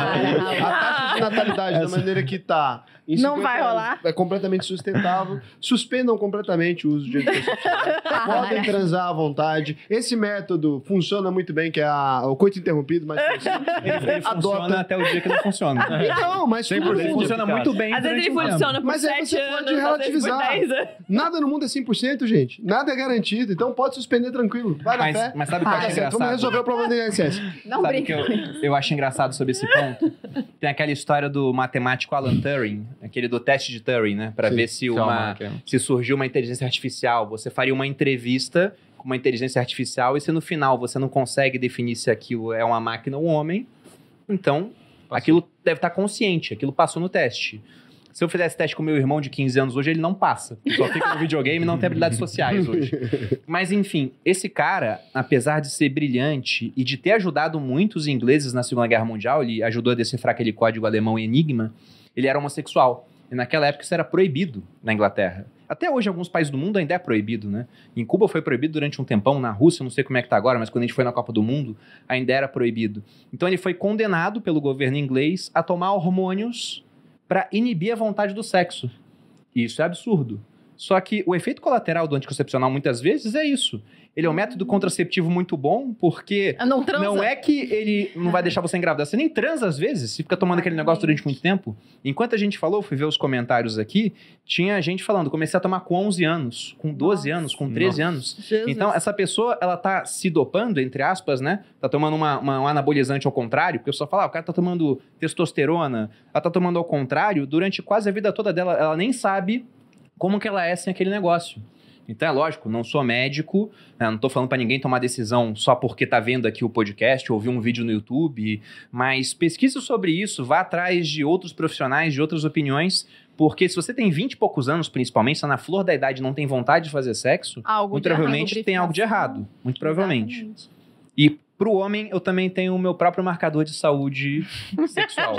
a taxa de natalidade da maneira que está, não vai rolar. É completamente sustentável. Suspendam completamente o uso de anticoncepcionais. Podem transar à vontade. Esse método funciona muito bem, que é o coito interrompido, mas ele funciona até o dia que não funciona. Então, mas ele funciona muito bem. Às vezes ele funciona por mas 7 aí você anos, pode relativizar. 10 anos. Nada no mundo é 100%, gente. Nada é garantido. Então pode suspender tranquilo. Vai na fé. Mas sabe o que eu acho engraçado? Vamos resolver o problema do INSS. Não sabe o que eu acho engraçado sobre esse ponto? Tem aquela história do matemático Alan Turing, aquele do teste de Turing, né? Pra ver se surgiu uma inteligência artificial. Você faria uma entrevista com uma inteligência artificial e se no final você não consegue definir se aquilo é uma máquina ou um homem, então aquilo deve estar consciente, aquilo passou no teste. Se eu fizesse teste com meu irmão de 15 anos hoje, ele não passa. Só fica no videogame e não tem habilidades sociais hoje. Mas, enfim, esse cara, apesar de ser brilhante e de ter ajudado muitos ingleses na Segunda Guerra Mundial, ele ajudou a decifrar aquele código alemão Enigma, ele era homossexual. E naquela época isso era proibido na Inglaterra. Até hoje, em alguns países do mundo ainda é proibido, né? Em Cuba foi proibido durante um tempão, na Rússia, não sei como é que tá agora, mas quando a gente foi na Copa do Mundo, ainda era proibido. Então ele foi condenado pelo governo inglês a tomar hormônios para inibir a vontade do sexo. E isso é absurdo. Só que o efeito colateral do anticoncepcional, muitas vezes, é isso. Ele é um método contraceptivo muito bom, porque não é que ele não vai deixar você engravidar. Você nem transa às vezes, se fica tomando aquele negócio durante muito tempo. Enquanto a gente falou, fui ver os comentários aqui, tinha gente falando, comecei a tomar com 11 anos, com 12 anos, com 13 anos. Jesus. Então, essa pessoa, ela tá se dopando, entre aspas, né? Tá tomando um anabolizante ao contrário, porque eu só falo, o cara tá tomando testosterona, ela tá tomando ao contrário, durante quase a vida toda dela, ela nem sabe como que ela é sem aquele negócio. Então, é lógico, não sou médico, né, não tô falando pra ninguém tomar decisão só porque tá vendo aqui o podcast ou viu um vídeo no YouTube, mas pesquise sobre isso, vá atrás de outros profissionais, de outras opiniões, porque se você tem 20 e poucos anos, principalmente, está na flor da idade e não tem vontade de fazer sexo, muito provavelmente tem algo de errado. Muito provavelmente. Exatamente. E pro homem, eu também tenho o meu próprio marcador de saúde sexual.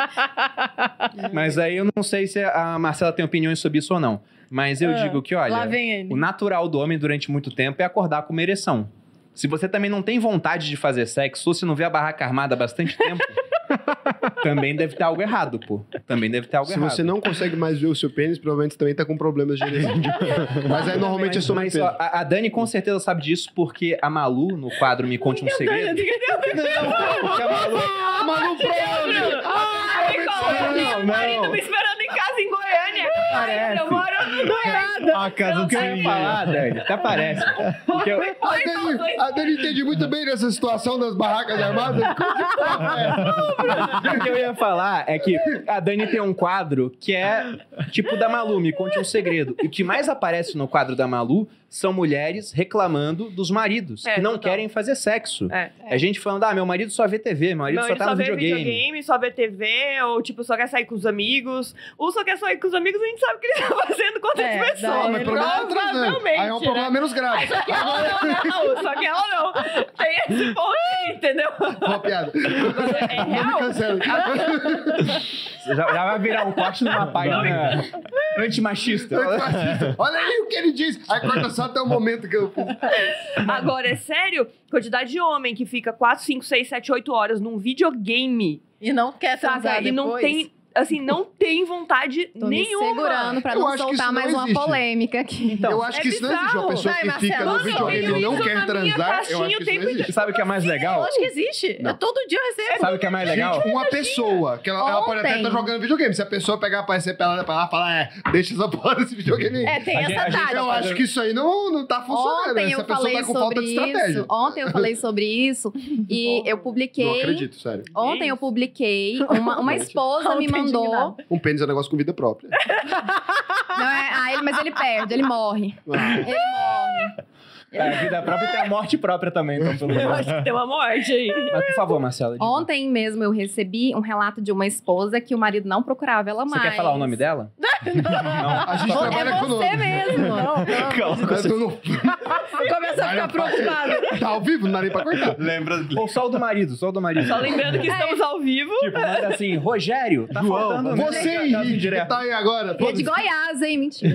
Mas aí eu não sei se a Marcela tem opiniões sobre isso ou não. Mas eu digo que, olha, lá vem ele. o natural do homem durante muito tempo é acordar com uma ereção. Se você também não tem vontade de fazer sexo, ou se não vê a barraca armada há bastante tempo, também deve ter algo errado, pô. Também deve ter algo errado. Se você não consegue mais ver o seu pênis, provavelmente você também tá com problemas de ereção. Mas aí normalmente é sobrepeso. Mas a Dani com certeza sabe disso, porque a Malu, no quadro Me Conte um Segredo... Não, porque a Malu Meu marido me esperando em casa em Goiânia. Parece. Eu moro no Goiânia. A casa do que eu ia falar, Dani, até parece. Porque A Dani entende muito bem dessa situação das barracas armadas. O que eu ia falar é que a Dani tem um quadro que é tipo da Malu, Me Conte um Segredo. E o que mais aparece no quadro da Malu são mulheres reclamando dos maridos que não total. querem fazer sexo. É. É gente falando, meu marido só vê TV, meu marido Não, só ele tá só no vê videogame. só vê TV, ou tipo, só quer sair com os amigos. Ou só quer sair com os amigos, a gente sabe o que ele tá fazendo com outras pessoas. Ah, mas pelo menos tá transando. Provavelmente, Aí é um problema né? menos grave. Só que ela não, só que ela não. Tem esse ponto aí, entendeu? Boa piada. É Não me real. cancela. Já vai virar um corte numa página antimachista. Olha aí o que ele diz. Aí corta só até o momento que eu fiz. Agora, é sério, quantidade de homem que fica 4, 5, 6, 7, 8 horas num videogame, E não quer transar saca? E não depois. tem, assim, não tem vontade Tô me nenhuma. segurando pra Eu não acho que isso soltar não mais uma existe. polêmica aqui. Então, Eu acho que isso não existe. Uma pessoa Vai, que fica Marcelo. no videogame e não isso quer na minha transar, eu caixinha acho que o isso não tempo existe. sabe o que é mais legal? Eu acho que existe. Não. Todo dia eu recebo. Sabe o que é mais legal? Gente, uma pessoa, que ela pode até Ontem. estar jogando videogame. Se a pessoa pegar, aparecer pra ela e falar, deixa essa porra desse videogame aí. É, tem A gente- essa a gente tática. Eu acho que isso aí não tá funcionando. Ontem Essa eu pessoa falei tá com falta sobre de estratégia. isso. Ontem eu falei sobre isso e eu Não publiquei. acredito, sério. Ontem eu publiquei, uma esposa me Ontem mandou. indignada. Um pênis é um negócio com vida própria. Não, mas ele perde, ele morre. Ah, Ele morre. É, a vida própria tem a morte própria também, então, pelo Eu menos. acho que tem uma morte aí. Mas, por favor, Marcela. diga. Ontem mesmo eu recebi um relato de uma esposa que o marido não procurava ela Você mais. quer falar o nome dela? Não. a gente Só- trabalha É com você nome. mesmo. Começa a ficar preocupado. Tá ao vivo, não dá nem pra cortar. Lembra? Ou só o do marido, só o do marido. Só lembrando que estamos ao vivo. Tipo, manda assim, Rogério, tá João, faltando... Você, Henrique, que tá aí agora. E é de Goiás, hein? Mentira.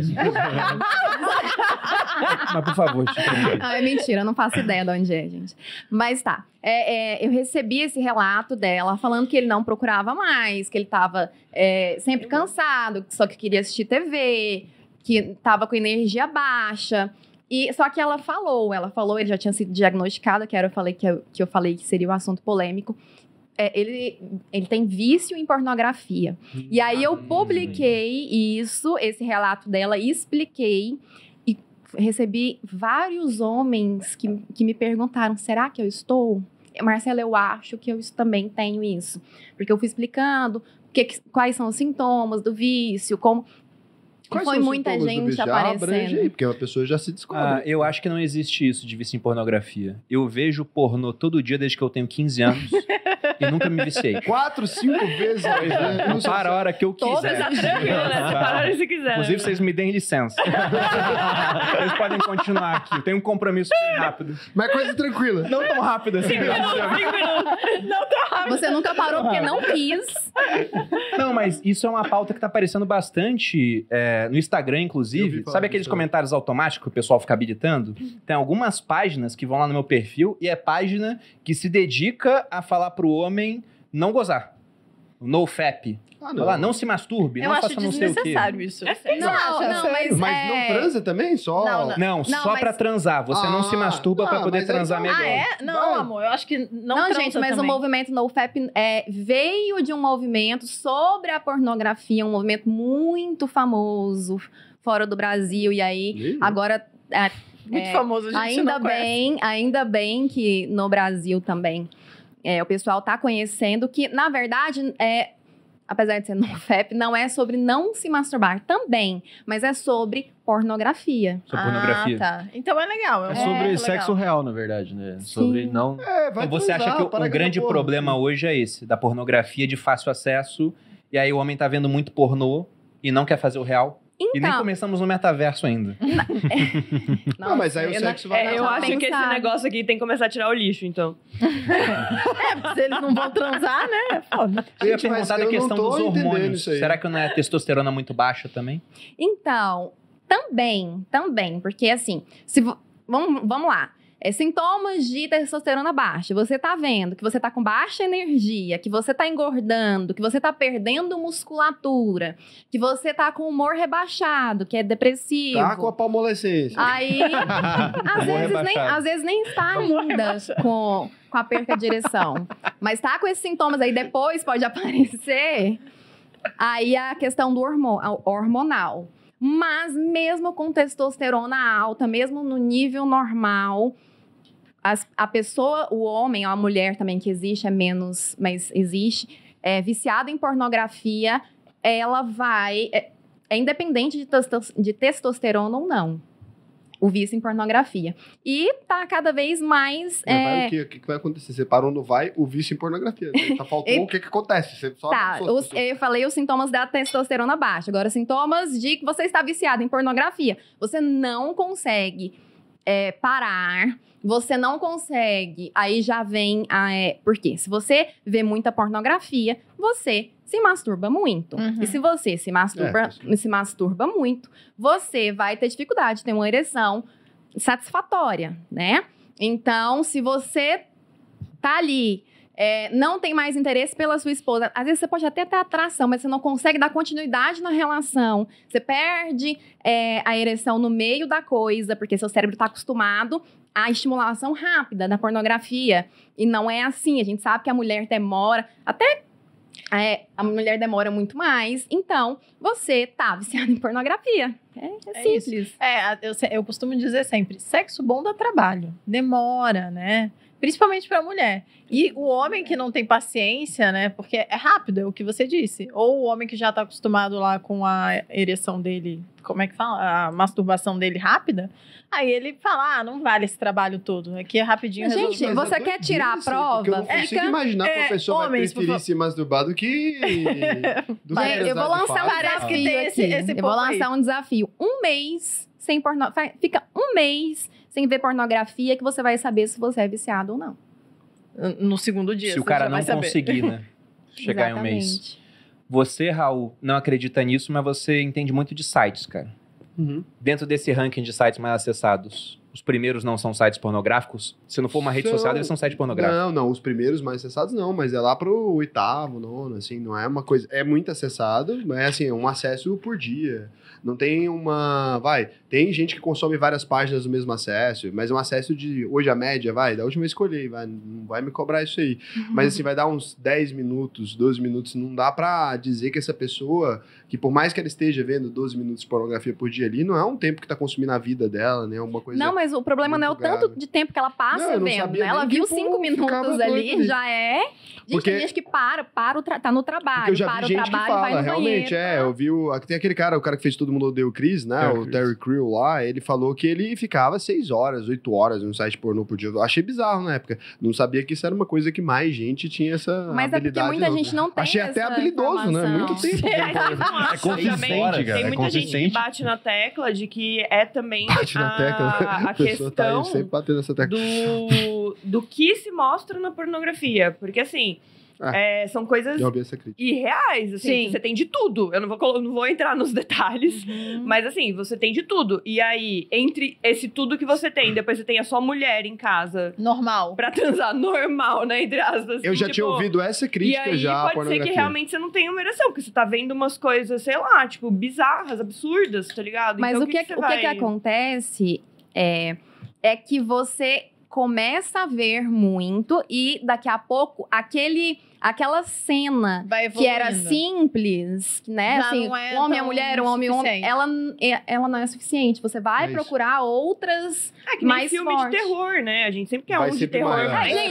Mas, por favor, tipo, Ah, é mentira, eu não faço ideia de onde é, gente. Mas tá. Eu recebi esse relato dela falando que ele não procurava mais, que ele tava sempre cansado, só que queria assistir TV, que tava com energia baixa. Só que ela falou, ele já tinha sido diagnosticado, que eu falei que seria um assunto polêmico. Ele tem vício em pornografia. E aí eu publiquei esse relato dela e expliquei. E recebi vários homens que me perguntaram, será que eu estou? Marcela, eu acho que eu também tenho isso. Porque eu fui explicando quais são os sintomas do vício, como... Quais foi são os muita sintomas do gente vício? Já abrange aparecendo. aí, porque a pessoa já se descobre. eu acho que não existe isso de vício em pornografia. Eu vejo pornô todo dia desde que eu tenho 15 anos e nunca me viciei. 4, 5 vezes. né? Eu paro a hora que eu Todas quiser. tá tranquilo, né? Você para se quiser. Inclusive, vocês me deem licença. Vocês podem continuar aqui. Eu tenho um compromisso bem rápido. Mas coisa tranquila. Não tão rápido assim. 5 minutos. Não tá rápido. Você nunca parou porque não quis. Não, mas isso é uma pauta que tá aparecendo bastante no Instagram, Eu vi inclusive. falar Sabe aqueles disso. comentários automáticos que o pessoal fica habilitando? Tem algumas páginas que vão lá no meu perfil e é página que se dedica a falar pro homem não gozar. O NoFap. Ah, Lá, não se masturbe, Eu não acho faça não sei o quê. desnecessário isso. Não, mas... Mas não transa também? Só... Não, Não, só mas- pra transar. Você não se masturba pra poder mas aí transar não. melhor. Ah, é? Não, Vai. amor, eu acho que não Não, transa gente, mas também. o movimento NoFap veio de um movimento sobre a pornografia, um movimento muito famoso fora do Brasil. E aí, Ih, agora... Muito famoso, a gente não conhece. ainda bem que no Brasil também o pessoal tá conhecendo que, na verdade, apesar de ser NoFap, não é sobre não se masturbar também, mas é sobre pornografia. Sobre pornografia. Ah, tá. Então é legal. É sobre sexo real, na verdade, né? Sobre não... vai Então você transar, acha que para o grande essa porra. problema hoje é esse, da pornografia de fácil acesso, e aí o homem tá vendo muito pornô e não quer fazer o real? E nem Então, começamos no metaverso ainda. Não, mas aí o sexo vai... Eu Não, acho que esse pensar. negócio aqui tem que começar a tirar o lixo, então. Se eles não vão transar, né? É foda. Eu ia Gente, mas perguntar da eu não questão tô dos entendendo hormônios. isso aí. Será que não é a testosterona muito baixa também? Então, também, porque assim, vamos lá. Sintomas de testosterona baixa. Você tá vendo que você tá com baixa energia, que você tá engordando, que você tá perdendo musculatura, que você tá com humor rebaixado, que é depressivo. Tá com a palmolescência. Aí, às vezes nem está ainda com a perca de ereção. Mas tá com esses sintomas aí, depois pode aparecer. Aí a questão do hormonal. Mas mesmo com testosterona alta, mesmo no nível normal, a pessoa, o homem, ou a mulher também, que existe, é menos, mas existe, viciada em pornografia, ela vai... É independente de testosterona ou não. o vício em pornografia. E tá cada vez mais... Vai o quê? O que vai acontecer? Você parou no vai, o vício em pornografia. Tá faltando o que acontece? Você só Tá, eu falei os sintomas da testosterona baixa. Agora, sintomas de que você está viciado em pornografia. Você não consegue parar, você não consegue... Aí já vem por quê? Se você vê muita pornografia, você se masturba muito. E se você se masturba muito, você vai ter dificuldade de ter uma ereção satisfatória, né? Então, se você tá ali, não tem mais interesse pela sua esposa, às vezes você pode até ter atração, mas você não consegue dar continuidade na relação. Você perde a ereção no meio da coisa, porque seu cérebro tá acostumado à estimulação rápida da pornografia. E não é assim. A gente sabe que a mulher demora, a mulher demora muito mais. Então, você tá viciado em pornografia. É simples. Eu costumo dizer sempre, sexo bom dá trabalho. Demora, né? Principalmente pra mulher. E o homem que não tem paciência, né? Porque é rápido, é o que você disse. Ou o homem que já tá acostumado lá com a ereção dele, como é que fala? A masturbação dele rápida. Aí ele fala, não vale esse trabalho todo. Aqui é rapidinho. Gente, você quer tirar a prova? Porque eu não consigo imaginar que uma pessoa vai preferir se masturbar do que... Eu vou lançar um desafio aqui. Eu vou lançar um desafio. Um mês sem pornografia. Fica um mês sem ver pornografia que você vai saber se você é viciado ou não. No segundo dia. Se o cara não conseguir, né? Chegar em um mês. Você, Raul, não acredita nisso, mas você entende muito de sites, cara. Dentro desse ranking de sites mais acessados, os primeiros não são sites pornográficos? Se não for uma rede social, eles são sites pornográficos. Não, os primeiros mais acessados não, mas é lá pro 8º, 9º, assim, não é uma coisa... É muito acessado, mas assim, é um acesso por dia. Não tem tem gente que consome várias páginas do mesmo acesso, mas é um acesso de... Hoje a média, da última vez que eu olhei, não vai me cobrar isso aí. Mas assim, vai dar uns 10 minutos, 12 minutos, não dá pra dizer que essa pessoa, que por mais que ela esteja vendo 12 minutos de pornografia por dia ali, não é um tempo que tá consumindo a vida dela, né? Alguma coisa... Não, mas o problema não é o tanto de tempo que ela passa vendo, né? Ela viu 5 minutos ali, já é... Gente, tem gente que tá no trabalho, porque eu já vi gente que fala, realmente, eu vi tem aquele cara, o cara que fez Todo Mundo Odeia o Chris, né? O Terry Crew lá, ele falou que ele ficava 6 horas, 8 horas no site pornô por dia. Eu achei bizarro na época. Não sabia que isso era uma coisa que mais gente tinha essa habilidade. Mas é porque muita gente não tem. Achei até habilidoso, né? Muito tempo. É consistente, cara. Tem muita gente que bate na tecla de que é também a questão tá sempre batendo nessa tecla. do que se mostra na pornografia. Porque assim... são coisas irreais, assim, você tem de tudo. Eu não vou entrar nos detalhes, mas assim, você tem de tudo. E aí, entre esse tudo que você tem, depois você tem a sua mulher em casa. Normal. Pra transar, normal, né, entre aspas. Assim, eu já tinha ouvido essa crítica e aí, pode ser que realmente você não tenha uma ereção, porque você tá vendo umas coisas, sei lá, tipo, bizarras, absurdas, tá ligado? Mas então, o que acontece é que você começa a ver muito e daqui a pouco aquela cena que era simples, né? Já assim, não é um homem e a mulher, um homem e um homem, ela não é suficiente. Você vai procurar outras que mais nem filme fortes. de terror, né? A gente sempre quer Vai um de sempre terror.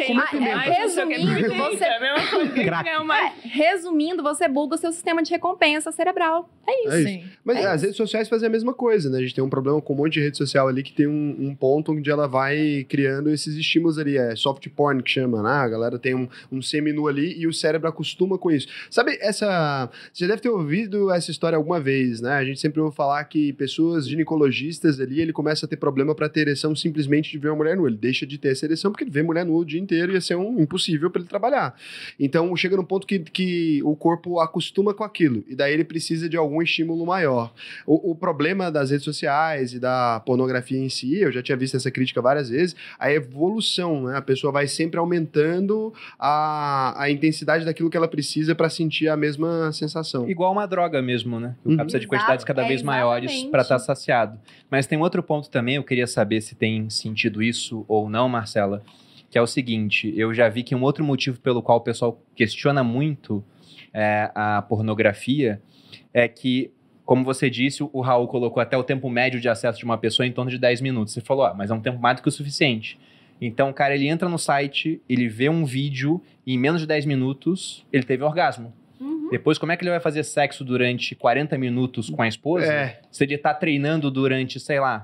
Resumindo, você buga o seu sistema de recompensa cerebral. É isso. Mas as redes sociais fazem a mesma coisa, né? A gente tem um problema com um monte de rede social ali que tem um ponto onde ela vai criando esses estímulos ali. É soft porn que chama, né? A galera tem um seminu ali e o cérebro acostuma com isso. Sabe, você já deve ter ouvido essa história alguma vez, né? A gente sempre ouve falar que pessoas ginecologistas ali, ele começa a ter problema pra ter ereção simplesmente de ver uma mulher nua. Ele deixa de ter essa ereção porque ele vê mulher nua o dia inteiro e ia ser impossível pra ele trabalhar. Então, chega num ponto que o corpo acostuma com aquilo e daí ele precisa de algum estímulo maior. O problema das redes sociais e da pornografia em si, eu já tinha visto essa crítica várias vezes, a evolução, né? A pessoa vai sempre aumentando a intensidade daquilo que ela precisa para sentir a mesma sensação. Igual uma droga mesmo, né? O cara precisa de quantidades cada vez maiores para estar saciado. Mas tem outro ponto também, eu queria saber se tem sentido isso ou não, Marcela, que é o seguinte, eu já vi que um outro motivo pelo qual o pessoal questiona muito a pornografia é que, como você disse, o Raul colocou até o tempo médio de acesso de uma pessoa em torno de 10 minutos. Você falou, mas é um tempo mais do que o suficiente. Então, o cara, ele entra no site, ele vê um vídeo e em menos de 10 minutos ele teve orgasmo. Depois, como é que ele vai fazer sexo durante 40 minutos com a esposa? Se ele tá treinando durante, sei lá,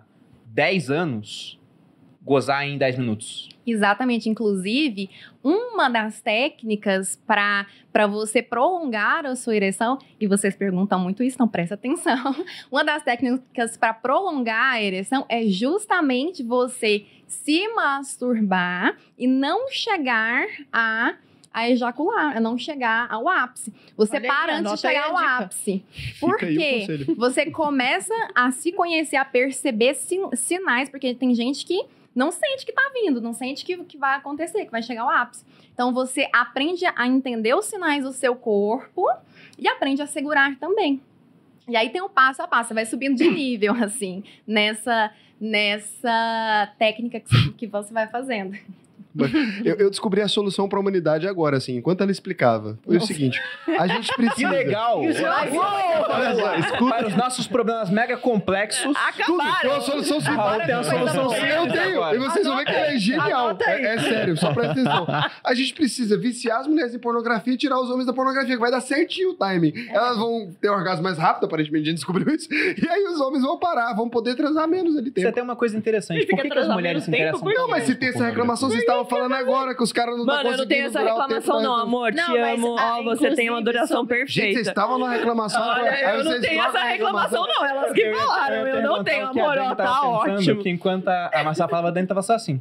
10 anos gozar em 10 minutos. Exatamente. Inclusive, uma das técnicas para você prolongar a sua ereção, e vocês perguntam muito isso, então presta atenção. Uma das técnicas para prolongar a ereção é justamente você se masturbar e não chegar a ejacular, a não chegar ao ápice. Você Olha aí, para antes de anota aí chegar a ao dica. ápice. Por Fica aí o quê? conselho. Você começa a se conhecer, a perceber sinais, porque tem gente que não sente que tá vindo, não sente que vai acontecer, que vai chegar ao ápice. Então, você aprende a entender os sinais do seu corpo e aprende a segurar também. E aí tem o passo a passo, você vai subindo de nível, assim, nessa técnica que você vai fazendo. Eu descobri a solução pra humanidade agora, assim, enquanto ela explicava. Foi o seguinte, a gente precisa... Que legal! Olha só, escuta. Para os nossos problemas mega complexos, Tudo, tem uma solução simples. Raul tem uma solução simples Eu tenho, agora. e vocês vão ver que ela é genial. Anota aí. É sério, só presta atenção. A gente precisa viciar as mulheres em pornografia e tirar os homens da pornografia, que vai dar certinho o timing. Elas vão ter um orgasmo mais rápido, aparentemente a gente descobriu isso, e aí os homens vão parar, vão poder transar menos ali Você tempo. tem uma coisa interessante. Por que as mulheres se interessam Tempo, Não, mas se tem essa reclamação, vocês estavam falando agora que os caras não estão Mano, eu conseguindo não tenho essa durar o tempo reclamação, da não, reclamação. amor. Não, Te mas, amo. ah, Ó, você tem uma inclusive, adoração sobre- Gente, vocês perfeita. estavam na reclamação agora. Olha, aí eu não vocês tenho trocam essa a reclamação, não. Elas que falaram. Eu não tenho, amor. Ó, tá ótimo. Que enquanto a Marcela falava dentro, tava só assim.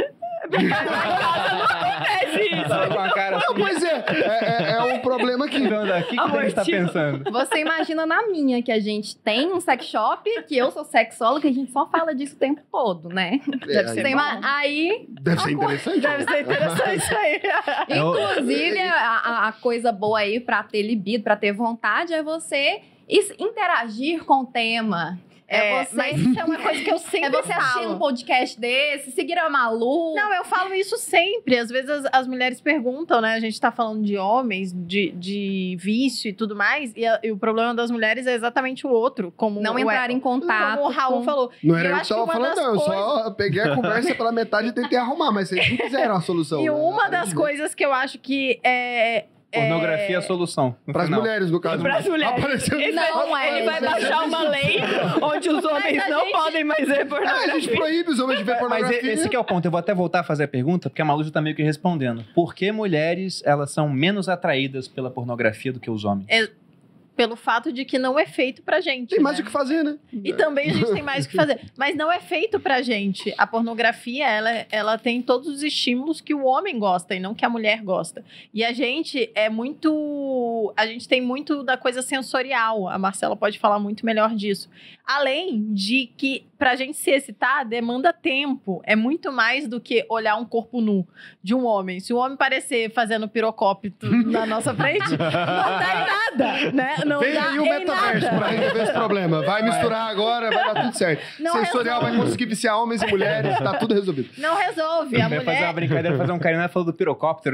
Acontece isso. Tava com a cara assim. Pois é um problema aqui. Miranda, o que a gente tá Amortinho. pensando? Você imagina na minha, que a gente tem um sex shop, que eu sou sexóloga, a gente só fala disso o tempo todo, né? É, Você aí- aí, Deve ser interessante. Deve ser interessante isso aí. inclusive, a coisa boa aí pra ter libido, pra ter vontade, é você interagir com o tema. É você, mas isso é uma coisa que eu sempre é você assistir falo. um podcast desse, seguir a Malu. Não, eu falo isso sempre. Às vezes as mulheres perguntam, né? A gente tá falando de homens, de vício e tudo mais. E o problema das mulheres é exatamente o outro. Como não o- entrar em contato. Como o Raul com- falou. Não era Eu eu que acho tava que uma falando, das não. Eu só peguei a conversa pela metade e tentei arrumar, mas vocês não quiseram a solução. E né? uma das coisas que eu acho que é... Pornografia é a solução. no Para as final. mulheres, no caso. Pras mulheres. Apareceu Ele Não, vai, é, ele vai gente. baixar uma lei onde os homens Mas a não gente- podem mais ver Ah, a gente pornografia. proíbe os homens de ver Mas pornografia. esse que é o ponto. Eu vou até voltar a fazer a pergunta, porque a Malu já tá meio que respondendo. Por que mulheres, elas são menos atraídas pela pornografia do que os homens? Pelo fato de que não é feito pra gente. Tem mais né? o que fazer, né? E também a gente tem mais o que fazer. Mas não é feito pra gente. A pornografia, ela tem todos os estímulos que o homem gosta e não que a mulher gosta. E a gente é muito... A gente tem muito da coisa sensorial. A Marcela pode falar muito melhor disso. Além de que, pra gente se excitar, demanda tempo. É muito mais do que olhar um corpo nu de um homem. Se o homem parecer fazendo pirocópito na nossa frente, não dá em nada, né? Não Vem dá aí o em metaverso nada. pra resolver esse problema. Vai misturar agora, vai dar tudo certo. Não Sensorial vai conseguir viciar homens e mulheres, tá tudo resolvido. Não resolve. A Eu ia fazer uma mulher... brincadeira, fazer um carinho, ela falou do pirocóptero.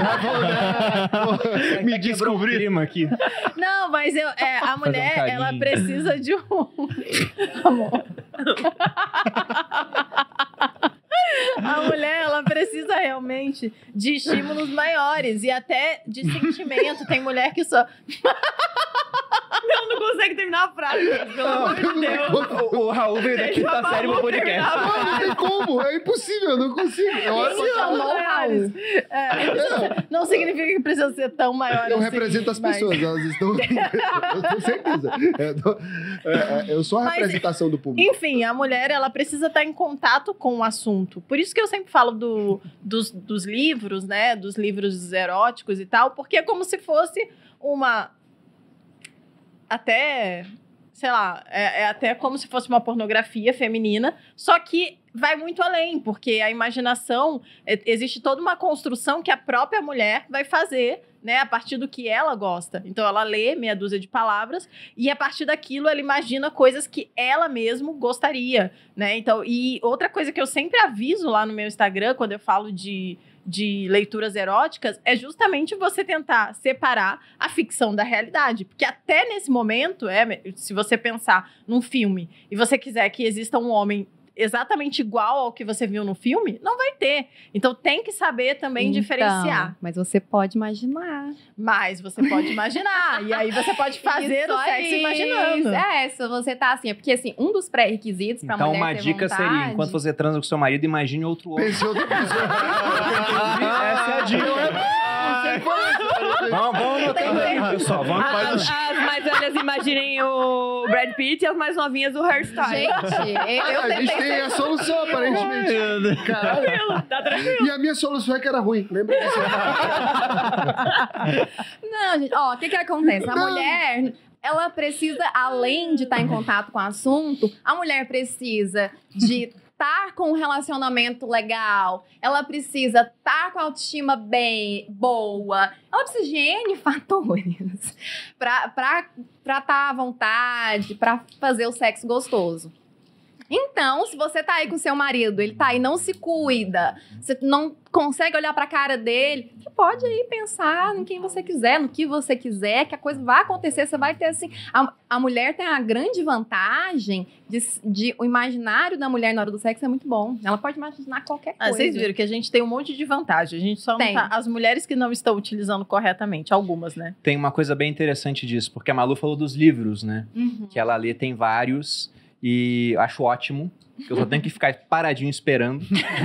Me Até quebrou o descobri. clima aqui. Não, mas a mulher, carinho. ela precisa de um... Amor. A mulher, ela precisa realmente de estímulos maiores e até de sentimento. Tem mulher que só... Ela não consegue terminar a frase, gente, pelo amor de Deus. O Raul veio da quinta série pro podcast. Não tem como, é impossível, eu não consigo. Eu olho pra Chamou o Raul. Não significa que precisa ser tão maior Eu assim, represento as mas- pessoas, elas estão. Eu tenho certeza. Eu sou a Mas, representação do público. Enfim, a mulher, ela precisa estar em contato com o assunto. Por isso que eu sempre falo dos livros, né? Dos livros eróticos e tal, porque é como se fosse uma... Até... Sei lá, é até como se fosse uma pornografia feminina, só que vai muito além, porque a imaginação, existe toda uma construção que a própria mulher vai fazer, né, a partir do que ela gosta. Então, ela lê meia dúzia de palavras e, a partir daquilo, ela imagina coisas que ela mesma gostaria, né? Então, e outra coisa que eu sempre aviso lá no meu Instagram, quando eu falo de leituras eróticas, é justamente você tentar separar a ficção da realidade. Porque até nesse momento, se você pensar num filme e você quiser que exista um homem exatamente igual ao que você viu no filme? Não vai ter. Então tem que saber também diferenciar. Mas você pode imaginar. Mas você pode imaginar. E aí você pode fazer Isso o sexo aí. imaginando. Se você tá assim. Porque assim, um dos pré-requisitos pra Então, mulher uma ter dica vontade... seria, enquanto você transa com seu marido, imagine outro homem. Pensei outra pessoa. Essa é a dica. Vamos anotar aí, pessoal. As mais velhas imaginem o Brad Pitt e as mais novinhas o hairstyle. Gente, eu A gente tem a solução, aparentemente. Caralho. Tá tranquilo. E a minha solução é que era ruim. Lembra disso? Não, gente, ó, o que acontece? A mulher, ela precisa, além de estar em contato com o assunto, a mulher precisa de estar com um relacionamento legal, ela precisa estar com a autoestima boa, ela precisa de N fatores pra estar à vontade, pra fazer o sexo gostoso. Então, se você tá aí com seu marido, ele tá aí, não se cuida, você não consegue olhar pra cara dele, você pode aí pensar em quem você quiser, no que você quiser, que a coisa vai acontecer, você vai ter assim... A mulher tem a grande vantagem de o imaginário da mulher na hora do sexo é muito bom. Ela pode imaginar qualquer coisa. Vocês viram que a gente tem um monte de vantagem. A gente só não Tem. tá... As mulheres que não estão utilizando corretamente, algumas, né? Tem uma coisa bem interessante disso, porque a Malu falou dos livros, né? Uhum. Que ela lê, tem vários, e acho ótimo. Que eu só tenho que ficar paradinho esperando.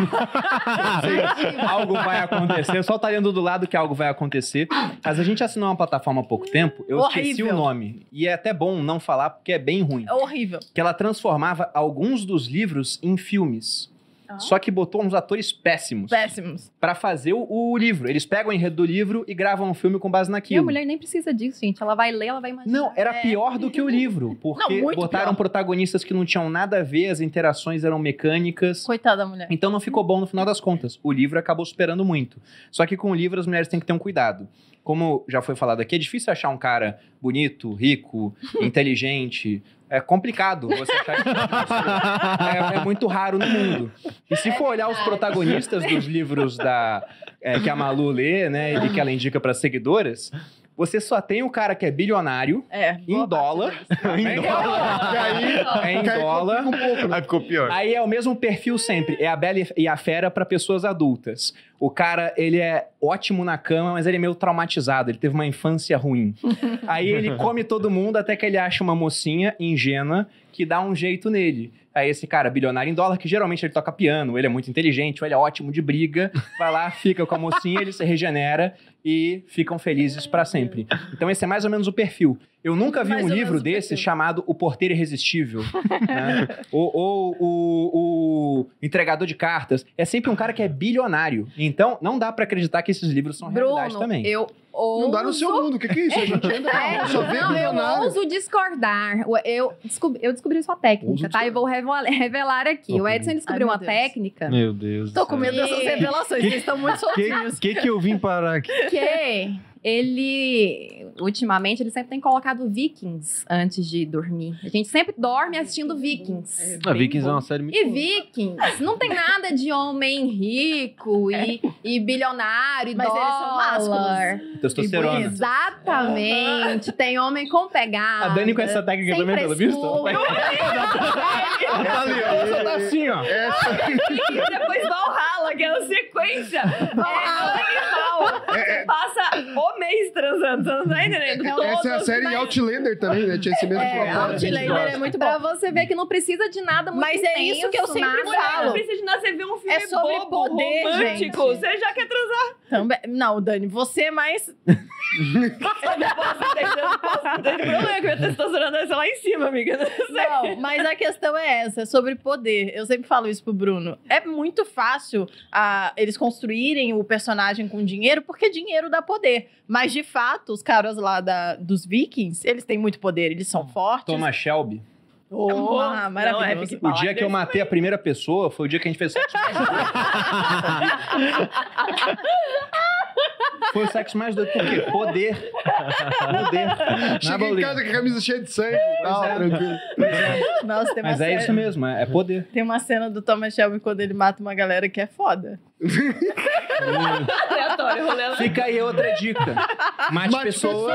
Algo vai acontecer. Eu só tá lendo do lado que algo vai acontecer. Mas a gente assinou uma plataforma há pouco tempo. Eu esqueci o nome. E é até bom não falar, porque é bem ruim. É horrível. Que ela transformava alguns dos livros em filmes. Só que botou uns atores péssimos Péssimos. pra fazer o livro. Eles pegam o enredo do livro e gravam um filme com base E a naquilo. mulher nem precisa disso, gente. Ela vai ler, ela vai imaginar. Não, era pior do que o livro. Porque Não, muito botaram pior. protagonistas que não tinham nada a ver, as interações eram mecânicas. Coitada da mulher. Então não ficou bom no final das contas. O livro acabou superando muito. Só que com o livro as mulheres têm que ter um cuidado. Como já foi falado aqui, é difícil achar um cara bonito, rico, inteligente. É complicado você achar que é muito raro no mundo. E se for olhar os protagonistas dos livros que a Malu lê, né, e que ela indica para seguidoras, você só tem o cara que é bilionário, em dólar. Em dólar. E aí, em dólar. Um pouco, né? Aí ficou pior. Aí é o mesmo perfil sempre. É a Bela e a Fera para pessoas adultas. O cara, ele é ótimo na cama, mas ele é meio traumatizado. Ele teve uma infância ruim. Aí ele come todo mundo até que ele acha uma mocinha ingênua que dá um jeito nele. Aí esse cara, bilionário em dólar, que geralmente ele toca piano, ele é muito inteligente, ou ele é ótimo de briga, vai lá, fica com a mocinha, ele se regenera e ficam felizes pra sempre. Então esse é mais ou menos o perfil. Eu nunca vi Mais um ou livro menos o desse perfil. chamado O Porteiro Irresistível, né? ou o Entregador de Cartas. É sempre um cara que é bilionário. Então não dá pra acreditar que esses livros são realidade Bruno, também. eu ouso... Não dá no seu mundo. O que é isso? A gente anda na rua, só vê Não, eu bilionário. ouso discordar. Eu descobri sua técnica, Ouso tá? E vou revelar aqui. O Edson descobriu Ai, uma meu Deus. técnica Meu Deus. Tô com medo dessas revelações, vocês estão muito soltinhos. Que eu vim parar aqui? que ele, ultimamente, ele sempre tem colocado Vikings antes de dormir. A gente sempre dorme assistindo Vikings. A Vikings é uma série muito E boa. Vikings não tem nada de homem rico e bilionário e Mas eles são dólar. Testosterona. Exatamente. Tem homem com pegada. A Dani com essa técnica sem também, pelo visto? frescura. Tá ali, ó. Só tá assim, ó. E depois Valhalla, que é a sequência. Animal. Você passa o mês transando, você não tá entendendo? Essa é a série Outlander também, né? Tinha esse mesmo propósito. Outlander é muito Pra bom. você ver que não precisa de nada muito Mas é isso que eu intenso, sempre nada. falo. Não precisa de nada, você vê um filme É sobre bobo, poder, romântico. gente. Você já quer transar. Também... Não, Dani, você é mais... Eu não posso ter problema que minha testosterona deve ser lá em cima, amiga. Não, mas a questão é essa, é sobre poder. Eu sempre falo isso pro Bruno. É muito fácil eles construírem o personagem com dinheiro, porque dinheiro dá poder. Mas, de fato, os caras lá dos Vikings, eles têm muito poder. Eles são fortes. Thomas Shelby. Oh, maravilhoso. é Epic O dia que eu matei a primeira pessoa foi o dia que a gente fez sexo mais doido. Foi o sexo mais doido. Por quê? Poder. Poder. Na Cheguei em bolinha. casa com a camisa cheia de sangue. Não, é. tranquilo. Nossa, tem uma Mas é cena- isso mesmo, é poder. Tem uma cena do Thomas Shelby quando ele mata uma galera que é foda. aleatório, rolê aleatório. Fica aí outra dica. Mate Mate pessoas,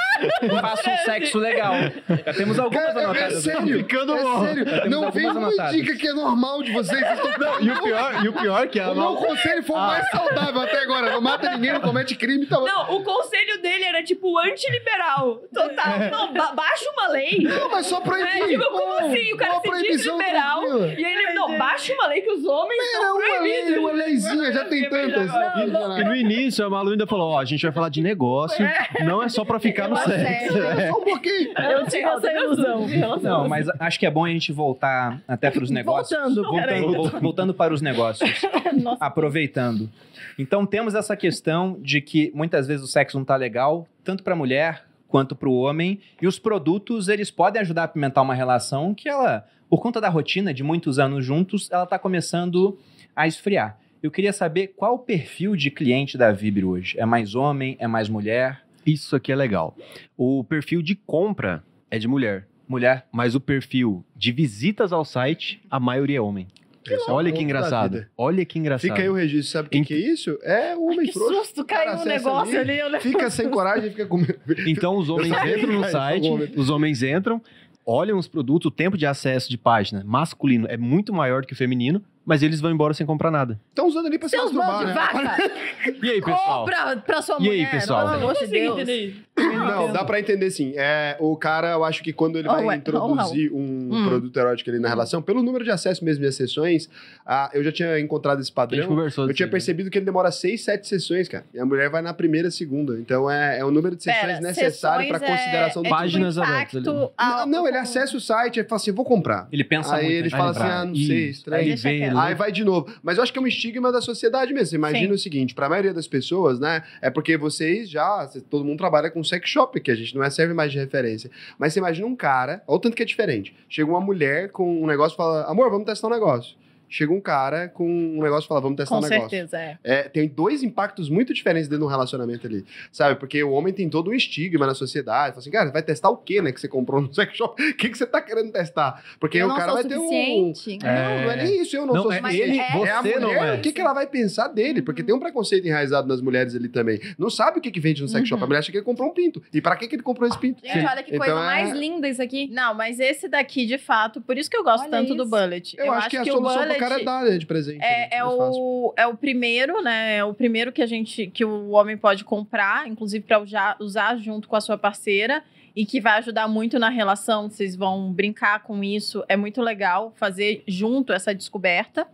faça um sexo legal. Já temos algumas Cara, é anotadas. sério, ficando é bom. sério. temos Não algumas vem uma anotadas. dica que é normal de vocês. Vocês estão... E o pior que a O meu conselho foi o mais saudável até agora. Não mata ninguém, não comete crime. Tá... Não, o conselho dele era, tipo, antiliberal. Total. Não, baixa uma lei. Não, mas só proibir. É, tipo, como assim? O cara Uma se diz proibição liberal. tranquila. E aí ele, não, baixa uma lei que os homens É estão proibidos. uma leizinha, já tem tantas. E no início, a Malu ainda falou, ó, a gente vai falar de negócio, não é só pra ficar no sexo. Só um pouquinho. Eu tive essa ilusão. Não, mas acho que é bom a gente voltar até para os negócios. Voltando para os negócios. Nossa. Aproveitando. Então temos essa questão de que muitas vezes o sexo não tá legal, tanto para a mulher quanto para o homem, e os produtos, eles podem ajudar a apimentar uma relação que ela, por conta da rotina de muitos anos juntos, ela tá começando a esfriar. Eu queria saber qual o perfil de cliente da Vibrio hoje. É mais homem? É mais mulher? Isso aqui é legal. O perfil de compra é de mulher, Mulher? mas o perfil de visitas ao site, a maioria é homem. Olha que engraçado. Olha que engraçado. Fica aí o registro. Sabe o que é isso? É o homem Que frouxo. susto, caiu Cara, um acessa negócio ali. Eu Fica sem coragem e fica com medo. Então os homens Eu sabia entram no que site, ia ser os homens entram, olham os produtos, o tempo de acesso de página masculino é muito maior do que o feminino, mas eles vão embora sem comprar nada. Estão usando ali pra se Seus masturbar, mãos de né? vaca! E aí, pessoal? Compra pra sua E aí, mulher. pessoal? Pelo amor de Deus. Não, dá pra entender sim. É, o cara, eu acho que quando ele vai introduzir um produto erótico ali na relação, pelo número de acesso mesmo e as sessões, eu já tinha encontrado esse A gente padrão. conversou Eu tinha percebido que ele demora 6, 7 sessões, cara. E a mulher vai na primeira, segunda. Então é o número de sessões necessário pra consideração do Páginas tipo abertas ali. impacto ao- Não, ele acessa o site e fala assim, vou comprar. Ele pensa Aí muito. ele né? fala assim, lembrar. não sei, Isso. estranho. Aí Deixa vê, quieto. Aí vai de novo. Mas eu acho que é um estigma da sociedade mesmo. Você imagina Sim. o seguinte, pra maioria das pessoas, né? É porque vocês todo mundo trabalha com sex shop, que a gente não serve mais de referência. Mas você imagina um cara, olha o tanto que é diferente. Chega uma mulher com um negócio e fala, amor, vamos testar um negócio. Chega um cara com um negócio e fala, vamos testar Com um negócio. certeza, é. Tem dois impactos muito diferentes dentro de um relacionamento ali, sabe? Porque o homem tem todo um estigma na sociedade. Fala assim, cara, vai testar o quê, né? Que você comprou no sex shop? O que você tá querendo testar? Porque Eu o não cara sou vai ter suficiente. Não é nem isso, eu não sou é suficiente. ele, é É a você mulher, não é. o que ela vai pensar dele? Porque tem um preconceito enraizado nas mulheres ali também. Não sabe o que vende no sex shop. A mulher acha que ele comprou um pinto. E pra que ele comprou esse pinto? Gente, olha que Então coisa é- mais linda isso aqui. Não, mas esse daqui, de fato, por isso que eu gosto Olha tanto do isso. Bullet. Eu acho que a o solução pro Bullet cara é dar, né, de presente. é mais fácil. o primeiro, né? É o primeiro que o homem pode comprar, inclusive para usar junto com a sua parceira. E que vai ajudar muito na relação, vocês vão brincar com isso. É muito legal fazer junto essa descoberta.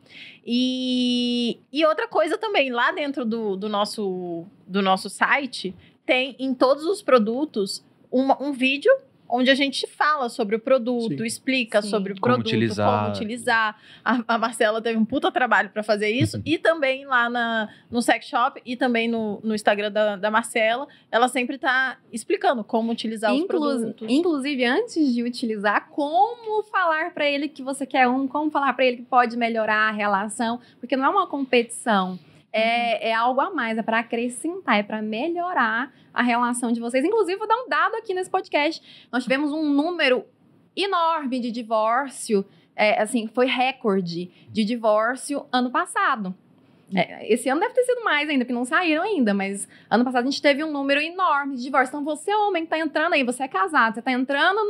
E outra coisa também, lá dentro do nosso site, tem em todos os produtos um vídeo onde a gente fala sobre o produto, Sim. explica Sim. sobre o Como produto, utilizar. como utilizar. A Marcela teve um puta trabalho para fazer isso. E também lá no sex shop e também no Instagram da Marcela, ela sempre tá explicando como utilizar os produtos. Inclusive, antes de utilizar, como falar pra ele que você quer como falar pra ele que pode melhorar a relação, porque não é uma competição. É algo a mais, é para acrescentar, é para melhorar a relação de vocês. Inclusive, vou dar um dado aqui nesse podcast. Nós tivemos um número enorme de divórcio, foi recorde de divórcio ano passado. Esse ano deve ter sido mais ainda, porque não saíram ainda, mas ano passado a gente teve um número enorme de divórcio. Então, você, homem, que tá entrando aí, você é casado, você tá entrando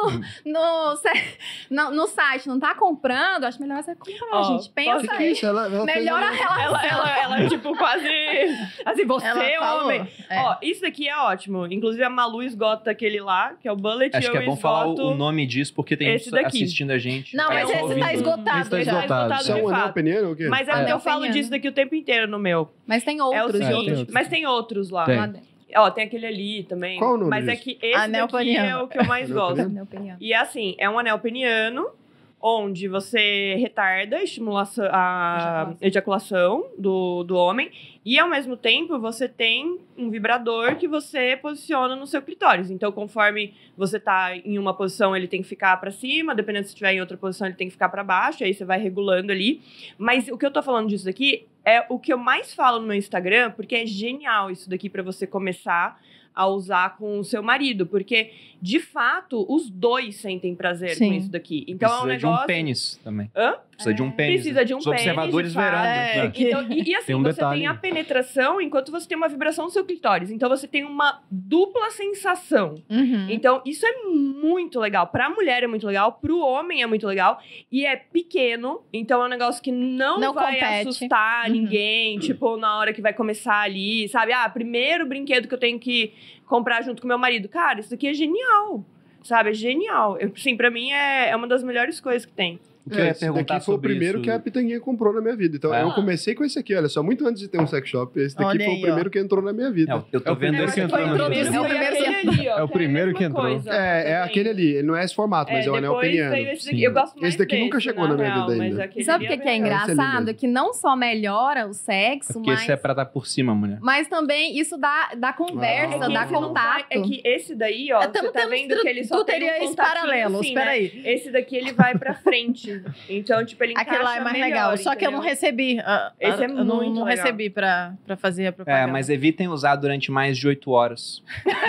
no site, não tá comprando, acho melhor você comprar, gente. Pensa Que aí. isso? Ela Melhora a relação. Ela, tipo, quase... Assim, você, Ela falou. homem. Ó, isso aqui é ótimo. Inclusive, a Malu esgota aquele lá, que é o Bullet. Acho e que eu é bom falar esgoto o nome disso, porque tem esse gente daqui. assistindo a gente. Não, mas esse tá esgotado Esse tá já. esgotado. Isso é de uma fato. opinião ou o quê? Mas É. eu falo disso daqui o tempo inteiro no meu. Mas tem É o outros. seguinte, tem outros. mas tem outros lá. Tem. Lá dentro, Ó, tem aquele ali também. Qual o nome Mas é disso? que esse Anel daqui peniano. é o que eu mais Anel gosto. peniano? na minha opinião. E assim, é um anel peniano, onde você retarda a estimulação, a ejaculação do homem. E, ao mesmo tempo, você tem um vibrador que você posiciona no seu clitóris. Então, conforme você tá em uma posição, ele tem que ficar pra cima. Dependendo se estiver em outra posição, ele tem que ficar pra baixo. Aí você vai regulando ali. Mas o que eu tô falando disso daqui é o que eu mais falo no meu Instagram, porque é genial isso daqui pra você começar a usar com o seu marido, porque, de fato, os dois sentem prazer Sim. com isso daqui. Então, Precisa é um de um negócio... pênis também. Hã? Precisa de um pênis. Precisa de um Os pênis, observadores de fato. verão. É, né? que- Então, e assim, Tem um você detalhe. tem a penetração enquanto você tem uma vibração no seu clitóris. Então, você tem uma dupla sensação. Uhum. Então, isso é muito legal. Pra mulher é muito legal, pro homem é muito legal. E é pequeno, então é um negócio que não vai compete. assustar Uhum. ninguém, tipo, na hora que vai começar ali, sabe? Ah, primeiro brinquedo que eu tenho que comprar junto com meu marido. Cara, isso daqui é genial, sabe? É genial. Sim, pra mim é uma das melhores coisas que tem. O que eu ia esse perguntar daqui foi o sobre primeiro isso- que a Pitanguinha comprou na minha vida. Então, É. eu comecei com esse aqui, olha só, muito antes de ter um sex shop. Esse daqui Olha foi aí, o primeiro que entrou na minha vida. Eu tô É o vendo primeiro esse que entrou entrando. na no- vida. É o primeiro que ali, ó, É o que primeiro a que mesma entrou. coisa É também. aquele ali. Ele não é esse formato, mas é o anel depois peniano. veio esse daqui. Sim. Eu gosto mais Esse daqui nunca desse, chegou na minha vida mas ainda. aquele Sabe o ali que, que é esse ali engraçado? mesmo. Que não só melhora o sexo, Porque mas, esse é pra dar por cima, mulher. mas também isso dá conversa, Ah. dá esse não vai- contato. É que esse daí, ó, você tá vendo que ele só tu tem teria um esses contatinho paralelos, assim, né? peraí. Esse daqui ele vai pra frente. Então, tipo, ele encaixa Aquele lá é mais melhor, legal, só que eu não entendeu? recebi. Esse é eu não, muito não legal. recebi pra fazer a propaganda. É, mas evitem usar durante mais de 8 horas.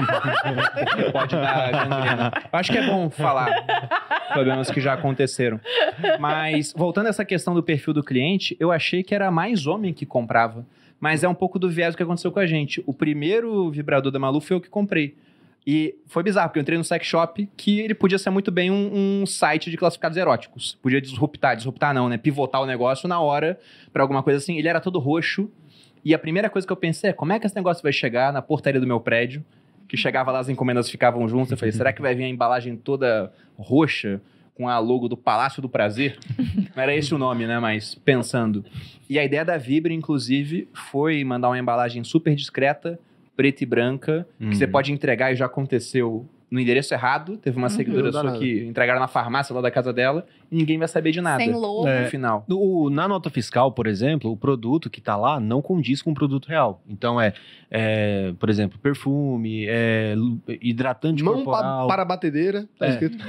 Pode dar gangrena. Eu acho que é bom falar problemas que já aconteceram. Mas, voltando a essa questão do perfil do cliente, eu achei que era mais homem que comprava. Mas é um pouco do viés do que aconteceu com a gente. O primeiro vibrador da Malu foi eu que comprei. E foi bizarro, porque eu entrei no sex shop que ele podia ser muito bem um site de classificados eróticos. Podia disruptar não, né? Pivotar o negócio na hora pra alguma coisa assim. Ele era todo roxo. E a primeira coisa que eu pensei é, como é que esse negócio vai chegar na portaria do meu prédio? Que chegava lá, as encomendas ficavam juntas. Eu falei, será que vai vir a embalagem toda roxa, com a logo do Palácio do Prazer? Não era esse o nome, né? Mas pensando. E a ideia da Vibra, inclusive, foi mandar uma embalagem super discreta, preta e branca, que você pode entregar, e já aconteceu no endereço errado. Teve uma seguidora Não dá sua nada. que entregaram na farmácia lá da casa dela, e ninguém vai saber de nada Sem logo. no final. Na nota fiscal, por exemplo, o produto que está lá não condiz com o produto real. Então, por exemplo, perfume, hidratante Mão corporal. para a batedeira, tá É. escrito.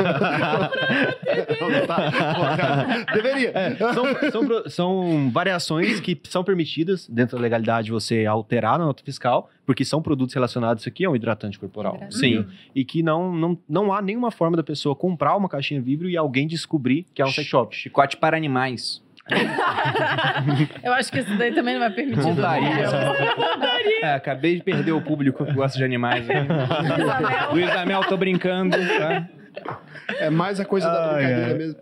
Não tá. Deveria. São variações que são permitidas dentro da legalidade você alterar na nota fiscal, porque são produtos relacionados. Isso aqui é um hidratante corporal. Sim. E que não há nenhuma forma da pessoa comprar uma caixinha Vibro e alguém descobrir que é um sex shop. Chicote para animais. Eu acho que isso daí também não vai permitir. Contaria. Acabei de perder o público que gosta de animais. Luiz Amel, tô brincando, tá? É mais a coisa da brincadeira mesmo.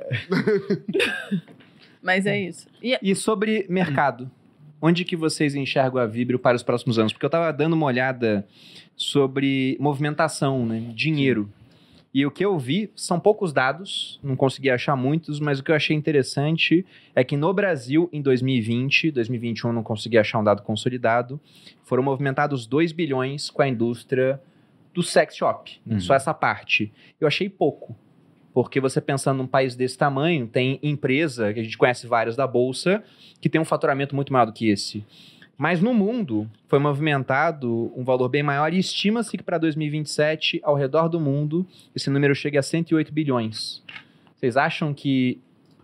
Mas é isso. E E sobre mercado, onde que vocês enxergam a Vibrio para os próximos anos? Porque eu tava dando uma olhada sobre movimentação, né? Dinheiro. E o que eu vi são poucos dados, não consegui achar muitos, mas o que eu achei interessante é que no Brasil, em 2020, 2021 não consegui achar um dado consolidado, foram movimentados 2 bilhões com a indústria do sex shop, né? Só essa parte. Eu achei pouco, porque você pensando num país desse tamanho, tem empresa, que a gente conhece várias da Bolsa, que tem um faturamento muito maior do que esse. Mas no mundo foi movimentado um valor bem maior e estima-se que para 2027, ao redor do mundo, esse número chegue a 108 bilhões. Vocês acham que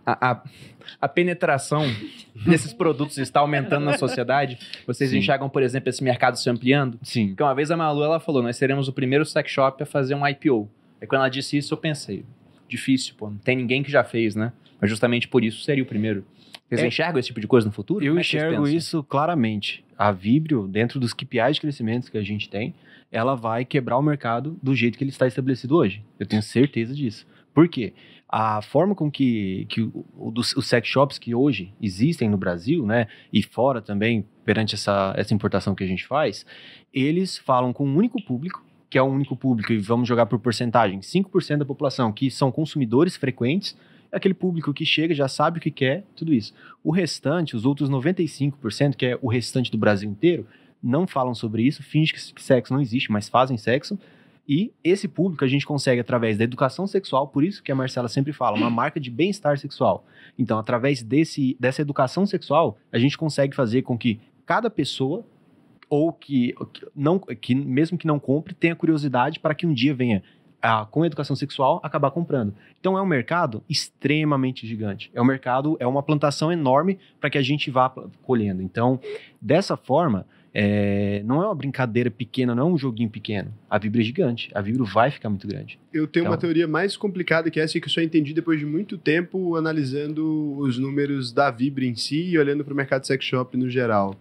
a penetração desses produtos está aumentando na sociedade? Vocês Sim. enxergam, por exemplo, esse mercado se ampliando? Sim. Porque uma vez a Malu, ela falou, nós seremos o primeiro sex shop a fazer um IPO. Aí quando ela disse isso, eu pensei, difícil, pô, não tem ninguém que já fez, né? Mas justamente por isso seria o primeiro. Vocês enxergam esse tipo de coisa no futuro? Eu Como é que vocês enxergo pensam? isso claramente. A Vibrio, dentro dos KPIs de crescimento que a gente tem, ela vai quebrar o mercado do jeito que ele está estabelecido hoje. Eu tenho certeza disso. Por quê? A forma com que os sex shops que hoje existem no Brasil, né, e fora também, perante essa importação que a gente faz, eles falam com um único público, que é o único público, e vamos jogar por porcentagem, 5% da população que são consumidores frequentes, é aquele público que chega, já sabe o que quer, tudo isso. O restante, os outros 95%, que é o restante do Brasil inteiro, não falam sobre isso, fingem que sexo não existe, mas fazem sexo. E esse público a gente consegue através da educação sexual, por isso que a Marcela sempre fala, uma marca de bem-estar sexual. Então, através dessa educação sexual, a gente consegue fazer com que cada pessoa, ou que mesmo que não compre, tenha curiosidade para que um dia venha com a educação sexual, acabar comprando. Então, é um mercado extremamente gigante. É uma plantação enorme para que a gente vá colhendo. Então, dessa forma, Não é uma brincadeira pequena, não é um joguinho pequeno. A Vibro é gigante. A Vibro vai ficar muito grande. Eu tenho Então- uma teoria mais complicada que essa e que eu só entendi depois de muito tempo analisando os números da Vibro em si e olhando para o mercado sex shop no geral.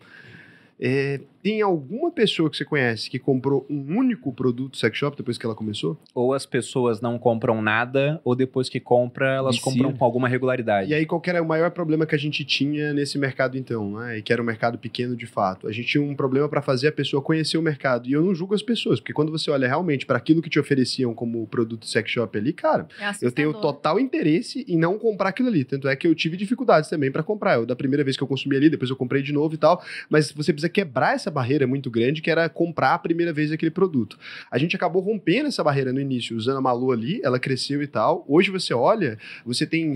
Tem alguma pessoa que você conhece que comprou um único produto sex shop depois que ela começou? Ou as pessoas não compram nada, ou depois que compra, elas Vicia. compram com alguma regularidade. E aí, qual que era o maior problema que a gente tinha nesse mercado, então, né? E que era um mercado pequeno de fato. A gente tinha um problema para fazer a pessoa conhecer o mercado. E eu não julgo as pessoas, porque quando você olha realmente para aquilo que te ofereciam como produto sex shop ali, cara, eu tenho total interesse em não comprar aquilo ali. Tanto é que eu tive dificuldades também para comprar. Da primeira vez que eu consumi ali, depois eu comprei de novo e tal. Mas você precisa quebrar essa barreira muito grande, que era comprar a primeira vez aquele produto. A gente acabou rompendo essa barreira no início, usando a Malu ali, ela cresceu e tal. Hoje você olha, você tem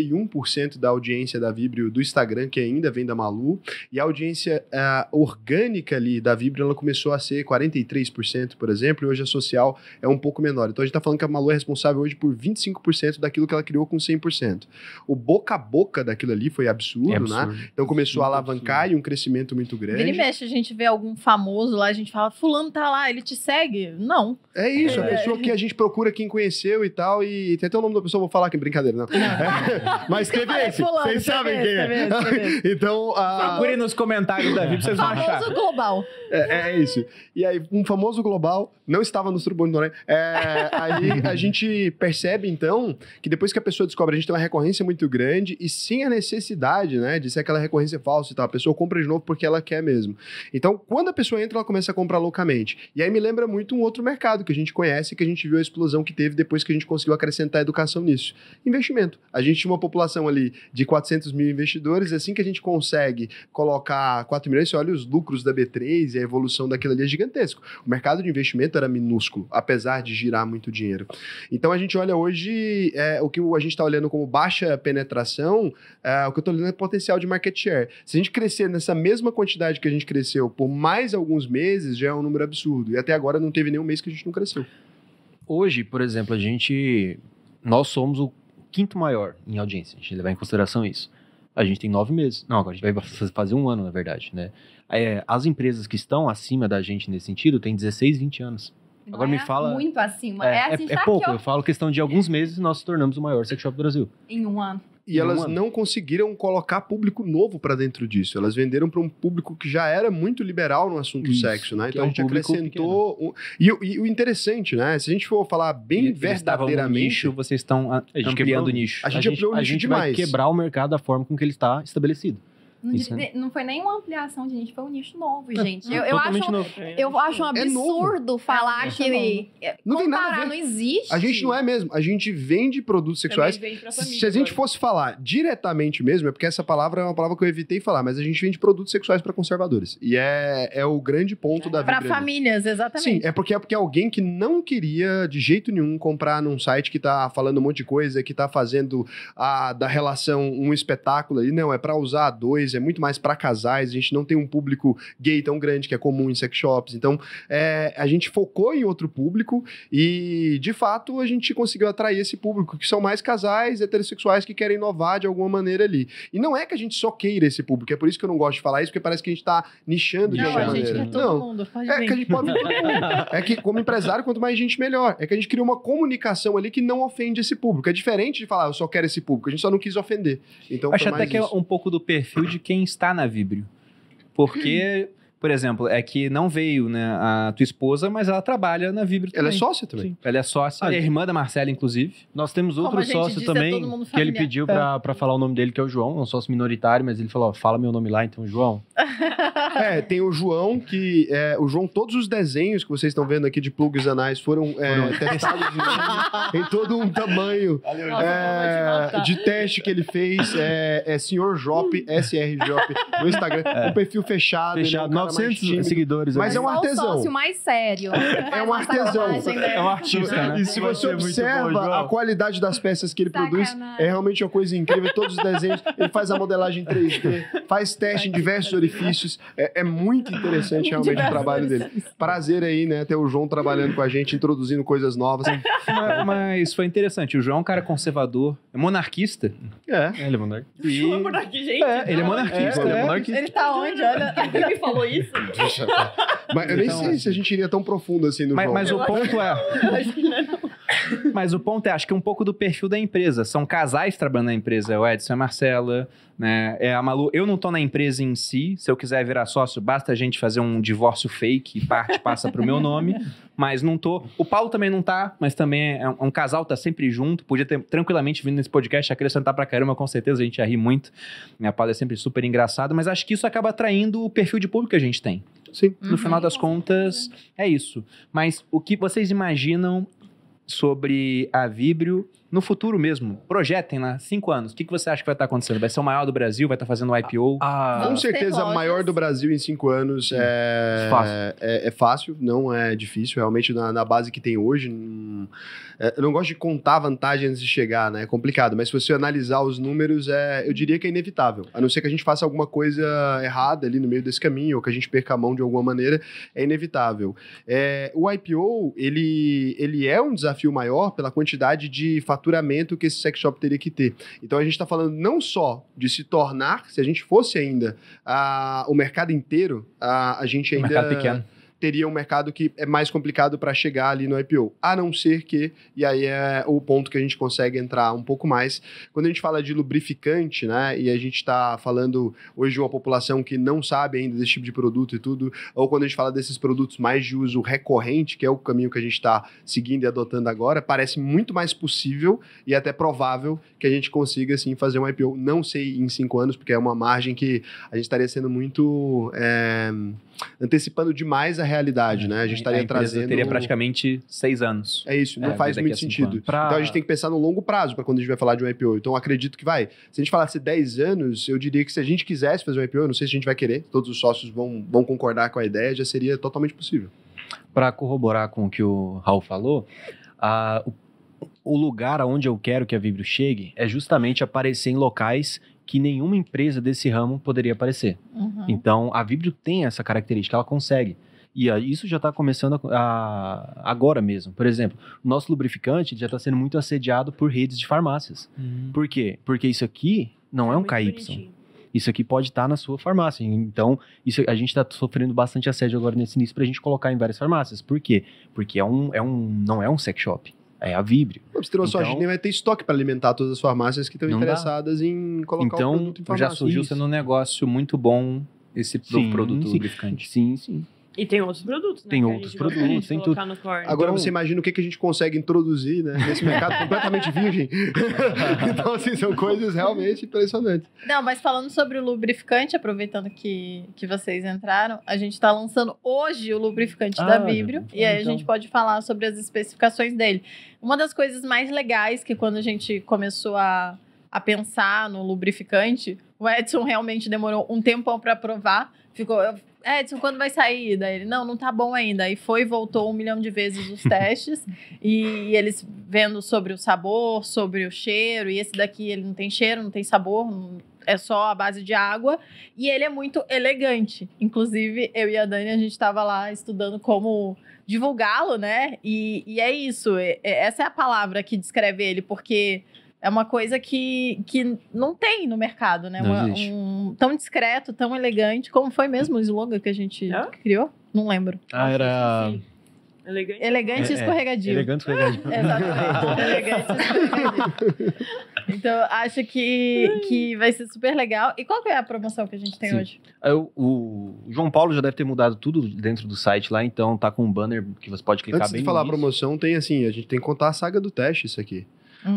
51% da audiência da Vibrio do Instagram, que ainda vem da Malu, e a audiência orgânica ali da Vibrio, ela começou a ser 43%, por exemplo, e hoje a social é um pouco menor. Então a gente tá falando que a Malu é responsável hoje por 25% daquilo que ela criou com 100%. O boca a boca daquilo ali foi absurdo, né? Então começou a alavancar e um crescimento muito grande. Vira e mexe, a gente vê algum famoso lá, a gente fala, fulano tá lá, ele te segue? Não. É isso, a pessoa que a gente procura quem conheceu e tal, e tem até o nome da pessoa, vou falar que é brincadeira, não. Mas teve esse, vocês sabem quem é. Então, Procure nos comentários da Vibro, vocês vão achar. Famoso global. É isso. E aí, um famoso global, não estava no Surubom de Noronha, aí a gente percebe, então, que depois que a pessoa descobre, a gente tem uma recorrência muito grande e sem a necessidade, né, de ser aquela recorrência falsa e tal. A pessoa compra de novo porque ela quer mesmo. Então, quando a pessoa entra, ela começa a comprar loucamente. E aí me lembra muito um outro mercado que a gente conhece, que a gente viu a explosão que teve depois que a gente conseguiu acrescentar a educação nisso. Investimento. A gente tinha uma população ali de 400 mil investidores, assim que a gente consegue colocar 4 milhões, você olha os lucros da B3 e a evolução daquilo ali é gigantesco. O mercado de investimento era minúsculo, apesar de girar muito dinheiro. Então a gente olha hoje, o que a gente está olhando como baixa penetração, o que eu estou olhando é potencial de market share. Se a gente crescer nessa mesma quantidade que a gente cresceu por mais alguns meses, já é um número absurdo. E até agora não teve nenhum mês que a gente não cresceu. Hoje, por exemplo, nós somos o 5º maior em audiência. A gente levar em consideração isso. A gente tem 9 meses. Não, agora a gente vai fazer um ano, na verdade, né? As empresas que estão acima da gente nesse sentido têm 16, 20 anos. Não Agora me fala... muito acima. Assim, É tá pouco. aqui, ó, Eu falo questão de alguns meses nós tornamos o maior sex shop do Brasil. em um ano. E elas não conseguiram colocar público novo para dentro disso. Elas venderam para um público que já era muito liberal no assunto sexo, né? Então a gente acrescentou... E o interessante, né? Se a gente for falar bem verdadeiramente... Nicho, vocês estão ampliando o nicho. A gente ampliou o nicho demais. Vai quebrar o mercado da forma com que ele está estabelecido. Não foi nem uma ampliação de nicho, foi um nicho novo, gente. Totalmente novo. Eu acho um absurdo falar que não tem nada a ver. não existe. A gente não é mesmo. A gente vende produtos sexuais. Se a gente fosse falar diretamente mesmo, é porque essa palavra é uma palavra que eu evitei falar, mas a gente vende produtos sexuais para conservadores. E é o grande ponto da vida. Para famílias, exatamente. Sim, é porque alguém que não queria de jeito nenhum comprar num site que tá falando um monte de coisa, que tá fazendo da relação um espetáculo ali. Não, é para usar a dois, é muito mais para casais. A gente não tem um público gay tão grande que é comum em sex shops. Então, a gente focou em outro público e, de fato, a gente conseguiu atrair esse público, que são mais casais heterossexuais que querem inovar de alguma maneira ali. E não é que a gente só queira esse público, é por isso que eu não gosto de falar isso, porque parece que a gente tá nichando de alguma maneira. Não, a gente quer todo mundo. Pode vir. Que a gente pode ver todo mundo. É que, como empresário, quanto mais gente, melhor. É que a gente criou uma comunicação ali que não ofende esse público. É diferente de falar, eu só quero esse público. A gente só não quis ofender. Então, Acho até que é um pouco do perfil de quem está na Vibrio. Porque, por exemplo, é que não veio, né, a tua esposa, mas ela trabalha na Vibrio também. Ela é sócia também. Sim. Ela é sócia, é irmã da Marcela, inclusive. Nós temos Como outro a gente sócio disse, é também, todo mundo que ele familiar. pediu pra falar o nome dele, que é o João, é um sócio minoritário, mas ele falou, ó, fala meu nome lá, então, João. Tem o João, que o João, todos os desenhos que vocês estão vendo aqui de plugs anais foram testados em todo um tamanho de teste que ele fez. Senhor Jop, SR Jop, no Instagram. Um perfil fechado. Fechado, ele é um cara mais 900 tímido. seguidores. Mas é um Só artesão. o sócio mais sério. É um artesão. É um artista, né? E se você observa a qualidade das peças que ele produz, Sacanagem. é realmente uma coisa incrível. Todos os desenhos, ele faz a modelagem 3D, faz teste em diversos orifícios. É muito interessante realmente o trabalho dele. Prazer aí, né, ter o João trabalhando com a gente, introduzindo coisas novas. Mas foi interessante. O João é um cara conservador, é monarquista. Ele é monarquista. E... Por aqui, gente. ele é monarquista. Ele é monarquista. Ele tá onde? Olha. Ele me falou isso. isso? Mas eu nem Então, sei se a gente iria tão profundo assim no jogo. Mas o ponto é... Acho que não é não. Mas o ponto é, acho que é um pouco do perfil da empresa. São casais trabalhando na empresa. É o Edson e a Marcela, né? É a Malu. Eu não tô na empresa em si. Se eu quiser virar sócio, basta a gente fazer um divórcio fake e parte passa pro meu nome. Mas não tô. O Paulo também não tá, mas também é um casal, tá sempre junto. Podia ter tranquilamente vindo nesse podcast, acrescentar pra caramba, com certeza. A gente ia rir muito. A Paula é sempre super engraçada, mas acho que isso acaba atraindo o perfil de público que a gente tem. Sim. No final das contas, é isso. Mas o que vocês imaginam sobre a Vibrio no futuro mesmo? Projetem lá, 5 anos. O que você acha que vai estar acontecendo? Vai ser o maior do Brasil? Vai estar fazendo um IPO? Com Vamos ter certeza, lojas. maior do Brasil em 5 anos é fácil, não é difícil. Realmente, na base que tem hoje, eu não gosto de contar vantagem antes de chegar, né? É complicado, mas se você analisar os números, eu diria que é inevitável. A não ser que a gente faça alguma coisa errada ali no meio desse caminho, ou que a gente perca a mão de alguma maneira, é inevitável. O IPO, ele é um desafio maior pela quantidade de faturamento que esse sex shop teria que ter. Então, a gente está falando não só de se tornar, se a gente fosse ainda o mercado inteiro, a gente ainda... mercado pequeno. Teria um mercado que é mais complicado para chegar ali no IPO. A não ser que, e aí é o ponto que a gente consegue entrar um pouco mais, quando a gente fala de lubrificante, né, e a gente está falando hoje de uma população que não sabe ainda desse tipo de produto e tudo, ou quando a gente fala desses produtos mais de uso recorrente, que é o caminho que a gente está seguindo e adotando agora, parece muito mais possível e até provável que a gente consiga, assim, fazer um IPO, não sei em 5 anos, porque é uma margem que a gente estaria sendo muito... antecipando demais a realidade, né? A gente estaria trazendo... teria praticamente 6 anos. É isso, não faz muito sentido. Pra- Então a gente tem que pensar no longo prazo para quando a gente vai falar de um IPO. Então eu acredito que se a gente falasse 10 anos, eu diria que se a gente quisesse fazer um IPO, eu não sei se a gente vai querer, todos os sócios vão concordar com a ideia, já seria totalmente possível. Para corroborar com o que o Raul falou, o lugar aonde eu quero que a Vibrio chegue é justamente aparecer em locais que nenhuma empresa desse ramo poderia aparecer. Uhum. Então, a Vibrio tem essa característica, ela consegue. E isso já está começando agora mesmo. Por exemplo, o nosso lubrificante já está sendo muito assediado por redes de farmácias. Por quê? Porque isso aqui não é um Muito KY. bonitinho. Isso aqui pode estar na sua farmácia. Então, a gente está sofrendo bastante assédio agora nesse início para a gente colocar em várias farmácias. Por quê? Porque não é um sex shop. É a Vibrio. Você ter uma sorte, nem vai ter estoque para alimentar todas as farmácias que estão Não dá. interessadas em colocar Então, o produto em farmácia. Já surgiu Isso. sendo um negócio muito bom esse Sim, produto sim. lubrificante. Sim, sim. E tem outros produtos, né? Tem que a outros gente gosta produtos, de tem colocar no corner. Agora Então- você imagina o que a gente consegue introduzir, né, nesse mercado completamente virgem. Então, assim, são coisas realmente impressionantes. Não, mas falando sobre o lubrificante, aproveitando que vocês entraram, a gente está lançando hoje o lubrificante da Vibrio. E aí a então. gente pode falar sobre as especificações dele. Uma das coisas mais legais que quando a gente começou a pensar no lubrificante, o Edson realmente demorou um tempão para provar. Ficou, Edson, quando vai sair? Daí ele, não tá bom ainda. Aí foi e voltou 1 milhão de vezes os testes. e eles vendo sobre o sabor, sobre o cheiro. E esse daqui, ele não tem cheiro, não tem sabor, é só a base de água. E ele é muito elegante. Inclusive, eu e a Dani, a gente estava lá estudando como divulgá-lo, né? E é isso. Essa é a palavra que descreve ele, porque... é uma coisa que não tem no mercado, né? Não existe. Tão discreto, tão elegante. Como foi mesmo o slogan que a gente criou? Não lembro. Era... Sim. Elegante. Elegante e escorregadio. Elegante escorregadio. Exatamente. Elegante e escorregadio. Então, acho que vai ser super legal. E qual que é a promoção que a gente tem Sim. hoje? O João Paulo já deve ter mudado tudo dentro do site lá, então tá com um banner que você pode clicar Antes bem de falar a no início. promoção, tem assim, a gente tem que contar a saga do teste, isso aqui.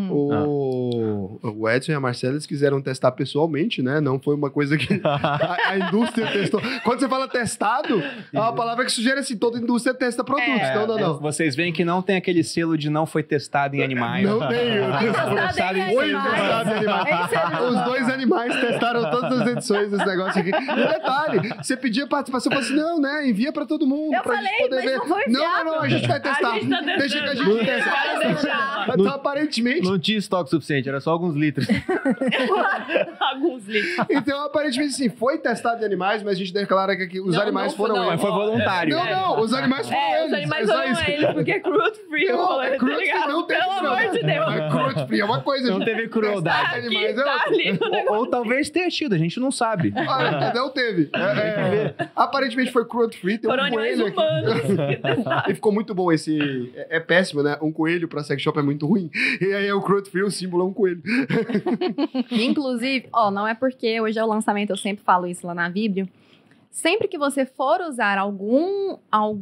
O Edson e a Marcela, eles quiseram testar pessoalmente, né? Não foi uma coisa que a indústria testou. Quando você fala testado, é uma palavra que sugere assim, toda indústria testa produtos. Não. Vocês veem que não tem aquele selo de não foi testado em animais. Não tem. testado em Foi animais. testado em animais. Esse é Os 2 animais testaram todas as edições desse negócio aqui. E detalhe, você pedia participação, eu falei assim, não, né? Envia pra todo mundo. Eu pra falei, gente poder mas ver. não foi enviado. Não, a gente vai testar. A gente tá Deixa que a testando. gente testa. Vai deixar. Então, aparentemente, Não tinha estoque suficiente, era só alguns litros. Alguns litros. Então, aparentemente, sim, foi testado em animais, mas a gente declara que os Não, animais não foi, foram não. Mas eles. foi voluntário. Não, os animais foram eles. Os animais é só foram isso. eles, porque é cruelty free. Não, rolê, é tá cruelty free, ligado? não tem Pelo amor de Deus. Mas cruelty free é uma coisa. Não gente. teve crueldade. Testar animais é Tá outra. ali no negócio. Ou talvez tenha tido, a gente não sabe. Não teve. Aparentemente foi cruelty free. Tem Foram um animais coelho aqui. humanos que testaram. E ficou muito bom esse... É péssimo, né? Um coelho pra sex shop é muito ruim. E aí o cruelty free, o símbolo é um coelho. Inclusive, não é porque hoje é o lançamento, eu sempre falo isso lá na Vibrio. Sempre que você for usar algum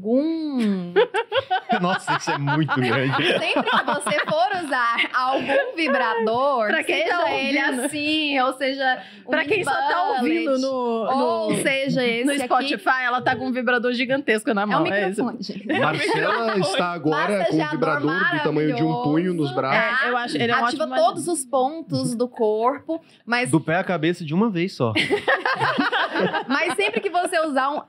Nossa, isso é muito grande. Sempre que você for usar algum vibrador, Pra quem seja tá ele ouvindo. assim, ou seja, um Pra quem só tá ouvindo bullet, ou seja esse no aqui, Spotify, ela tá com um vibrador gigantesco na é um mão. É isso. microfone, gente. Marcela está agora com um Massageador vibrador do tamanho de um punho nos braços. Eu acho ele é um Ativa ótimo todos os pontos do corpo, mas Do pé à cabeça de uma vez só. sempre que você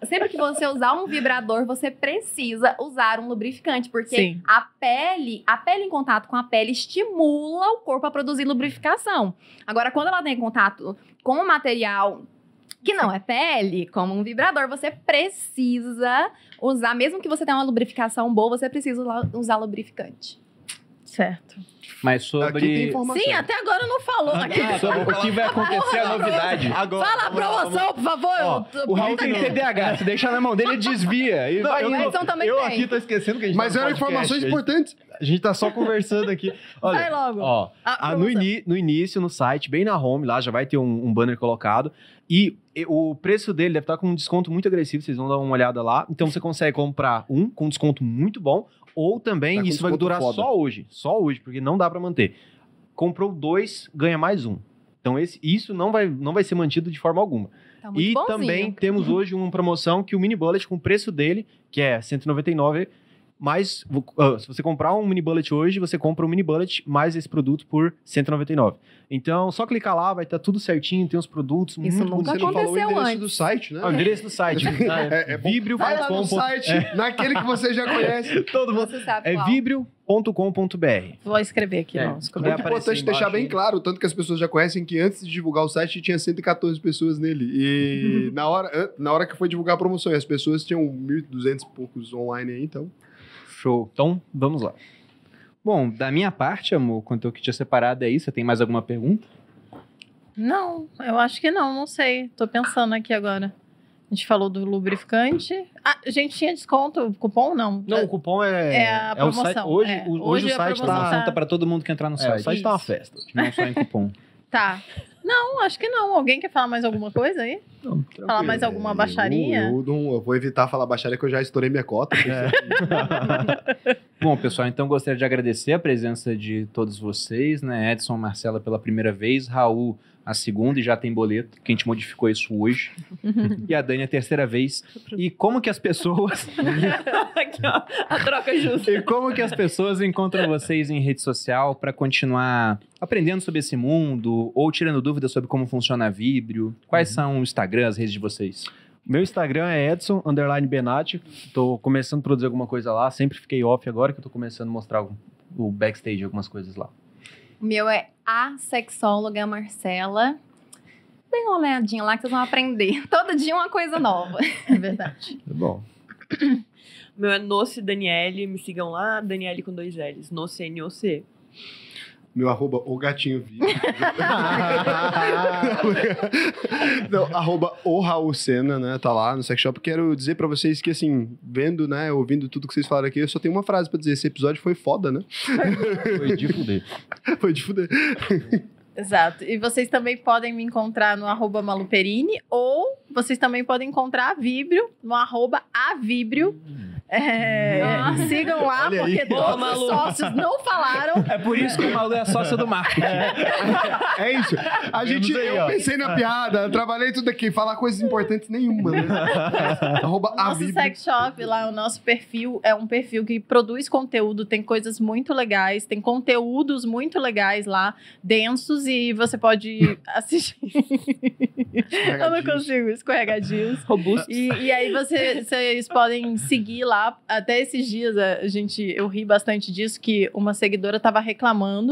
usar um vibrador, você precisa usar um lubrificante, porque Sim. a pele em contato com a pele estimula o corpo a produzir lubrificação. Agora, quando ela tem contato com um material que não é pele, como um vibrador, você precisa usar, mesmo que você tenha uma lubrificação boa, você precisa usar lubrificante. Certo. Mas Aqui tem sobre... informação. Sim, até agora não falou. Aqui. sobre o que vai acontecer, a novidade. Agora, Fala a promoção, por favor. Ó, O Raul tem TDAH, se deixar na mão dele, ele desvia. E Não, vai eu, indo. Edson também eu tem. aqui tô esquecendo que a gente Mas tá no eram informações podcast. importantes. A gente tá só conversando aqui. Olha, Sai logo. ó, A no, promoção. no início, no site, bem na home, lá já vai ter um banner colocado. E o preço dele deve estar com um desconto muito agressivo, vocês vão dar uma olhada lá. Então você consegue comprar um com desconto muito bom, ou também, Tá com isso vai desconto durar foda. só hoje, porque não dá pra manter. Comprou 2, ganha mais um. Então isso não vai ser mantido de forma alguma. Tá muito E bonzinho. também temos hoje uma promoção que o Mini Bullet, com o preço dele, que é R$199, mas se você comprar um Mini Bullet hoje, você compra um Mini Bullet mais esse produto por R$199. Então, só clicar lá, vai estar tudo certinho, tem os produtos Isso muito nunca Você não falou o aconteceu endereço antes. do site, né? o endereço do site. É bom. Vai lá no site, naquele que você já conhece. Todo mundo. Você sabe É qual. vibrio.com.br. Vou escrever aqui. É. Não, É escrever. Vai muito aparecer importante deixar embaixo bem aí. claro, tanto que as pessoas já conhecem, que antes de divulgar o site tinha 114 pessoas nele. E na hora que foi divulgar a promoção, e as pessoas tinham 1.200 e poucos online aí, então. Show. Então, vamos lá. Bom, da minha parte, amor, quanto eu que tinha separado é isso. Você tem mais alguma pergunta? Não, eu acho que não sei. Tô pensando aqui agora. A gente falou do lubrificante. Ah, a gente tinha desconto, cupom não? Não, o cupom É a o site, promoção, hoje, é. hoje Hoje o a site promoção tá... tá- Conta pra todo mundo que entrar no o site. site tá uma festa. Não só em cupom. Tá. Não, acho que não. Alguém quer falar mais alguma coisa aí? Falar mais alguma baixaria? Eu vou evitar falar baixaria, que eu já estourei minha cota. Bom, pessoal, então gostaria de agradecer a presença de todos vocês, né? Edson, Marcela pela primeira vez, Raul a segunda e já tem boleto, que a gente modificou isso hoje. E a Dani a terceira vez. E como que as pessoas... Aqui, ó, a troca justa. E como que as pessoas encontram vocês em rede social para continuar aprendendo sobre esse mundo ou tirando dúvidas sobre como funciona a Vibrio? Quais são o Instagram, as redes de vocês? Meu Instagram é Edson_Benatti. Tô começando a produzir alguma coisa lá. Sempre fiquei off agora que eu tô começando a mostrar o backstage, algumas coisas lá. O meu é a sexóloga Marcela. Dê uma olhadinha lá que vocês vão aprender. Todo dia uma coisa nova. É verdade. Tá bom. Meu é Noce Daniele, me sigam lá, Daniele com 2 L's. Noce, N-O-C. Meu arroba o gatinho vi. Não, arroba o Raul Sena, né? Tá lá no Sex Shop. Quero dizer pra vocês que, assim, vendo, né, ouvindo tudo que vocês falaram aqui, eu só tenho uma frase pra dizer. Esse episódio foi foda, né? Foi de fuder. Foi de fuder. Exato. E vocês também podem me encontrar no @maluperini ou vocês também podem encontrar a Vibrio no @avibrio. Sigam lá, Olha aí. porque Boa, todos os Malu. sócios não falaram. É por isso que o Malu é sócio do marketing. É isso. Eu pensei na piada, trabalhei tudo aqui, falar coisas importantes nenhuma, né? Arroba O nosso Avibrio. sex shop lá, o nosso perfil é um perfil que produz conteúdo, tem coisas muito legais, tem conteúdos muito legais lá, densos, e você pode assistir. Eu não consigo, escorregadios. Robusto. E aí vocês podem seguir lá. Até esses dias eu ri bastante disso, que uma seguidora estava reclamando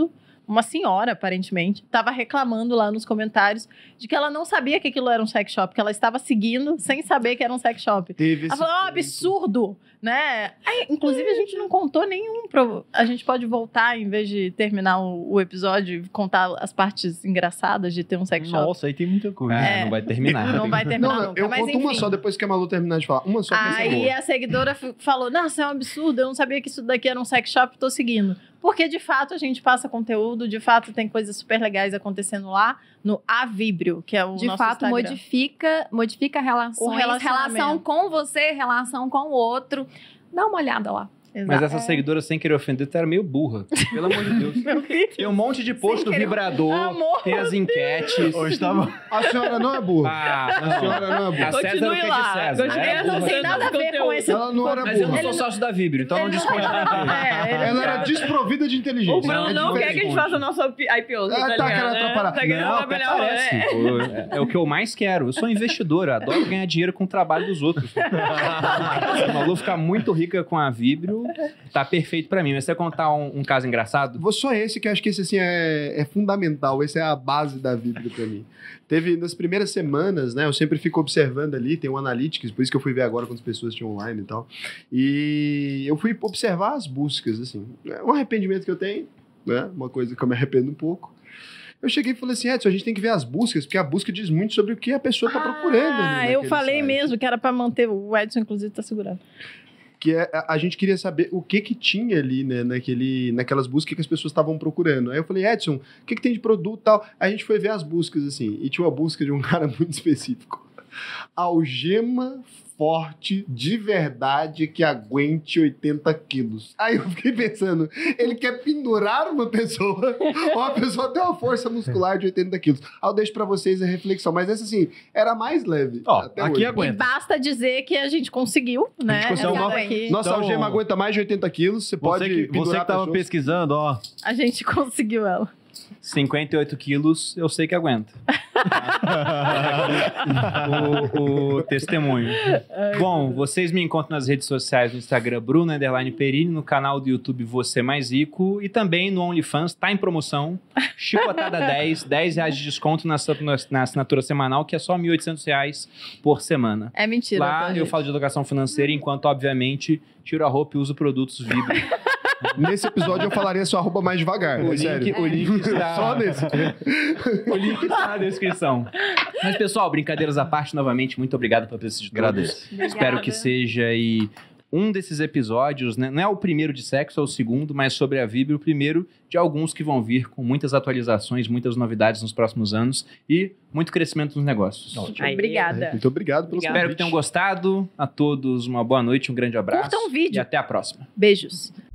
uma senhora, aparentemente, estava reclamando lá nos comentários de que ela não sabia que aquilo era um sex shop, que ela estava seguindo sem saber que era um sex shop. Teve Ela esse falou, ponto. absurdo, né? Aí, inclusive, a gente não contou nenhum... A gente pode voltar, em vez de terminar o episódio, e contar as partes engraçadas de ter um sex shop. Nossa, aí tem muita coisa. Não vai terminar. Não vai terminar Não, nunca, eu mas conto enfim. uma só depois que a Malu terminar de falar. Uma só que essa é Aí boa. a seguidora falou, nossa, é um absurdo, eu não sabia que isso daqui era um sex shop, tô seguindo. Porque, de fato, a gente passa conteúdo, de fato, tem coisas super legais acontecendo lá no Avíbrio, que é o De nosso fato, Instagram. modifica relações, O relacionamento. relação com você, relação com o outro. Dá uma olhada lá. Mas Exato. essa seguidora, sem querer ofender, tu era meio burra. Pelo amor de Deus. Meu filho. Tem um monte de post do querer. vibrador, Amor. tem as enquetes. Hoje tava... A senhora não é burra. Ah, A não. senhora não é burra. A César Continue o que é de lá. César. Continue Era burra. Não tem nada a ver com esse... Ela não era Mas eu não burra. sou sócio da Vibrio, então não desconte nada. Ela era desprovida de O inteligência. Bruno É não quer que a diferente. gente faça o nosso IPO. Ah, tá querendo atrapalhar. Tá querendo Não, até atrapalhar. parece. Pô, é o que eu mais quero. Eu sou investidor, eu adoro ganhar dinheiro com o trabalho dos outros. Se a Malu ficar muito rica com a Vibrio, tá perfeito pra mim. Mas você vai contar um caso engraçado? Vou só esse, que acho que esse assim é fundamental. Esse é a base da vida pra mim. Teve nas primeiras semanas, né? Eu sempre fico observando ali, tem um Analytics, por isso que eu fui ver agora quantas pessoas tinham online e tal. E eu fui observar as buscas, assim. É um arrependimento que eu tenho, né? Uma coisa que eu me arrependo um pouco. Eu cheguei e falei assim, Edson, a gente tem que ver as buscas, porque a busca diz muito sobre o que a pessoa tá procurando. Ah, ali eu naquele falei site. mesmo que era pra manter... O Edson, inclusive, tá segurando. Que é, a gente queria saber o que tinha ali, né, naquelas buscas que as pessoas estavam procurando. Aí eu falei, Edson, o que tem de produto e tal? Aí a gente foi ver as buscas, assim, e tinha uma busca de um cara muito específico. Algema forte, de verdade, que aguente 80 quilos. Aí eu fiquei pensando, ele quer pendurar uma pessoa, ou a pessoa tem uma força muscular de 80 quilos. Aí eu deixo pra vocês a reflexão, mas essa, assim, era mais leve. Ó, até aqui hoje. E aguenta. basta dizer que a gente conseguiu, né? conseguiu Essa uma- daqui. Nossa Então- algema aguenta mais de 80 quilos, você pode Você que pendurar tava pessoas. pesquisando, ó. A gente conseguiu ela. 58 quilos, eu sei que aguenta. o testemunho. Bom, vocês me encontram nas redes sociais, no Instagram Bruno_Perini, no canal do YouTube Você Mais Rico e também no OnlyFans, tá em promoção, chicotada 10 reais de desconto na assinatura semanal, que é só R$ 1.800 por semana. É mentira. Lá tá, eu gente? falo de educação financeira, enquanto, obviamente, tiro a roupa e uso produtos Vibro. Nesse episódio eu falaria sua roupa mais devagar. O é sério. link está... Só nesse. O link está na descrição. Mas, pessoal, brincadeiras à parte, novamente, muito obrigado pela presença de todos. Agradeço. Espero que seja aí um desses episódios, né? Não é o primeiro de sexo, é o segundo, mas sobre a Vibrio, o primeiro de alguns que vão vir com muitas atualizações, muitas novidades nos próximos anos e muito crescimento nos negócios. Aí. Obrigada. Muito obrigado pelo Obrigada. Espero que tenham gostado. A todos uma boa noite, um grande abraço. Curtam o vídeo. E até a próxima. Beijos.